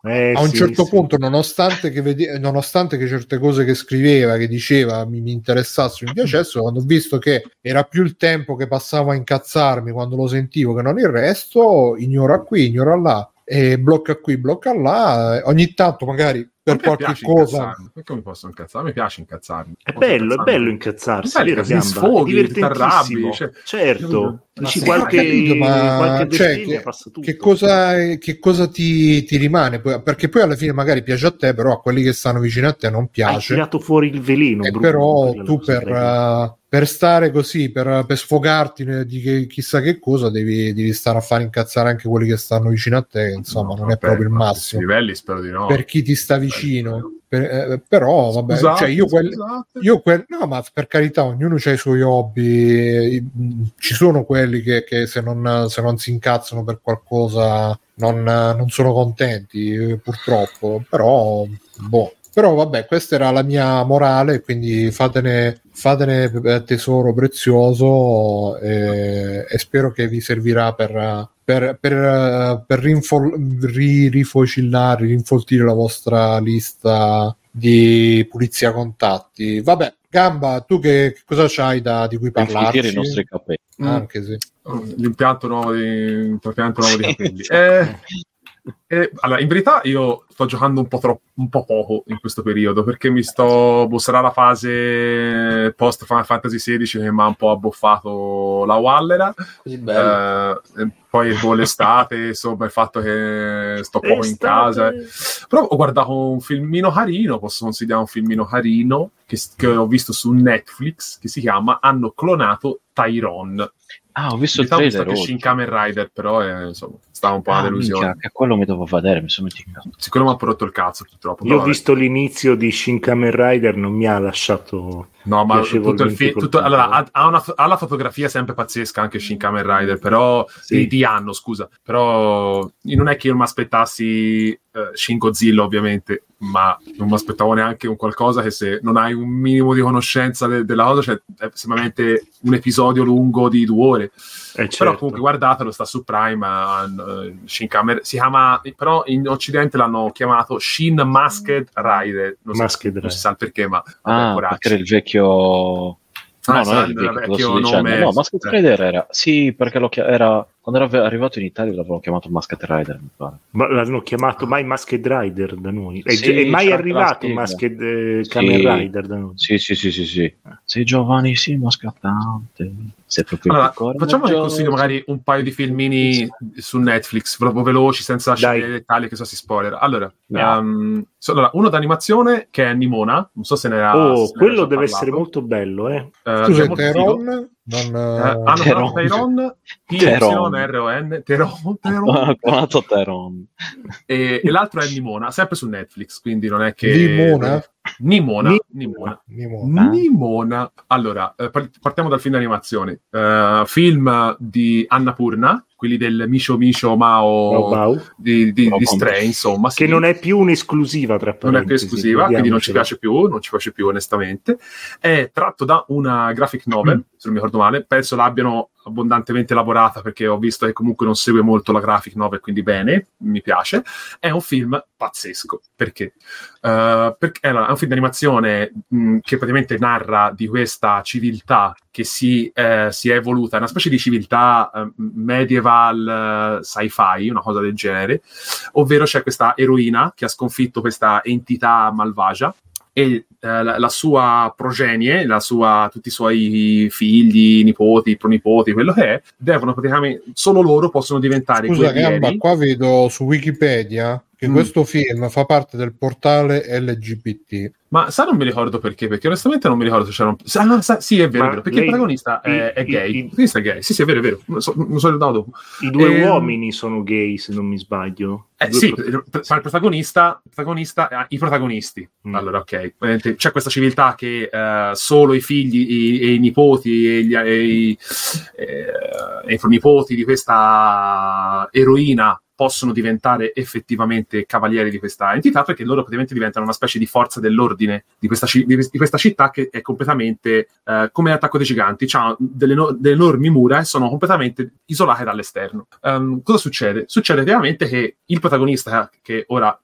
Eh, a un sì, certo sì. punto, nonostante che, vede- nonostante che certe cose che scriveva, che diceva mi, mi interessassero, mi piacessero, quando ho visto che era più il tempo che passavo a incazzarmi quando lo sentivo che non il resto, ignora qui, ignora là, e blocca qui, blocca là, ogni tanto magari per qualche cosa. Perché mi posso incazzare? Mi piace incazzarmi. È bello, è bello incazzarsi, bello, vero mi Gamba? sfoghi, È divertentissimo, t'arrabbi, cioè, certo. Ma Dici sì, qualche, capito, ma qualche cioè, bestemmia, che, passa tutto. che cosa, che cosa ti, ti rimane? Poi- perché poi alla fine magari piace a te, però a quelli che stanno vicino a te non Hai piace. tirato fuori il veleno, E Bruno, però quella è la tu cosa per, bella. uh, per stare così, per, per sfogarti ne- di che, chissà che cosa, devi, devi stare a fare incazzare anche quelli che stanno vicino a te, che, insomma, No, non è vabbè, proprio il ma massimo. questi livelli spero di no. Per chi ti sta vicino. Per, eh, però, vabbè, Scusate, cioè io, quel, scusate. io quel, no, ma per carità, ognuno ha i suoi hobby. Ci sono quelli che, che se, non, se non si incazzano per qualcosa non, non sono contenti, purtroppo. Però, boh. Però vabbè, questa era la mia morale, quindi fatene, fatene tesoro prezioso e, e spero che vi servirà per, per, per, per rinfol- ri- rifocillare, rinfoltire la vostra lista di pulizia contatti. Vabbè, Gamba, tu che, che cosa c'hai da, di cui parlarci? I nostri capelli. Anche sì. L'impianto nuovo di, l'impianto nuovo di capelli. Eh, eh, allora, in verità io sto giocando un po' troppo, un po' poco in questo periodo, perché mi sto, boh, sarà la fase post Final Fantasy sedici che mi ha un po' abboffato la Wallera. Così bello. Eh, poi boh, l'estate, insomma, il fatto che sto poco in casa. Estate. Però ho guardato un filmino carino, posso considerare un filmino carino, che, che ho visto su Netflix, che si chiama Hanno clonato Tyrone. Ah, ho visto il Diciamo trailer che oggi. Shin Kamen Rider, però è, insomma, stava un po' una Ah, delusione. minchia, che quello mi devo vedere, mi sono dimenticato. Sicuro mi ha rotto il cazzo, purtroppo. Io però ho vabbè. visto l'inizio di Shin Kamen Rider, non mi ha lasciato No, ma tutto il piacevolmente film, tutto, colpito. allora, ha, ha, una, ha la fotografia sempre pazzesca anche Shin Kamen Rider, però Sì. di, di anno, scusa, però non è che io mi aspettassi eh, Shin Godzilla, ovviamente, ma non mi aspettavo neanche un qualcosa che, se non hai un minimo di conoscenza de- della cosa, cioè è semplicemente un episodio lungo di due ore. Eh, certo. Però comunque guardatelo, sta su Prime, uh, Shin Kamen, si chiama, però in Occidente l'hanno chiamato Shin Masked Rider, non, Masked so, non si Rider. sa il perché, ma vabbè, Ah, poracci. perché era il vecchio... Ah, No, non sarà è il il vecchio, vecchio lo sto dicendo. nome- No, Masked eh. Rider era... Sì, perché lo chia- era... quando era arrivato in Italia l'avevano chiamato Masked Rider, mi pare. Ma l'hanno chiamato mai Masked Rider da noi? È, Sì, è mai c'è anche arrivato la Masked eh, Sì. Kamen Rider da noi? Sì, sì, sì, sì, sì. Sei giovanissimo, scattante. Sei proprio Allora, piccolo. facciamo che consiglio magari un paio di filmini su Netflix, proprio veloci, senza lasciare Dai. i dettagli che so si spoiler. Allora, Yeah. um, so- allora, uno d'animazione che è Nimona, non so se ne era Oh, se ne quello era già deve parlato. essere molto bello, eh? Eh, Scusa, è molto figo. Teron? Non, Eh, eh, hanno Teron. chiamato Tyron, T Y Teron. R O N, Teron, Teron. Ho chiamato Teron. e, e l'altro è Nimona, sempre su Netflix, quindi non è che... Limona? Nimona. Ni- Nimona. Nimona. Nimona. Allora, eh, par- partiamo dal film d'animazione. Eh, film di Annapurna, quelli del Misho Misho Mao Bau Bau. di, di, Bau di Bau. Stray, insomma. Che sì. non è più un'esclusiva, tra Non è più parentesi, esclusiva, quindi non ci ricordiamocelo. piace più, non ci piace più onestamente. È tratto da una graphic novel, Mm. se non mi ricordo male, penso l'abbiano abbondantemente elaborata perché ho visto che comunque non segue molto la graphic novel, quindi bene, mi piace. È un film pazzesco, perché? Uh, perché allora, è un film d'animazione mh, che praticamente narra di questa civiltà che si, eh, si è evoluta, una specie di civiltà eh, medieval eh, sci-fi, una cosa del genere, ovvero c'è questa eroina che ha sconfitto questa entità malvagia e eh, la, la sua progenie, la sua, tutti i suoi figli, nipoti, pronipoti, quello che è, devono praticamente, solo loro possono diventare Scusa, guerrieri. Gamba, qua vedo su Wikipedia che Mm. questo film fa parte del portale L G B T. Ma sa, non mi ricordo perché, perché onestamente non mi ricordo se c'era un... Ah, sa, sì, è vero, Ma è vero, perché lei- il protagonista è, è i- gay. i- Il protagonista è gay, sì, sì, è vero, è vero, non so, non so ricordato dopo. I due Ehm, uomini sono gay, se non mi sbaglio. Eh, I due sì, pro- il il protagonista, il protagonista eh, i protagonisti. Mm. Allora, ok. Ovviamente c'è questa civiltà che eh, solo i figli i- e i nipoti e, gli, e, i, eh, e i pronipoti di questa eroina possono diventare effettivamente cavalieri di questa entità, perché loro praticamente diventano una specie di forza dell'ordine di questa, ci- di di questa città che è completamente eh, come Attacco dei Giganti, ha delle, no- delle enormi mura e sono completamente isolate dall'esterno. Um, cosa succede? Succede veramente che il protagonista, che ora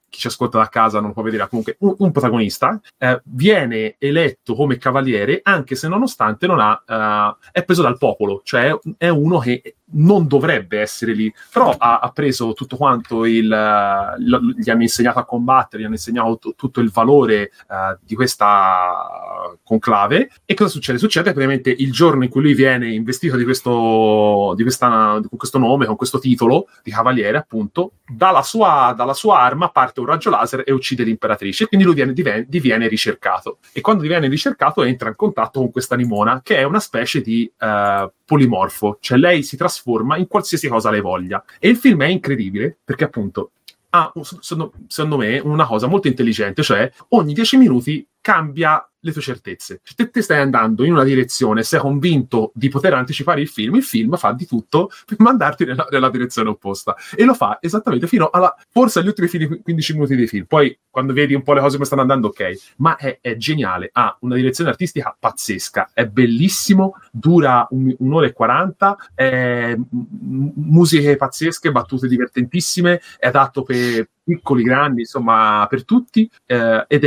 chi ci ascolta da casa non può vedere, comunque un, un protagonista eh, viene eletto come cavaliere anche se nonostante non ha uh, è preso dal popolo, cioè è uno che non dovrebbe essere lì, però ha, ha preso tutto quanto il l- gli hanno insegnato a combattere, gli hanno insegnato t- tutto il valore uh, di questa conclave. E cosa succede? Succede praticamente il giorno in cui lui viene investito di questo di questa, con questo nome, con questo titolo di cavaliere, appunto, dalla sua, dalla sua arma parte un raggio laser e uccide l'imperatrice, quindi lui viene, diven- diviene ricercato, e quando diviene ricercato entra in contatto con questa Nimona, che è una specie di uh, polimorfo, cioè lei si trasforma in qualsiasi cosa lei voglia. E il film è incredibile perché appunto ha, secondo me, una cosa molto intelligente, cioè ogni dieci minuti cambia le tue certezze. Se te, te stai andando in una direzione, sei convinto di poter anticipare il film, il film fa di tutto per mandarti nella, nella direzione opposta, e lo fa esattamente fino alla forse agli ultimi quindici minuti dei film. Poi quando vedi un po' le cose come stanno andando, ok, ma è, è geniale, ha una direzione artistica pazzesca, è bellissimo, dura un, un'ora e quaranta, è, m- musiche pazzesche, battute divertentissime, è adatto per piccoli, grandi, insomma per tutti, eh, ed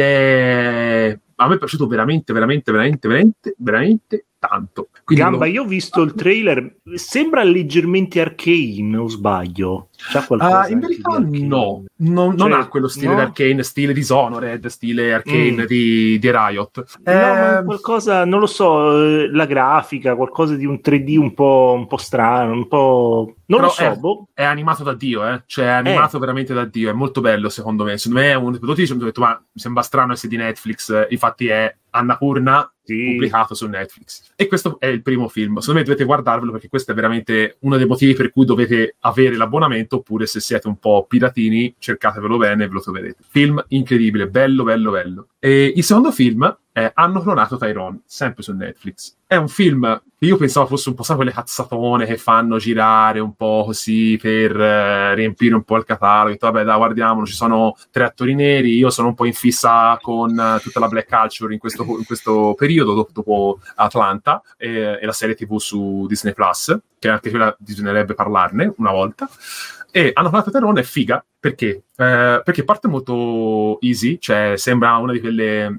è, a me è piaciuto veramente, veramente, veramente, veramente, veramente tanto. Quindi Gamba, lo... io ho visto il trailer, sembra leggermente Arcane, o sbaglio? C'ha qualcosa uh, in verità no, non, cioè, non ha quello stile no? di Arcane, stile Dishonored, stile Arcane mm. di, di Riot. No, eh... ma qualcosa, non lo so, la grafica, qualcosa di un tre D un po', un po' strano, un po'... Non Però lo so, è, boh. È animato da Dio, eh? Cioè è animato eh. veramente da Dio, è molto bello secondo me. Secondo me è uno dei prodotti che mi ho detto, ma mi sembra strano essere di Netflix, infatti è Annapurna, sì, pubblicato su Netflix. E questo è il primo film. Secondo me dovete guardarvelo perché questo è veramente uno dei motivi per cui dovete avere l'abbonamento, oppure se siete un po' piratini cercatevelo bene e ve lo troverete. Film incredibile, bello, bello, bello. E il secondo film è Hanno clonato Tyrone, sempre su Netflix. È un film che io pensavo fosse un po' sai, quelle cazzatone che fanno girare un po' così per eh, riempire un po' il catalogo. Ho detto, vabbè, dai, guardiamolo, ci sono tre attori neri, io sono un po' in fissa con uh, tutta la black culture in questo, in questo periodo, dopo, dopo Atlanta e, e la serie tivù su Disney Plus, che anche quella bisognerebbe parlarne una volta. E Hanno clonato Tyrone è figa, perché? Eh, perché parte molto easy, cioè sembra una di quelle...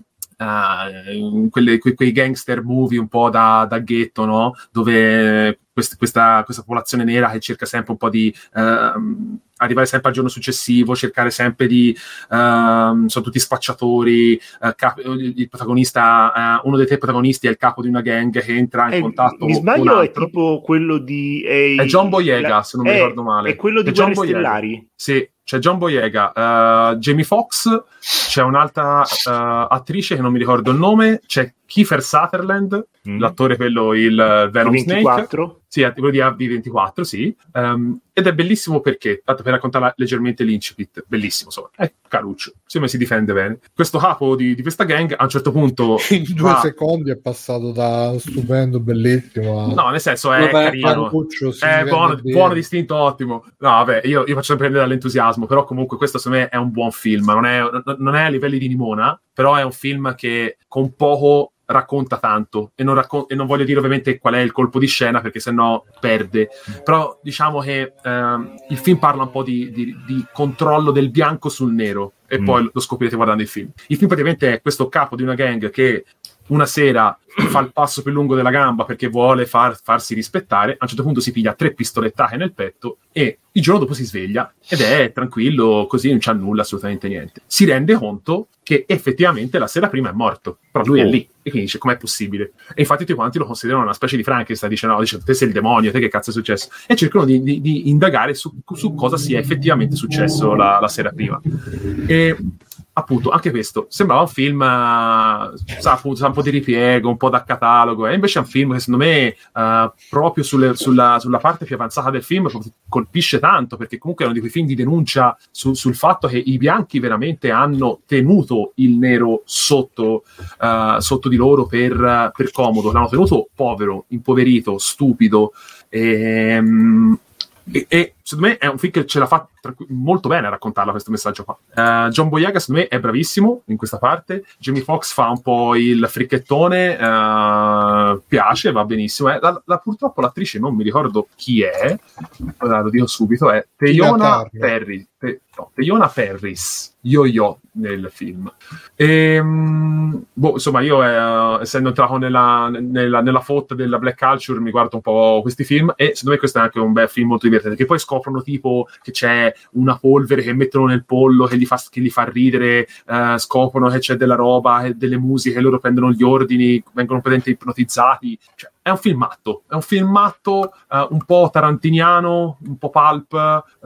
Uh, quelle, que, quei gangster movie un po' da, da ghetto, no? Dove quest, questa, questa popolazione nera che cerca sempre un po' di uh, arrivare sempre al giorno successivo, cercare sempre di uh, sono tutti spacciatori, uh, cap- il protagonista, uh, uno dei tre protagonisti è il capo di una gang che entra in eh, contatto mi sbaglio, con un altro. È tipo quello di è, è John Boyega, la, se non mi è, ricordo male, è quello di è John Guerre Boyega. Stellari. Sì, c'è John Boyega, uh, Jamie Foxx, c'è un'altra uh, attrice che non mi ricordo il nome, c'è Kiefer Sutherland, mm. l'attore quello, il Venom ventiquattro. Snake. Sì, quello di A V ventiquattro, sì. Um, ed è bellissimo perché, tanto per raccontare leggermente l'incipit, bellissimo, insomma, è caruccio, secondo me si difende bene. Questo capo di, di questa gang, a un certo punto... In due va... secondi è passato da stupendo, bellissimo a... No, nel senso è vabbè, carino, caruccio, è buono, buono, distinto, ottimo. No, vabbè, io, io faccio prendere dall'entusiasmo, però comunque questo secondo me è un buon film, non è, non è a livelli di Nimona, però è un film che con poco racconta tanto, e non, raccon- e non voglio dire ovviamente qual è il colpo di scena perché sennò perde, però diciamo che ehm, il film parla un po' di, di, di controllo del bianco sul nero, e mm. poi lo scoprirete guardando il film. Il film praticamente è questo capo di una gang che una sera fa il passo più lungo della gamba perché vuole far, farsi rispettare, a un certo punto si piglia tre pistolettate nel petto e il giorno dopo si sveglia ed è tranquillo, così non c'ha nulla, assolutamente niente. Si rende conto che effettivamente la sera prima è morto, però lui oh. è lì e quindi dice com'è possibile? E infatti tutti quanti lo considerano una specie di Frankenstein, dice no, dice te sei il demonio, te che cazzo è successo? E cercano di, di, di indagare su, su cosa sia effettivamente successo la, la sera prima. E appunto anche questo sembrava un film uh, sa, appunto, sa un po' di ripiego, un po' da catalogo, e invece è un film che secondo me uh, proprio sulle, sulla, sulla parte più avanzata del film colpisce tanto, perché comunque è uno di quei film di denuncia su, sul fatto che i bianchi veramente hanno tenuto il nero sotto, uh, sotto di loro per, per comodo, l'hanno tenuto povero, impoverito, stupido, e, e, e secondo me è un film che ce la fa tranqu- molto bene a raccontarla questo messaggio qua. Uh, John Boyega secondo me è bravissimo in questa parte. Jamie Foxx fa un po' il fricchettone, uh, piace, va benissimo. Eh, la, la, purtroppo l'attrice non mi ricordo chi è, allora, lo dico subito, è Teyona Perry, Te, no, Teyona Perris, Yo-Yo nel film. E, boh, insomma, io eh, essendo entrato nella, nella, nella foto della black culture mi guardo un po' questi film e secondo me questo è anche un bel film molto divertente, che poi scoprono tipo che c'è una polvere che mettono nel pollo che li fa, che li fa ridere, eh, scoprono che c'è della roba, delle musiche, loro prendono gli ordini, vengono completamente ipnotizzati, cioè è un film matto, è un film matto, eh, un po' tarantiniano, un po' pulp,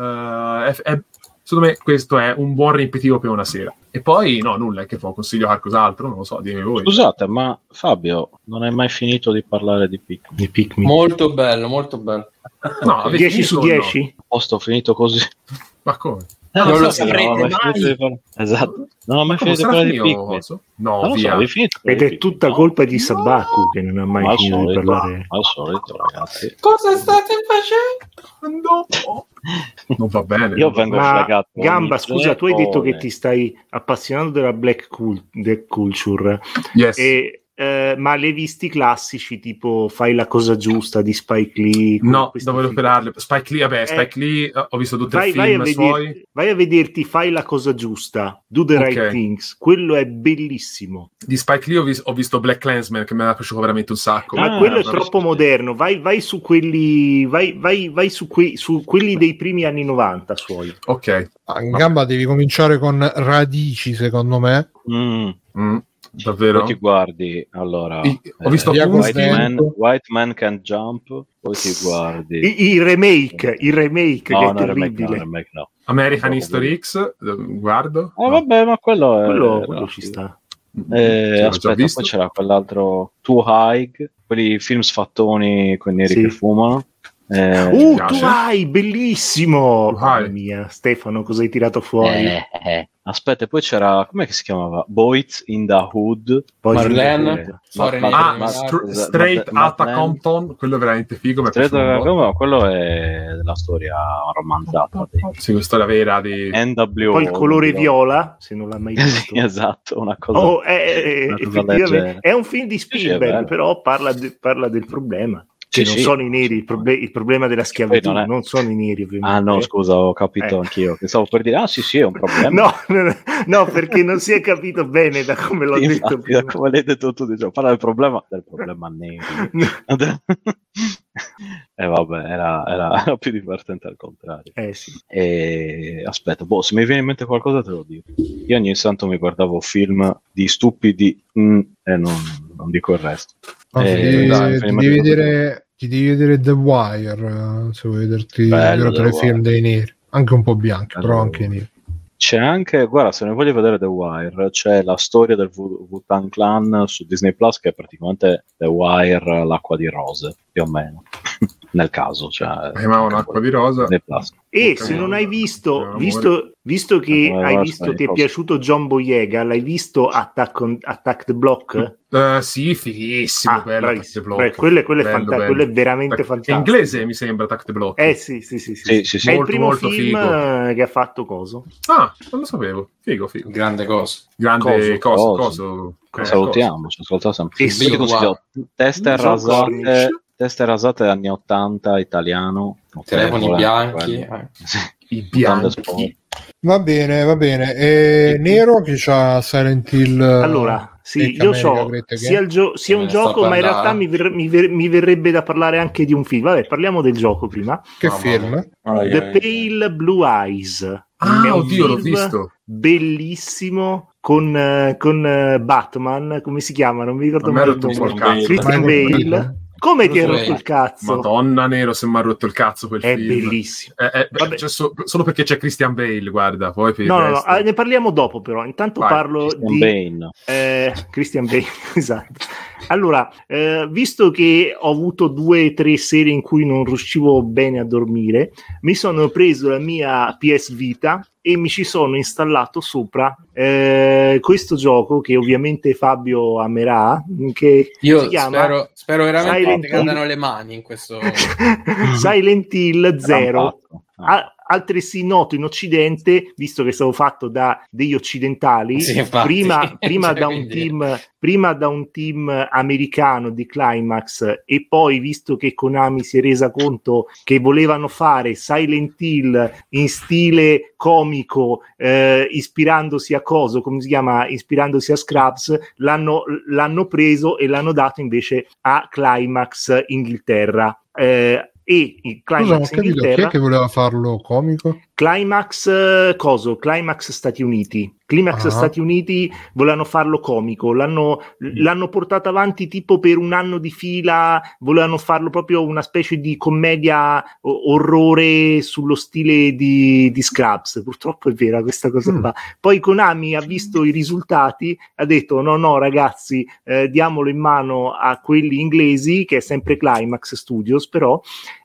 eh, è, è secondo me questo è un buon riempitivo per una sera. E poi, no, nulla, è che può consiglio qualcos'altro, non lo so, dimmi voi. Scusate, ma Fabio, non hai mai finito di parlare di Pikmin? Di Pikmin. Molto bello, molto bello. No, dieci su dieci? No? Posto finito così. Ma come? Eh, non lo saprete non ho mai. mai par- esatto, non ho mai Come finito di parlare di Pikmin. No, non lo via. so, hai finito Ed è tutta no? colpa di Sabaku che non ha mai Ma al finito di solito, parlare. al solito, ragazzi. Cosa state facendo? No. Non va bene. Io vengo Ma fregato. Gamba, ogni scusa, tu hai detto che giorno. ti stai appassionando della black, cul- black culture, Yes. e, eh, ma li hai visti classici tipo Fai la cosa giusta di Spike Lee? No, questi devo film? recuperarli. Spike Lee, vabbè, Eh, Spike Lee, eh, ho visto tutti i Vai, vai, a film suoi. vederti, vai a vederti Fai la cosa giusta, Do the Right Ok. Things, quello è bellissimo. Di Spike Lee ho, vis- ho visto Black Klansman, che mi era piaciuto veramente un sacco. Ma Ah, quello è una- troppo moderno, vai, vai su quelli vai, vai, vai su, que- su quelli dei primi anni novanta suoi. Ok. Ah, in gamba devi cominciare con Radici, secondo me. Mm. Mm, davvero? Poi ti guardi, allora, I- ho visto eh, Diago White, Stento. Man, White Man Can Jump, poi ti guardi... I, i remake, il remake no, che è no, remake no, terribile. remake no. American No, History X, eh, guardo. Ah, vabbè, ma quello è... quello, no, quello ci sì. sta. Eh, Sì, l'ho già aspetta, visto. poi c'era quell'altro Too High, quelli film sfattoni con i neri Sì. che fumano. Eh, Uh, piace. tu hai, bellissimo! Tu hai. Mamma mia, Stefano, cosa hai tirato fuori? eh, eh. Aspetta, e poi c'era, com'è che si chiamava? Boys in the Hood. Poi Marlene, sì, Storia Ma- nera, Ah, ma- ma- str- ma- Straight ma- Outta ma- Compton, quello è veramente figo. Mi è Straight piaciuto un Outta po'. Compton, quello è la storia romanzata di Sì, una storia vera di... N W O. poi il colore viola, se non l'ha mai visto. Sì, esatto, una cosa... Oh, è, è- una cosa effettivamente leggera. è un film di Sì, sì, è Spielberg, bello. però parla, de- parla del problema. Sì, Che non sì. sono i neri, il, proble- il problema della schiavitù, non è- non sono i neri ovviamente. Ah no, scusa, ho capito Eh. anch'io. Che stavo per dire, ah sì sì, è un problema. No, no, no, no, perché non si è capito bene da come l'ho Sì, detto infatti, prima. da come l'hai detto tu, diciamo, parla del problema, del problema neri. E vabbè, era, era, era più divertente al contrario. Eh sì. E aspetta, boh, se mi viene in mente qualcosa te lo dico. Io ogni tanto mi guardavo film di stupidi mm, e non, non dico il resto. No, Eh, ti devi, dai, ti prima devi di- vedere, ti devi vedere The Wire, eh, se vuoi vederti Bello, tre The film Wire. dei neri, anche un po' bianchi, Bello, però The anche Wire. neri. C'è anche, guarda, se ne voglio vedere The Wire, c'è la storia del Wu- Wu-Tang Clan su Disney Plus, che è praticamente The Wire, l'acqua di rose, più o meno. Nel caso, cioè, Chiamava un'acqua di rosa. Disney Plus. E Ok. se non hai visto, Amore. visto, visto che Amore, hai guarda, visto, ti è cosa. piaciuto John Boyega, l'hai visto Attack, on, Attack the Block? Eh, sì, fighissimo, Ah, bello. bravissimo. Attack the Block. Beh, quello, è- quello è Bello, fanta- bello. quello è veramente È fantastico. inglese, mi sembra, Attack the Block. Eh sì, sì, sì, sì. Sì, sì, sì. È Molto, il primo molto film figo. eh, che ha fatto coso. Ah, non lo sapevo. Figo, figo. Grande cosa. Grande Coso, coso, coso. coso. Eh, Salutiamo, ci ascolta sempre. E Io sì, ti consiglio teste Sono rasate, cornici. teste rasate anni ottanta italiano. Telefoni Ok, bianchi. quello. eh. Sì. I Grande bianchi. sport. Va bene, va bene. E Nero che c'ha Silent Hill. Allora, sì, Make io America so Great Again. sia, il gio- sia Me un ne sta gioco, ma in parlando. realtà mi, ver- mi ver- mi verrebbe da parlare anche di un film. Vabbè, parliamo del gioco prima. Che Mamma film? mia. Ah, The yeah. Pale Blue Eyes. È Ah, un oddio, l'ho film visto. bellissimo con, eh, con eh, Batman, come si chiama? Non mi ricordo A me ha mai il rotto nome. un po' il cazzo. Christian Michael Bale. Keaton. Come ti ha Bruce rotto il Wayne. cazzo? Madonna nero se mi ha rotto il cazzo quel È film. bellissimo. Eh, eh, Vabbè. cioè, so- solo perché c'è Christian Bale, guarda. Poi per il No, no, no, resto- ah, ne parliamo dopo però. Intanto Vai, parlo Christian di Bane. eh, Christian Bale, esatto. Allora, eh, visto che ho avuto due o tre sere in cui non riuscivo bene a dormire, mi sono preso la mia P S Vita e mi ci sono installato sopra eh, questo gioco che ovviamente Fabio amerà, che Io si chiama spero, spero veramente Silent che ti cadano Hill. le mani in questo. Silent Hill Zero. Rampazzo. Ah. A- altresì noto in Occidente, visto che è stato fatto da degli occidentali, sì, prima, prima, cioè, da un team, prima da un team americano di Climax, e poi visto che Konami si è resa conto che volevano fare Silent Hill in stile comico, eh, ispirandosi a coso, come si chiama, ispirandosi a Scraps, l'hanno, l'hanno preso e l'hanno dato invece a Climax Inghilterra. Eh, e il Climax Scusa, ho capito, Inghilterra, chi è che voleva farlo comico? Climax coso, Climax Stati Uniti. Climax Ah. Stati Uniti volevano farlo comico, l'hanno, l'hanno portato avanti tipo per un anno di fila, volevano farlo proprio una specie di commedia o- orrore sullo stile di, di Scraps. Purtroppo è vera questa cosa Mm. qua. Poi Konami ha visto i risultati, ha detto no no ragazzi, eh, diamolo in mano a quelli inglesi, che è sempre Climax Studios però,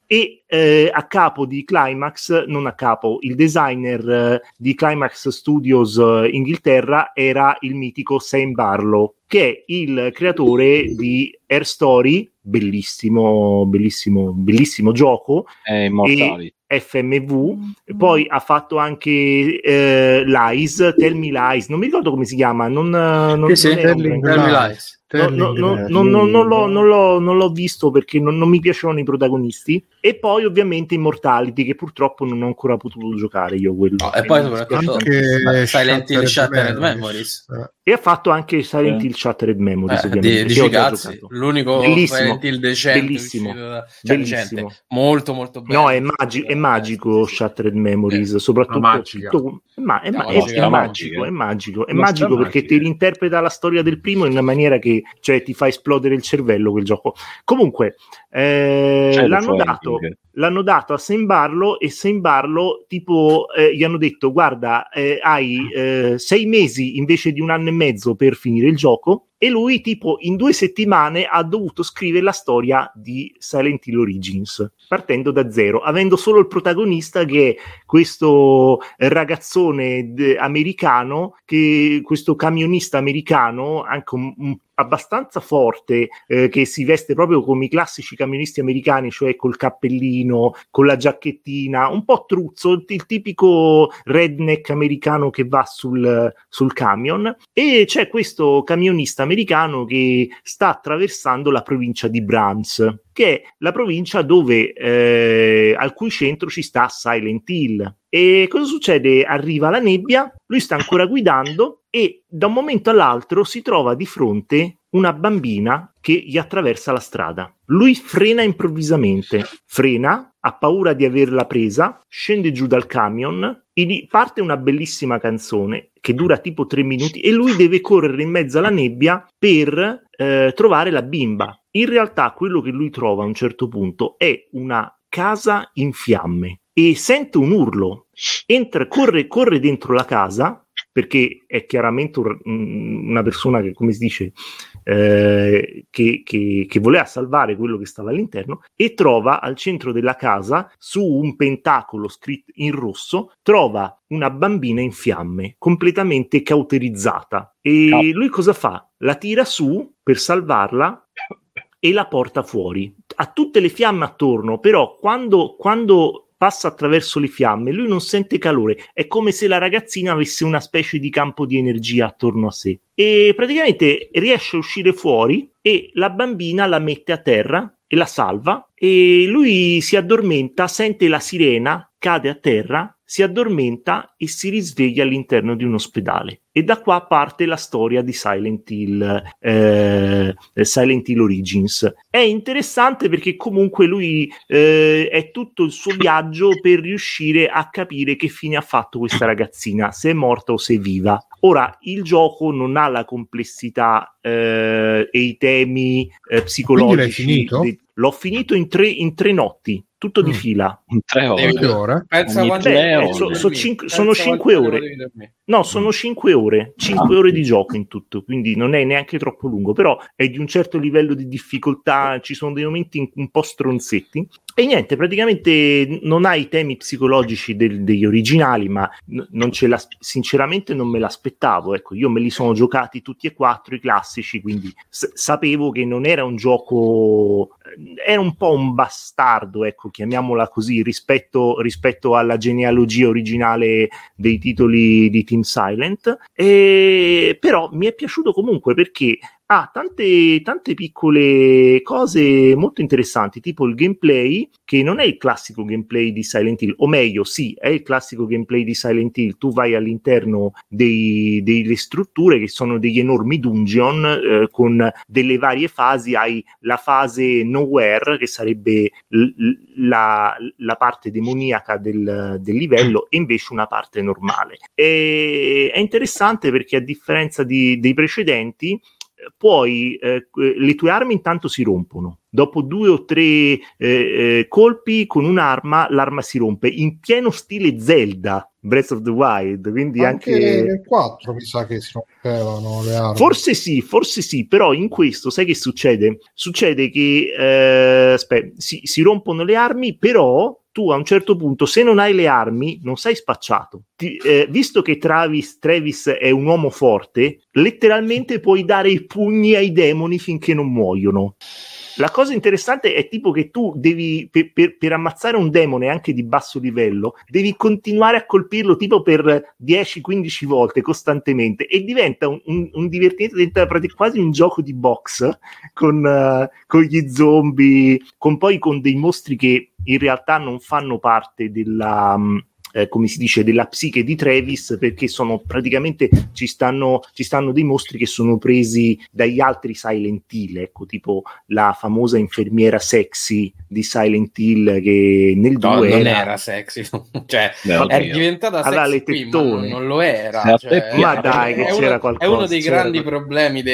e eh, a capo di Climax, non a capo, il designer eh, di Climax Studios eh, Inghilterra era il mitico Sam Barlow, che è il creatore di Air Story, bellissimo, bellissimo, bellissimo gioco, È Immortali. e F M V, poi ha fatto anche eh, Lies, Tell Me Lies, non mi ricordo come si chiama, non, non, Sì, sì, non era un Telling gran- Tell Me Lies. Lies. No, no, no, no, no, non, l'ho, non, l'ho, non l'ho visto perché non, non mi piacevano i protagonisti, e poi ovviamente Immortality, che purtroppo non ho ancora potuto giocare io quello. No, e poi soprattutto Anche Silent Hill Shattered Shattered Memories. Memories. Eh. E ha fatto anche Silent Eh. Hill Shattered Memories, Eh, ovviamente, di, che ho di già cazzi, giocato. l'unico Bellissimo, Silent Hill decente bellissimo, uscito da, cioè bellissimo. recente, molto molto bello. No, è, magi- è magico Shattered Memories, soprattutto magica. tutto, ma è, ma- No, è- magica, è magica. magico, è magico, è Mostra magico perché magiche. ti reinterpreta la storia del primo in una maniera che, cioè, ti fa esplodere il cervello quel gioco. Comunque, eh, C'è l'hanno The dato, Finding. l'hanno dato a Sam Barlow, e Sam Barlow tipo eh, gli hanno detto guarda, eh, hai eh, sei mesi invece di un anno e mezzo per finire il gioco, e lui tipo in due settimane ha dovuto scrivere la storia di Silent Hill Origins, partendo da zero, avendo solo il protagonista che è questo ragazzone de- americano, che questo camionista americano, anche un, un abbastanza forte, eh, che si veste proprio come i classici camionisti americani, cioè col cappellino, con la giacchettina, un po' truzzo, il, il tipico redneck americano che va sul, sul camion, e c'è questo camionista americano che sta attraversando la provincia di Brams, che è la provincia dove eh, al cui centro ci sta Silent Hill. E cosa succede? Arriva la nebbia, lui sta ancora guidando e da un momento all'altro si trova di fronte una bambina che gli attraversa la strada. Lui frena improvvisamente, frena, ha paura di averla presa, scende giù dal camion, e lì parte una bellissima canzone che dura tipo tre minuti e lui deve correre in mezzo alla nebbia per eh, trovare la bimba. In realtà quello che lui trova a un certo punto è una casa in fiamme e sente un urlo, entra, corre, corre dentro la casa, perché è chiaramente un, una persona che, come si dice, eh, che, che, che voleva salvare quello che stava all'interno, e trova al centro della casa, su un pentacolo scritto in rosso, trova una bambina in fiamme, completamente cauterizzata. E No. lui cosa fa? La tira su per salvarla e la porta fuori. Ha tutte le fiamme attorno, però quando, quando passa attraverso le fiamme lui non sente calore, è come se la ragazzina avesse una specie di campo di energia attorno a sé, e praticamente riesce a uscire fuori e la bambina la mette a terra e la salva, e lui si addormenta, sente la sirena, cade a terra, si addormenta e si risveglia all'interno di un ospedale. E da qua parte la storia di Silent Hill, eh, Silent Hill Origins. È interessante perché comunque lui eh, è tutto il suo viaggio per riuscire a capire che fine ha fatto questa ragazzina, se è morta o se è viva. Ora, il gioco non ha la complessità eh, e i temi eh, psicologici. Quindi l'hai finito? Di... L'ho finito in tre, in tre notti, tutto di Mm. fila. In tre ore. Quante ore? Pensa Ogni quanto tre devi ore. Eh, so- dormire. so cinque- Pensa sono quanto cinque tempo ore. devi dormire. No, sono cinque ore, cinque Ah. ore di gioco in tutto, quindi non è neanche troppo lungo, però è di un certo livello di difficoltà, ci sono dei momenti in- un po' stronzetti, e niente, praticamente non ha i temi psicologici del- degli originali, ma n- non ce la, sinceramente non me l'aspettavo, ecco, io me li sono giocati tutti e quattro i classici, quindi s- sapevo che non era un gioco era un po' un bastardo, ecco, chiamiamola così, rispetto, rispetto alla genealogia originale dei titoli di Team Silent, e, però mi è piaciuto comunque perché ha tante, tante piccole cose molto interessanti, tipo il gameplay, che non è il classico gameplay di Silent Hill, o meglio, sì, è il classico gameplay di Silent Hill. Tu vai all'interno dei, delle strutture che sono degli enormi dungeon eh, con delle varie fasi. Hai la fase Nowhere, che sarebbe l- la, la parte demoniaca del, del livello, e invece una parte normale. E, è interessante perché, a differenza di, dei precedenti, poi eh, le tue armi intanto si rompono. Dopo due o tre eh, eh, colpi con un'arma, l'arma si rompe in pieno stile Zelda Breath of the Wild. Quindi anche, anche nel quattro mi sa che si rompevano le armi. Forse sì, forse sì, però in questo sai che succede? Succede che eh, aspetta, si, si rompono le armi, però tu a un certo punto, se non hai le armi, non sei spacciato. Ti, eh, visto che Travis, Travis è un uomo forte, letteralmente puoi dare i pugni ai demoni finché non muoiono. La cosa interessante è tipo che tu devi, per, per, per ammazzare un demone anche di basso livello, devi continuare a colpirlo tipo per dieci quindici volte costantemente, e diventa un, un, un divertimento, diventa quasi un gioco di box con, uh, con gli zombie, con poi con dei mostri che in realtà non fanno parte della... Um, Eh, come si dice, della psiche di Travis, perché sono praticamente ci stanno, ci stanno dei mostri che sono presi dagli altri Silent Hill, ecco, tipo la famosa infermiera sexy di Silent Hill, che nel no, due non era... era sexy, cioè no, è diventata allora, sexy qui, ma non, non lo era, cioè, ma dai, che è c'era uno, qualcosa, è uno dei c'era grandi qualcosa. problemi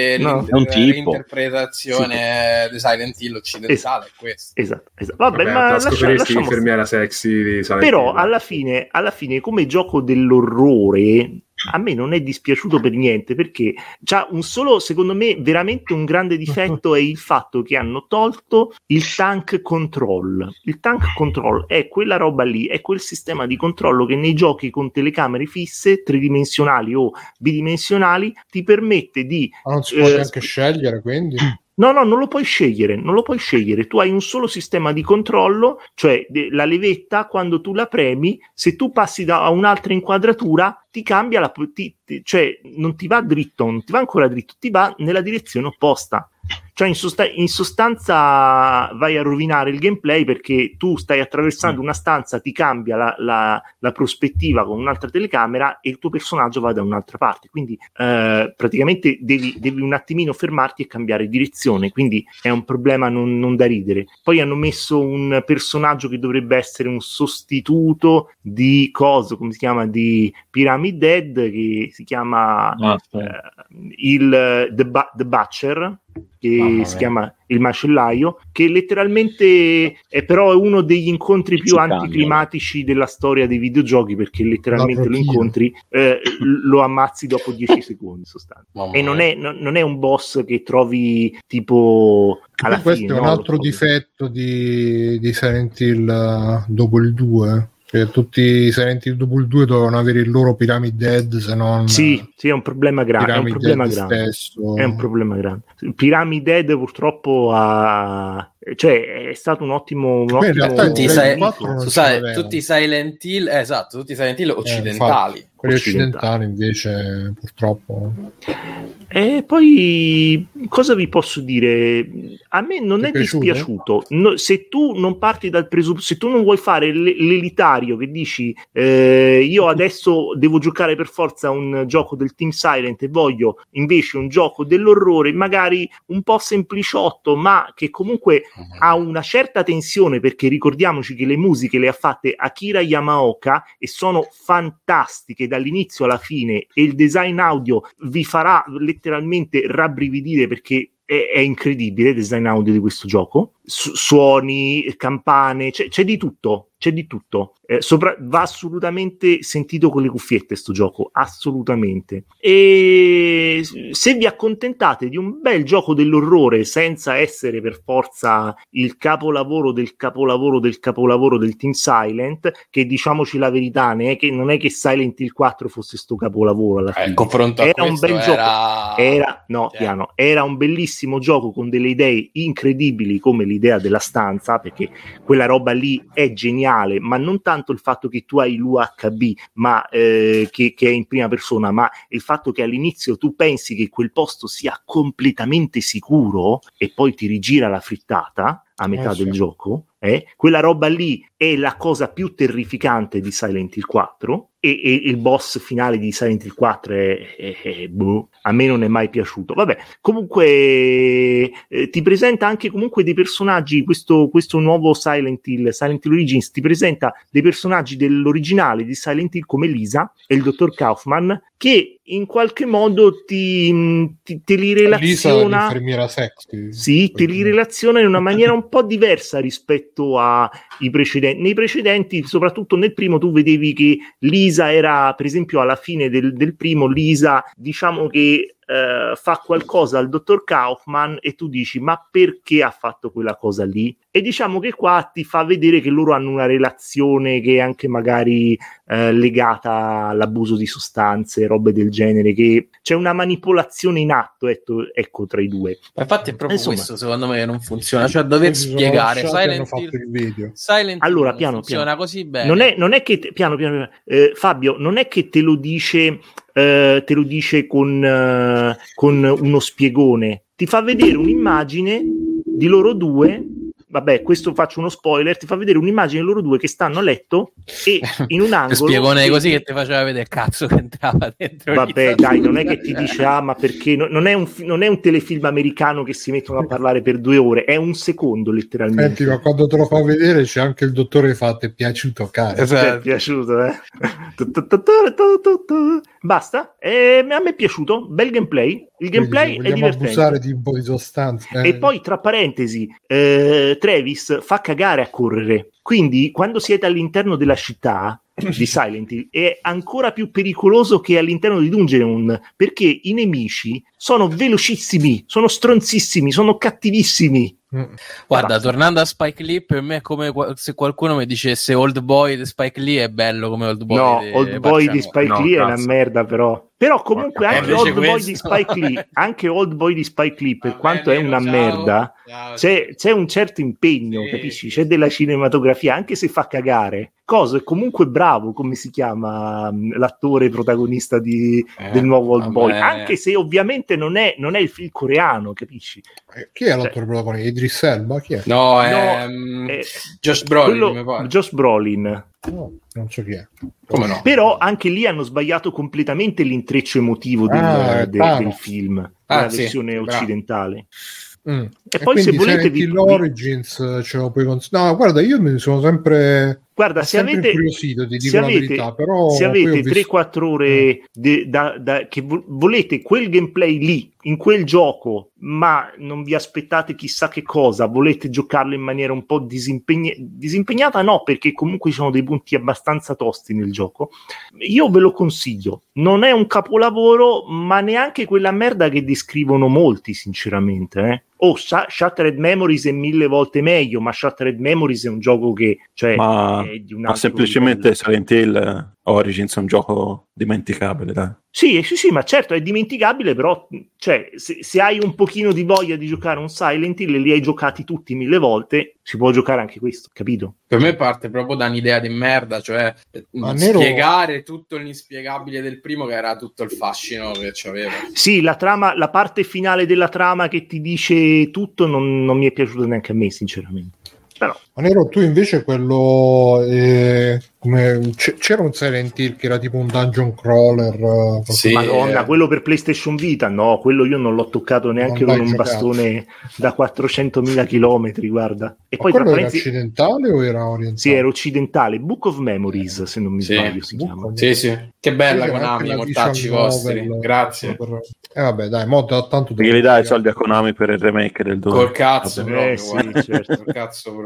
dell'interpretazione Sì. di Silent Hill occidentale, esatto. è questo. Esatto, esatto. Vabbè, Vabbè, ma la lascia, scopriresti lasciamo... l'infermiera sexy di Silent Però Hill. alla fine, alla fine come gioco dell'orrore a me non è dispiaciuto per niente, perché c'ha un solo, secondo me, veramente un grande difetto, è il fatto che hanno tolto il tank control. Il tank control è quella roba lì, è quel sistema di controllo che nei giochi con telecamere fisse, tridimensionali o bidimensionali, ti permette di... Ma non si può eh, neanche scegliere, quindi... No, no, non lo puoi scegliere, non lo puoi scegliere. Tu hai un solo sistema di controllo, cioè de- la levetta, quando tu la premi, se tu passi da a un'altra inquadratura, ti cambia la... Ti, ti, cioè, non ti va dritto, non ti va ancora dritto, ti va nella direzione opposta. Cioè, in, sosta- in sostanza vai a rovinare il gameplay, perché tu stai attraversando una stanza, ti cambia la, la, la prospettiva con un'altra telecamera e il tuo personaggio va da un'altra parte. Quindi eh, praticamente devi, devi un attimino fermarti e cambiare direzione. Quindi è un problema non, non da ridere. Poi hanno messo un personaggio che dovrebbe essere un sostituto di coso, come si chiama, di Pyramid Head, che si chiama ah, eh, il The, ba- The Butcher, che si chiama il macellaio, che letteralmente è però uno degli incontri più anticlimatici della storia dei videogiochi, perché letteralmente lo incontri, eh, lo ammazzi dopo dieci secondi in sostanza. Mamma e non è, non, non è un boss che trovi tipo alla questo fine, è un no? altro difetto di, di Silent Hill uh, dopo il due, che tutti i Silent Hill dopo il due dovevano avere il loro Pyramid Head, se non sì, sì, è un problema grande, è un problema Head grande. stesso. È un problema grande. Pyramid Head purtroppo ha, cioè è stato un ottimo, un ottimo... tutti, i si- quattro scusate, tutti i Silent Hill, eh, esatto, tutti i Silent Hill occidentali. Eh, quelli occidentali. occidentali invece purtroppo. E poi cosa vi posso dire? A me non Ti è, è piaciuto? dispiaciuto. No, se tu non parti dal presupposto, se tu non vuoi fare l- l'elitario che dici eh, io adesso devo giocare per forza un gioco del Team Silent e voglio invece un gioco dell'orrore, magari un po' sempliciotto, ma che comunque ha una certa tensione, perché ricordiamoci che le musiche le ha fatte Akira Yamaoka e sono fantastiche dall'inizio alla fine, e il design audio vi farà letteralmente rabbrividire, perché è, è incredibile il design audio di questo gioco. Su- suoni, campane, c'è, c'è di tutto. c'è di tutto. Eh, sopra, va assolutamente sentito con le cuffiette sto gioco, assolutamente. E se vi accontentate di un bel gioco dell'orrore senza essere per forza il capolavoro del capolavoro del capolavoro del Team Silent, che diciamoci la verità, ne è che, non è che Silent Hill quattro fosse sto capolavoro alla fine. Eh, confronto a era un bel era... gioco, era, no, cioè. piano, era un bellissimo gioco con delle idee incredibili come l'idea della stanza, perché quella roba lì è geniale, ma non tanto il fatto che tu hai l'U H B ma eh, che, che è in prima persona, ma il fatto che all'inizio tu pensi che quel posto sia completamente sicuro e poi ti rigira la frittata a metà eh, del sì. gioco. Eh? Quella roba lì è la cosa più terrificante di Silent Hill quattro, e, e il boss finale di Silent Hill quattro è, è, è boh, a me non è mai piaciuto. Vabbè, comunque eh, ti presenta anche comunque dei personaggi, questo, questo nuovo Silent Hill, Silent Hill Origins ti presenta dei personaggi dell'originale di Silent Hill come Lisa e il dottor Kaufman, che in qualche modo ti, ti te li relaziona. Lisa, l'infermiera sexy. Sì, te li relaziona in una maniera un po' diversa rispetto ai precedenti. Nei precedenti, soprattutto nel primo, tu vedevi che Lisa era, per esempio, alla fine del, del primo, Lisa, diciamo che Uh, fa qualcosa al dottor Kaufman e tu dici ma perché ha fatto quella cosa lì? E diciamo che qua ti fa vedere che loro hanno una relazione che è anche magari uh, legata all'abuso di sostanze, robe del genere, che c'è una manipolazione in atto, ecco, ecco tra i due. Ma infatti è proprio Insomma, questo secondo me che non funziona, cioè dover spiegare Silent Hill, Hill, video. Silent Hill allora non piano funziona piano così bene. Non è, non è che te, piano piano, piano eh, Fabio, non è che te lo dice Uh, te lo dice con, uh, con uno spiegone, ti fa vedere un'immagine di loro due, vabbè questo faccio uno spoiler, ti fa vedere un'immagine di loro due che stanno a letto e in un angolo spiegone che... così che ti faceva vedere cazzo che entrava dentro, vabbè dai, non è che ti dice ah ma perché no, non, è un, non è un telefilm americano che si mettono a parlare per due ore, è un secondo letteralmente. Senti, ma quando te lo fa vedere c'è anche il dottore che fa ti è piaciuto caro, esatto. Ti è piaciuto, eh? Basta, eh, a me è piaciuto, bel gameplay, il gameplay quindi, è divertente, abusare di un po' di sostanza, eh. E poi tra parentesi eh, Travis fa cagare a correre, quindi quando siete all'interno della città di Silent Hill è ancora più pericoloso che all'interno di Dungeon, perché i nemici sono velocissimi, sono stronzissimi, sono cattivissimi. Guarda, basta. Tornando a Spike Lee, per me è come se qualcuno mi dicesse Old Boy di Spike Lee è bello come Old Boy. No, di Old Boy Barcemo. di Spike No, Lee è cazzo. una merda, però. Però comunque Porca anche invece Old Boy questo- di Spike Lee, anche Old Boy di Spike Lee, per Va quanto bene, è una ciao. merda, Ciao. c'è, c'è un certo impegno, Sì, capisci? sì, C'è sì. della cinematografia, anche se fa cagare. Coso è comunque bravo, come si chiama mh, l'attore protagonista di, Eh, del nuovo Old va Boy, bene. anche se ovviamente non è, non è il film coreano, capisci? Eh, chi è l'attore protagonista? Idris Elba? Chi è? No, è No, mm, eh, Josh Brolin, quello- mi pare. Josh Brolin. No, non so chi è. Come no? Però anche lì hanno sbagliato completamente l'intreccio emotivo del, Ah, de- Thanos. del film, Ah, della sì, versione bravo. occidentale. Mm. E poi se quindi volete Silent vi- Hill vi- Origins eh, ce lo puoi consigliare. No, guarda, io mi sono sempre Guarda, ho se sempre avete, incuriosito, ti se dico la avete, verità, però se poi ho avete visto- tre quattro ore de- da, da- che vo- volete quel gameplay lì, in quel gioco, ma non vi aspettate chissà che cosa, volete giocarlo in maniera un po' disimpegna- disimpegnata, no, perché comunque ci sono dei punti abbastanza tosti nel gioco, io ve lo consiglio. Non è un capolavoro, ma neanche quella merda che descrivono molti, sinceramente, eh. Oh, Sh- Shattered Memories è mille volte meglio, ma Shattered Memories è un gioco che, cioè, Ma, è di un ma altro semplicemente livello. Silent Hill Origins è un gioco dimenticabile, dai. Sì, sì, sì, ma certo è dimenticabile, però cioè, se, se hai un pochino di voglia di giocare un Silent Hill e li hai giocati tutti mille volte, si può giocare anche questo, capito? Per me parte proprio da un'idea di merda, cioè Ma Nero- spiegare tutto l'inspiegabile del primo, che era tutto il fascino che c'aveva. Sì, la trama, la parte finale della trama che ti dice tutto non, non mi è piaciuta neanche a me, sinceramente. Però Ma Nero, tu invece quello eh, come c- c'era un Silent Hill che era tipo un dungeon crawler eh, Sì. Madonna, eh. quello per PlayStation Vita, no, quello io non l'ho toccato neanche Non con l'hai un giocato. bastone da quattrocentomila chilometri, guarda. E Ma poi tra quello era parentesi, occidentale o era orientale? sì, era occidentale, Book of Memories, se non mi Sì. sbaglio si Book chiama. of- Sì, sì. Che bella Sì, c'era Konami, anche i la mortacci visual vostri. novel, Grazie. per- Eh vabbè, dai, mo da tanto Perché gli dai i soldi a Konami per il remake del due. Col cazzo Vabbè. proprio, Eh, sì, guarda. certo. Col cazzo proprio. Poi fa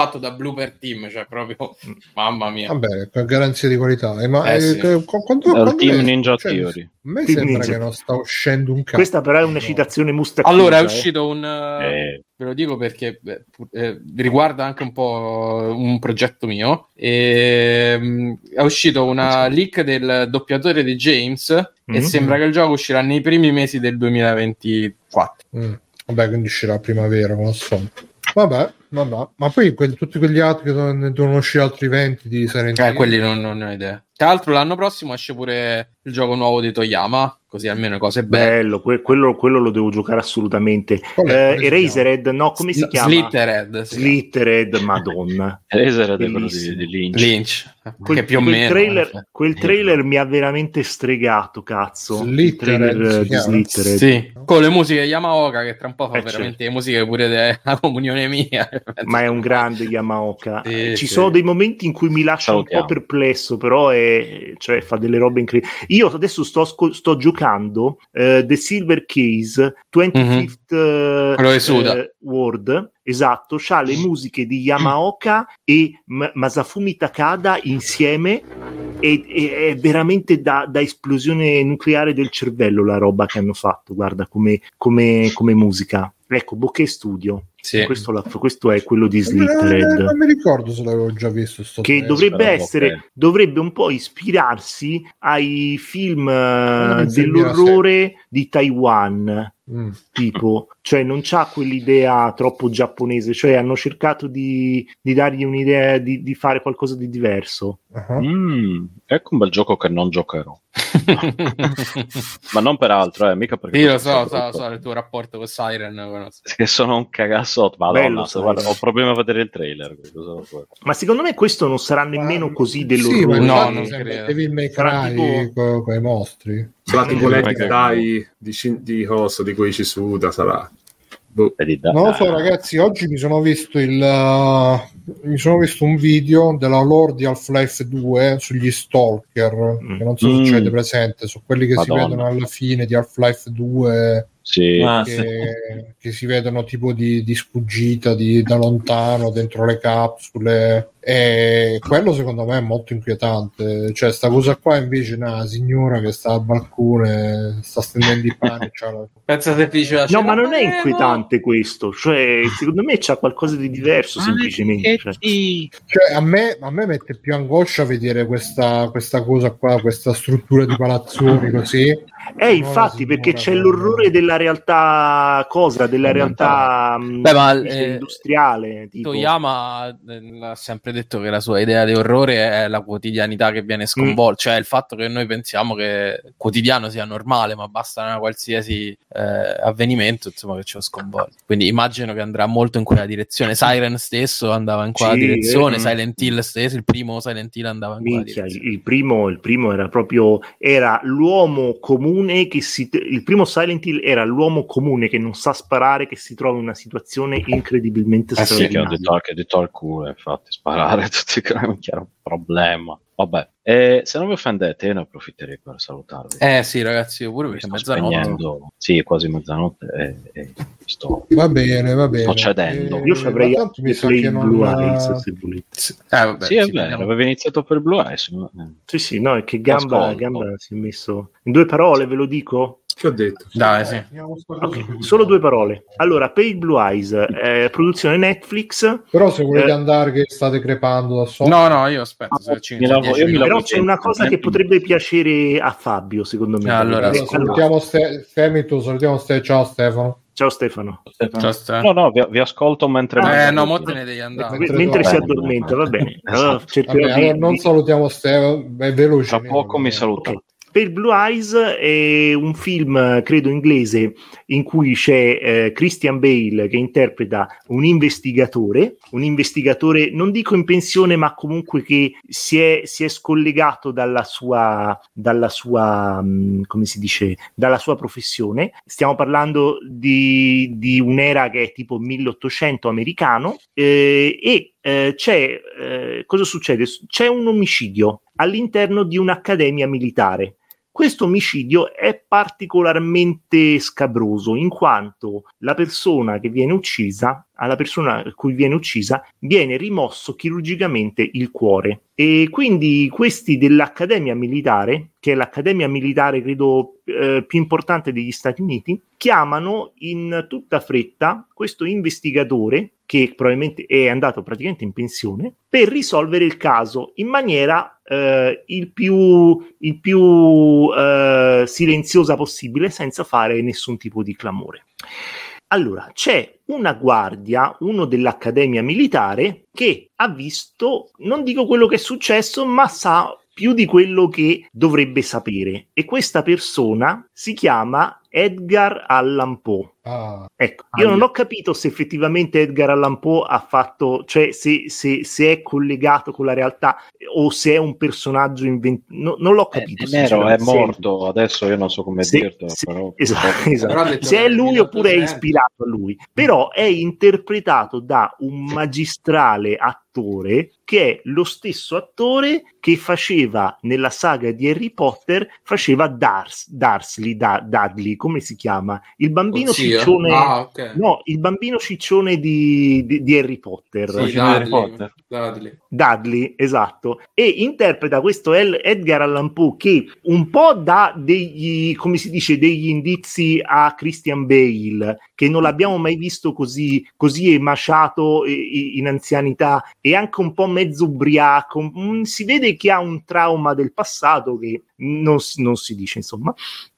fatto da Blooper Team, cioè proprio mamma mia. Vabbè, per garanzia di qualità. Eh, ma Eh, eh, sì. che- quando, Dal quando team è- Ninja cioè, Theory. a me Team sembra Ninja. che non sta uscendo un cazzo. Questa però è una No. citazione mustacchiosa. Allora è eh. uscito un eh, Eh, ve lo dico perché beh, pu- eh, riguarda anche un po' un progetto mio. E, mm, è uscito una leak del doppiatore di James e Mm. sembra che il gioco uscirà nei primi mesi del duemilaventiquattro. Mm. Vabbè, quindi uscirà a primavera, come al solito. Vabbè, vabbè. Ma poi quelli- tutti quegli altri che devono, devono uscire altri eventi di Silent Eh, Hill. quelli non, non ne ho idea. Tra l'altro l'anno prossimo esce pure il gioco nuovo di Toyama, così almeno cose belle. Bello, que- quello, quello lo devo giocare assolutamente. Qual è? Eh, Quale si Erasered, no, come si Sl- chiama? Slittered, si chiama. Slittered, madonna. Eraser è quello di, Bellissimo. di Lynch. Lynch, Quel, che più o quel meno trailer, eh, quel trailer mi ha veramente stregato, cazzo. Il Slittered trailer si di chiama? Slittered. sì, con le musiche Yamaoka che tra un po' fa Eh, veramente le musiche pure della comunione mia. Ma è un grande Yamaoka. Sì, Eh, Ci sì. sono dei momenti in cui mi lascia Salutiamo. un po' perplesso, però è, cioè, fa delle robe incredibili. Io adesso sto, ascol- sto giocando eh, The Silver Case venticinque eh, Quello che suda. eh, World. Esatto, c'ha le musiche di Yamaoka e M- Masafumi Takada insieme e, e- è veramente da, da esplosione nucleare del cervello la roba che hanno fatto, guarda, come, come, come musica. Ecco, Bokeh Studio. Sì. Questo, la- questo è quello di Eh, Slittered. non mi ricordo se l'avevo già visto sto Che trailer. dovrebbe spero essere, bene. dovrebbe un po' ispirarsi ai film eh, mi sembra dell'orrore di Taiwan, Mm. tipo, cioè non c'ha quell'idea troppo giapponese, cioè hanno cercato di, di dargli un'idea di, di fare qualcosa di diverso. Uh-huh. Mm, ecco un bel gioco che non giocherò. Ma non per altro, eh, mica perché Io lo sono so, so, brutto. so il tuo rapporto con Siren. con- Che sono un cagassotto. Madonna, Bello, se- guarda, sai. ho problemi a vedere il trailer. cosa vuoi? Ma secondo me questo non sarà nemmeno così Sì, dell'orrore. ma No, infatti non sembra credo. Devil May Sarà Cry tipo- co- con i mostri. Sarà tipo Mm. l'Epic Die di, Shin- di Hosso, di Koichi Suda, sarà. Boh. Vedi, da- Non lo so, ragazzi. Oggi mi sono visto il uh, mi sono visto un video della lore di Half-Life due sugli Stalker. Mm. Che non so se Mm. ci avete presente, su quelli che Madonna. si vedono alla fine di Half-Life due. Sì. Ah, sì. Che, che si vedono tipo di, di sfuggita di, da lontano dentro le capsule, e quello secondo me è molto inquietante. Cioè sta cosa qua invece una signora che sta al balcone, sta stendendo i pani, c'ha la- Pensa se dice la No, ma non è "Prego". inquietante questo, cioè secondo me c'ha qualcosa di diverso semplicemente. Cioè. Cioè, a me, a me mette più angoscia vedere questa, questa cosa qua, questa struttura di palazzoni così. Eh, infatti, perché c'è l'orrore della realtà cosa, della realtà mh, Beh, ma, dice, eh, industriale. Tipo. Toyama eh, ha sempre detto che la sua idea di orrore è la quotidianità che viene sconvolta, cioè il fatto che noi pensiamo che quotidiano sia normale, ma basta una qualsiasi eh, avvenimento, insomma, che ce lo sconvolge. Quindi immagino che andrà molto in quella direzione. Siren stesso andava in quella Sì, direzione, eh, Silent Hill stesso, il primo Silent Hill andava in quella Minchia, il, direzione. il primo, il primo era proprio era l'uomo comune che si il primo Silent Hill era l'uomo comune che non sa sparare, che si trova in una situazione incredibilmente Eh sì, che ho straordinaria. detto, che ho detto al culo, infatti, sparare tutti i chiaro un problema. Vabbè, e se non vi offendete, io ne approfitterei per salutarvi. Eh sì, ragazzi, io pure Mi perché è sto mezzanotte. spegnendo, sì, è quasi mezzanotte e, e sto, Va bene, va bene. sto cedendo. Io ci avrei ma tanto mi anche sa Play che non- Blue Eyes, se volete. Eh, vabbè, Sì, è sì, vero, vediamo. avevi iniziato per Blue Eyes. ma- eh. Sì, sì, no, è che Gamba, Ascolto. Gamba si è messo in due parole, ve lo dico. Che ho detto? Dai, sì. Ok, solo due parole. Allora, Pale Blue Eyes, eh, produzione Netflix, Però se volete Eh. andare che state crepando da sotto, No, no, io aspetto. se cinque, Mi lavo- dieci io mi minuti. però lavo c'è una cosa che potrebbe piacere a Fabio, secondo me. Allora, Eh, allora, salutiamo Ste- Femito, salutiamo Ste- ciao Stefano. Ciao Stefano. Ciao, Ste. No, no, vi, vi ascolto mentre... Eh, no, mi- mo te ne devi andare. Mentre Mentre tu- si bene, addormenta, bene. va bene. Esatto. Allora, cercherò Vabbè, di- allora non di- salutiamo Stefano, è veloce. Tra poco mi saluta. Ok. Pale Blue Eyes è un film, credo inglese, in cui c'è eh, Christian Bale che interpreta un investigatore, un investigatore non dico in pensione, ma comunque che si è, si è scollegato dalla sua, dalla sua, mh, come si dice, dalla sua professione. Stiamo parlando di, di un'era che è tipo milleottocento americano eh, e eh, c'è, eh, cosa succede? C'è un omicidio all'interno di un'accademia militare. Questo omicidio è particolarmente scabroso in quanto la persona che viene uccisa alla persona a cui viene uccisa viene rimosso chirurgicamente il cuore. E quindi questi dell'Accademia Militare, che è l'accademia militare credo eh, più importante degli Stati Uniti, chiamano in tutta fretta questo investigatore, che probabilmente è andato praticamente in pensione, per risolvere il caso in maniera eh, il più, il più eh, silenziosa possibile, senza fare nessun tipo di clamore. Allora, c'è una guardia, uno dell'Accademia Militare, che ha visto, non dico quello che è successo, ma sa più di quello che dovrebbe sapere. E questa persona si chiama Edgar Allan Poe. Ah, ecco, io ah, non ho capito se effettivamente Edgar Allan Poe ha fatto, cioè se, se, se è collegato con la realtà o se è un personaggio inventato, no, non l'ho capito. È nero, è morto, se... adesso io non so come se, dirlo, se, però... Esatto, esatto. Se è lui oppure è ispirato a lui, però è interpretato da un magistrale attore che è lo stesso attore che faceva nella saga di Harry Potter, faceva Dars, Dursley, da, Dudley, come si chiama? Il bambino Oddio. ciccione, ah, okay. no, il bambino ciccione di, di, di Harry Potter. Sì, Dudley, Harry Potter. Dudley. Dudley, esatto. E interpreta questo El- Edgar Allan Poe, che un po' dà degli, come si dice, degli indizi a Christian Bale, che non l'abbiamo mai visto così, così emaciato in anzianità, e anche un po' mezzo ubriaco. Si vede che ha un trauma del passato che non, non si dice, insomma.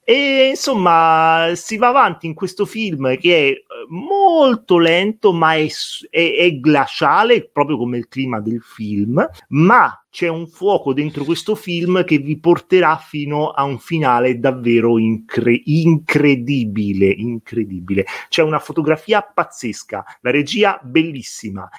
E insomma si va avanti in questo film che è molto lento, ma è, è, è glaciale, proprio come il clima del film, ma c'è un fuoco dentro questo film che vi porterà fino a un finale davvero incre- incredibile, incredibile. C'è una fotografia pazzesca, la regia bellissima,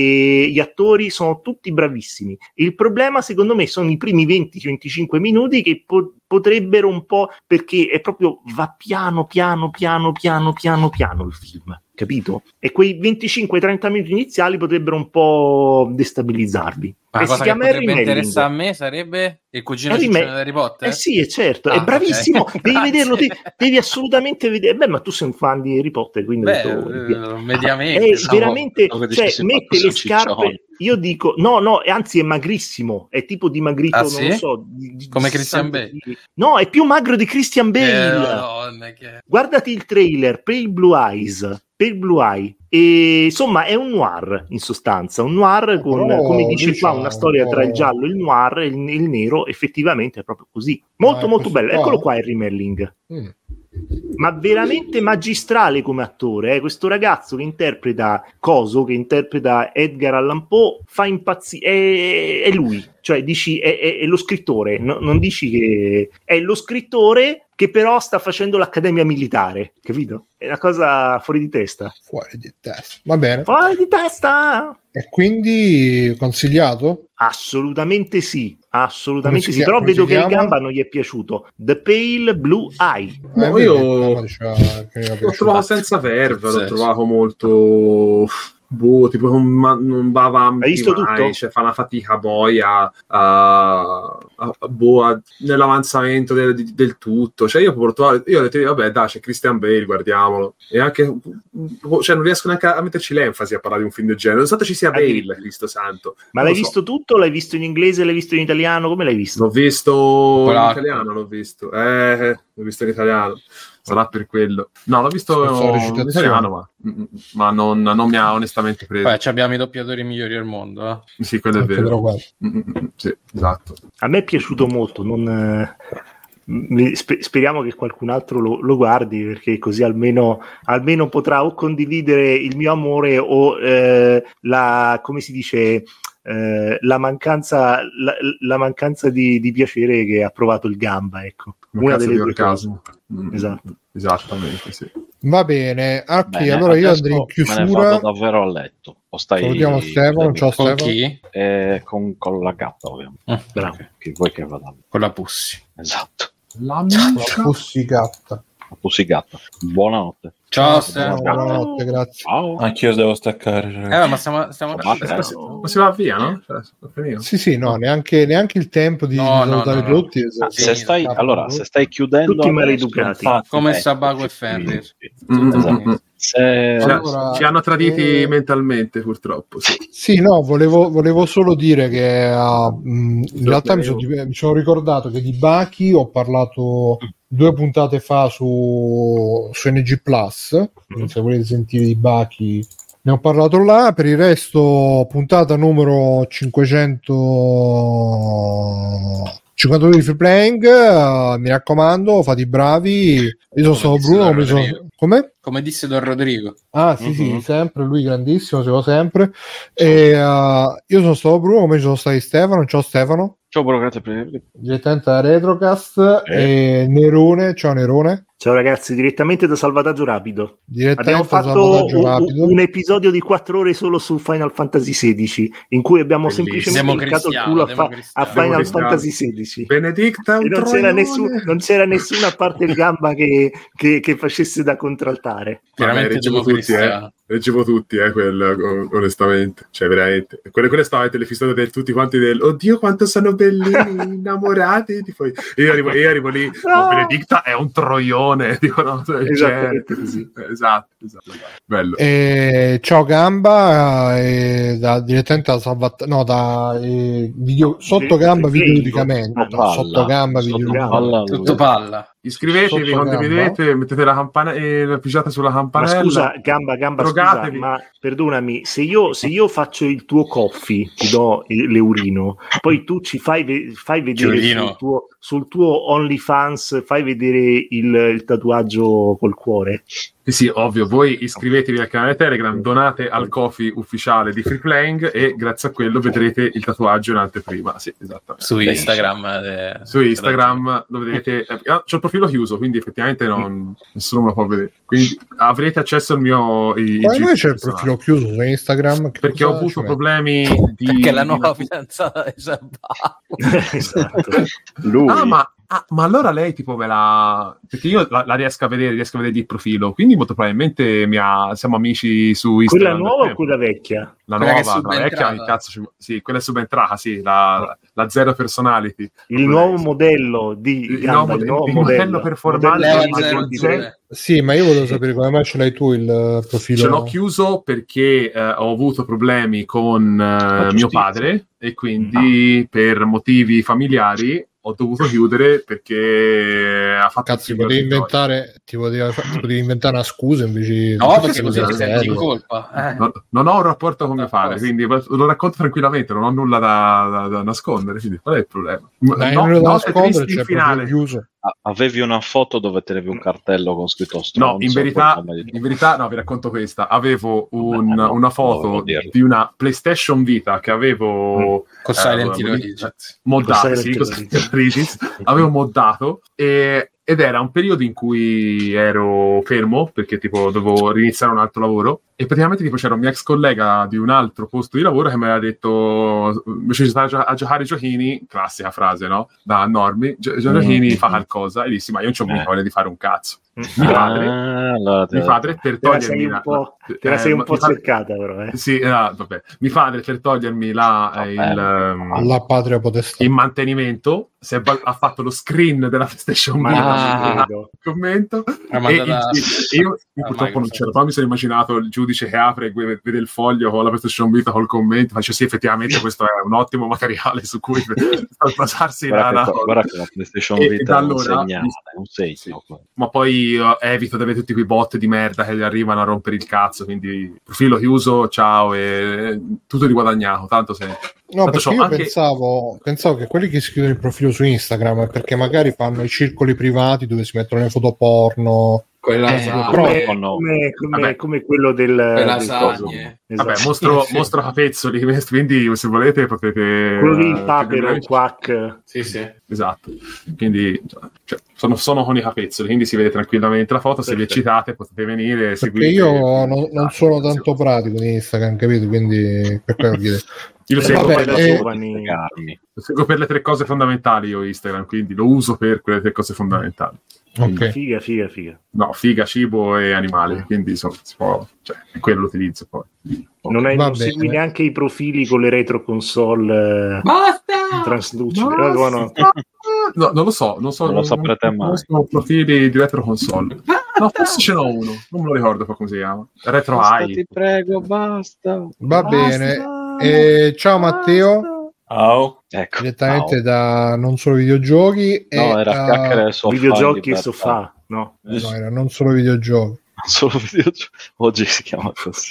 e gli attori sono tutti bravissimi. Il problema secondo me sono i primi venti venticinque minuti che po- potrebbero un po', perché è proprio va piano piano piano piano piano piano il film, capito? E quei venticinque trenta minuti iniziali potrebbero un po' destabilizzarvi. Ma e la cosa si che chiama potrebbe Harry interessare a me sarebbe il cugino Harry ciccione Ma- di Harry Potter? Eh sì, è certo, ah, è bravissimo, okay. devi vederlo, devi, devi assolutamente vedere. Beh, ma tu sei un fan di Harry Potter, quindi Beh, ho detto, eh, mediamente. è Diciamo, veramente, cioè, mette le scarpe, io dico, no, no, anzi è magrissimo, è tipo dimagrito, ah, non sì? lo so. Di, di come Christian Bale? Chili. No, è più magro di Christian Bale. Eh, Madonna, che... Guardati il trailer, Pale Blue Eyes, Pale Blue Eye. E insomma è un noir, in sostanza un noir con, oh, come dice qua, una storia oh. tra il giallo, il noir e il, il nero. Effettivamente è proprio così, molto ah, molto bello qua? Eccolo qua Harry Melling. mm. Ma veramente magistrale come attore, eh? Questo ragazzo che interpreta Coso, che interpreta Edgar Allan Poe, fa impazzire, è, è lui, cioè dici è, è, è lo scrittore, no, non dici che è lo scrittore che però sta facendo l'accademia militare, capito? È una cosa fuori di testa. Fuori di testa, va bene. Fuori di testa! E quindi consigliato? Assolutamente sì, assolutamente sì, chiama, però vedo che il chiama? Gamba non gli è piaciuto. The Pale Blue Eye. No, io l'ho trovato senza verve, l'ho trovato molto... boh, tipo non, non va avanti. Hai visto mai, tutto? cioè fa una fatica poi a, a, a, boh, a nell'avanzamento del, del tutto. Cioè io porto, io ho detto vabbè dai, c'è Christian Bale, guardiamolo. E anche, cioè non riesco neanche a metterci l'enfasi a parlare di un film del genere, nonostante ci sia Bale, ah, Cristo santo. Ma non l'hai visto so. tutto? L'hai visto in inglese? L'hai visto in italiano? Come l'hai visto? L'ho visto in italiano, l'ho visto. Eh, l'ho visto in italiano. Sarà per quello. No, l'ho visto in italiano, ma, ma non, non mi ha onestamente preso. Beh, abbiamo i doppiatori migliori al mondo. Eh? Sì, quello è vero. Sì, esatto. A me è piaciuto molto. Non, eh, sper- speriamo che qualcun altro lo, lo guardi, perché così almeno, almeno potrà o condividere il mio amore o eh, la, come si dice... Eh, la mancanza la, la mancanza di, di piacere che ha provato il Gamba, ecco, una delle due cose. Mm, esatto. Esattamente, sì. Va bene, Archi, bene, allora io andrei in chiusura. Me ne vado davvero a letto. O stai salutiamo Stefano, ciao con Stefano. Chi? Eh, con, con la gatta, ovviamente. Ah, bravo. Che vuoi che vada? Con la Pussi. Esatto. La, la Pussi gatta. La Pussi gatta. Buonanotte. Ciao, Stefano. Buonanotte, grazie. Ciao. Anch'io devo staccare. Eh, ma stiamo, stiamo... Ciao. ma si va via, no? Cioè, sì, sì, no, neanche, neanche il tempo di No, no, salutare no, no. tutti. Ah, se stai, allora, se stai chiudendo Tutti adesso, maleducati. infatti, Come ecco, Sabago e Ferri. Mm, esatto. mm, mm. Se... Ci, Allora, ci hanno traditi eh, mentalmente, purtroppo. Sì. Sì, no, volevo, volevo solo dire che uh, mh, in realtà mi sono, mi sono ricordato che di Baki ho parlato due puntate fa su, su N G Plus, quindi se volete sentire di Baki ne ho parlato là. Per il resto puntata numero cinquecento cinquantadue di Free Playing, uh, mi raccomando, fate i bravi. Io sono stato Bruno, come sono... come? Come disse Don Rodrigo. Ah sì, Mm-hmm. sì, sempre, lui grandissimo, si va sempre. E, uh, io sono stato Bruno, come ci sono stati Stefano. Ciao Stefano. Ciao Bruno, grazie per... Direttamente da Retrocast. Eh. E Nerone, ciao Nerone. Ciao ragazzi, direttamente da Salvataggio Rapido. Direttamente Abbiamo da fatto Salvataggio un, Rapido. un episodio di quattro ore solo su Final Fantasy sedici, in cui abbiamo semplicemente leccato il culo a, fa- a Final Fantasy sedici. Benedicta, e non c'era, nessun, non c'era nessuna parte di gamba che, che, che facesse da contraltare. Veramente leggevo tutti, eh. leggevo tutti, eh, quello, onestamente. Cioè, veramente. Quelle, quelle stavate le fissate del tutti quanti del oddio quanto sono bellini, innamorati. Tipo, io, arrivo, io arrivo lì, no. oh, Benedicta è un troione. Dico, no, esattamente così. Esatto, esatto. Bello. E, ciao Gamba, e da, direttamente da Salvat- no, da eh, video, sotto gamba videoludicamente. No, sotto gamba videoludicamente. Tutto palla. Iscrivetevi, condividete, mettete la campana e la pigiate sulla campanella. Ma scusa, Gamba, Gamba, scusa, ma perdonami, se io, se io faccio il tuo coffee, ti do l'eurino, poi tu ci fai, fai vedere sul tuo, sul tuo OnlyFans, fai vedere il, il tatuaggio col cuore. Sì, sì, ovvio, voi iscrivetevi al canale Telegram, donate al coffee ufficiale di Free Playing e grazie a quello vedrete il tatuaggio in anteprima. Sì, esattamente. Su Instagram. Eh, Su Instagram lo vedete. Eh, c'ho il profilo chiuso, quindi effettivamente non, nessuno me lo può vedere. Quindi avrete accesso al mio... I, Ma noi c'è il profilo chiuso su Instagram? Perché ho avuto problemi di... Perché la nuova di... fidanzata è Sabago. Esatto. Lui. Ah, ma... Ah, ma allora lei tipo me la... Perché io la, la riesco a vedere, riesco a vedere il profilo, quindi molto probabilmente mi ha... siamo amici su Instagram. Quella nuova o quella vecchia? La quella nuova, la vecchia, che cazzo ci... Sì, quella è subentrata, sì, la, la zero personality. Il nuovo modello di... Il, Gamba, nuovo, il nuovo il modello, modello performante. Sì, ma io volevo sapere come mai ce l'hai tu il profilo. Ce l'ho chiuso perché eh, ho avuto problemi con eh, mio padre e quindi ah. per motivi familiari ho dovuto chiudere perché ha fatto... Cazzo, ti potevi inventare, ti potevi, ti potevi inventare una scusa invece... No, perché così ti senti in colpa. Eh. Non, non ho un rapporto con mio padre, quindi lo racconto tranquillamente, non ho nulla da, da, da nascondere, quindi qual è il problema? Dai, no, no, nascondere, c'è finale. Chiuso. Avevi una foto dove tenevi un cartello con scritto stronzo? No, in verità, in verità no, vi racconto questa. Avevo un, no, una foto di una PlayStation Vita che avevo mm. con Silent Hill eh, moddato, sì, con avevo moddato e ed era un periodo in cui ero fermo perché tipo dovevo riniziare un altro lavoro e praticamente tipo c'era un mio ex collega di un altro posto di lavoro che mi aveva detto invece di stare a, gio- a giocare ai giochini, classica frase, no? Da Normi, gio- giochini mm-hmm. fa qualcosa e dissi ma io non c'ho mica voglia di fare un cazzo. Mio padre, ah, allora te... mio padre per te togliermi la, la te la sei un po' cercata però eh. Sì, no, vabbè. Mio padre per togliermi la, vabbè, il, la patria potestà, il mantenimento si è, ha fatto lo screen della PlayStation ma commento e, da... il, e io, io purtroppo non c'ero, però mi sono immaginato il giudice che apre e vede il foglio con la PlayStation Vita col commento, dice sì effettivamente questo è un ottimo materiale su cui basarsi guarda la, che, la... guarda che la PlayStation Vita e, e da allora, un segnale, un segno, sì. Ma poi uh, evito di avere tutti quei bot di merda che gli arrivano a rompere il cazzo, quindi profilo chiuso, ciao e tutto riguadagnato, tanto se... No, perché io anche... pensavo, pensavo che quelli che si chiudono il profilo su Instagram perché magari fanno i circoli privati dove si mettono le foto porno. Quella eh, come, come, come, come quello del, del coso. Esatto. Vabbè, mostro, sì, sì. mostro capezzoli, quindi se volete potete... Quello lì, il papero, il quack. Sì, sì, esatto. Quindi cioè, sono, sono con i capezzoli, quindi si vede tranquillamente la foto, se vi eccitate potete venire e seguire. Perché io non, non sono tanto pratico in Instagram, capito? Quindi per quello chiedo. Io lo eh, seguo, vabbè, per eh, lo seguo per le tre cose fondamentali io Instagram, quindi lo uso per quelle tre cose fondamentali. Ok. Figa, figa, figa. No, figa, cibo e animali, quindi so, si può, cioè, è quello l'utilizzo poi. Non, hai, Va non segui bene. neanche i profili con le retro console eh, Basta! traslucide. Basta! Eh, buono. No, non lo so, non so, Non lo saprete non mai. conosco profili di retro console. No, forse ce n'ho uno, non me lo ricordo poi come si chiama. Retro Basta, Eye. ti prego, basta. Va Basta, bene. E ciao Matteo, Ciao. Ecco. direttamente ciao. da non solo videogiochi. No, e, era uh, chiacchiere del sofà. Videogiochi in e libertà. sofà, no? no, era non solo videogiochi. Solo videogiochi. Oggi si chiama così.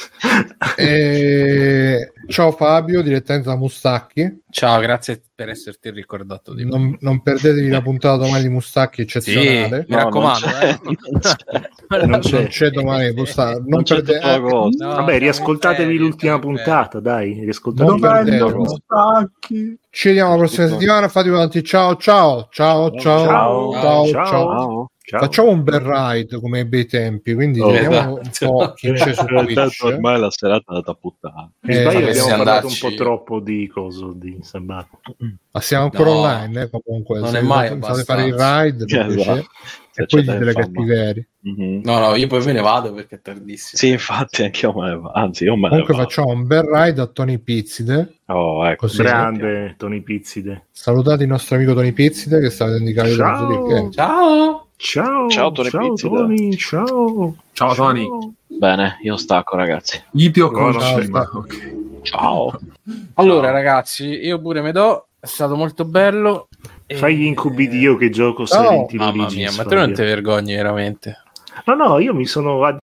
E... Ciao Fabio, direttamente da Mustacchi. Ciao, grazie per esserti ricordato di me. Non, non perdetevi la puntata domani di Mustacchi Sì, eccezionale. mi No, raccomando. non c'è, eh. non c'è. Non c'è. Non c'è domani Mustacchi. Non, Non c'è perde- tutta la cosa. No, Vabbè, siamo riascoltatevi in ferie, l'ultima siamo in puntata, dai. Riascoltate Non Dov'è perdete. il Mustacchi? Ci vediamo la prossima settimana. Fate avanti. Ciao, ciao, ciao, ciao, Ciao, ciao, ciao. Ciao. Ciao. Facciamo un bel ride come ai bei tempi. Quindi Oh, vediamo un po' chi c'è su Twitch. Tanto ormai la serata è andata a puttana. Mi Eh, sbaglio, sapessi abbiamo parlato andarci- un po' troppo di coso di Sabato. Ma siamo ancora No, online, eh, comunque. non Se è mai fate- fate fare il abbastanza. ride per Esatto. piacere. Se E poi c'è da dite le fama. cattiverie. Mhm. No, no, io poi me ne vado perché è tardissimo. Sì, infatti, anche io me ne vado. Anzi, io me ne Comunque vado. facciamo un bel ride a Tony Pizzide. Oh, ecco. Così. Grande Tony Pizzide. Salutate il nostro amico Tony Pizzide che sta vedendo i cavi della Ciao. musica. Ciao! Ciao, Ciao, Tony ciao Pizzide. Tony, ciao. Ciao Tony. Bene, io stacco, ragazzi. Ideo Buono, Kojima. ciao. Ok. Ciao. Allora, ragazzi, io pure me do. È stato molto bello. E- Fai gli incubi di io che gioco Ciao. Silent Hill Mamma Origins, mia, ma tu non Fabio. ti vergogni veramente? No, no, io mi sono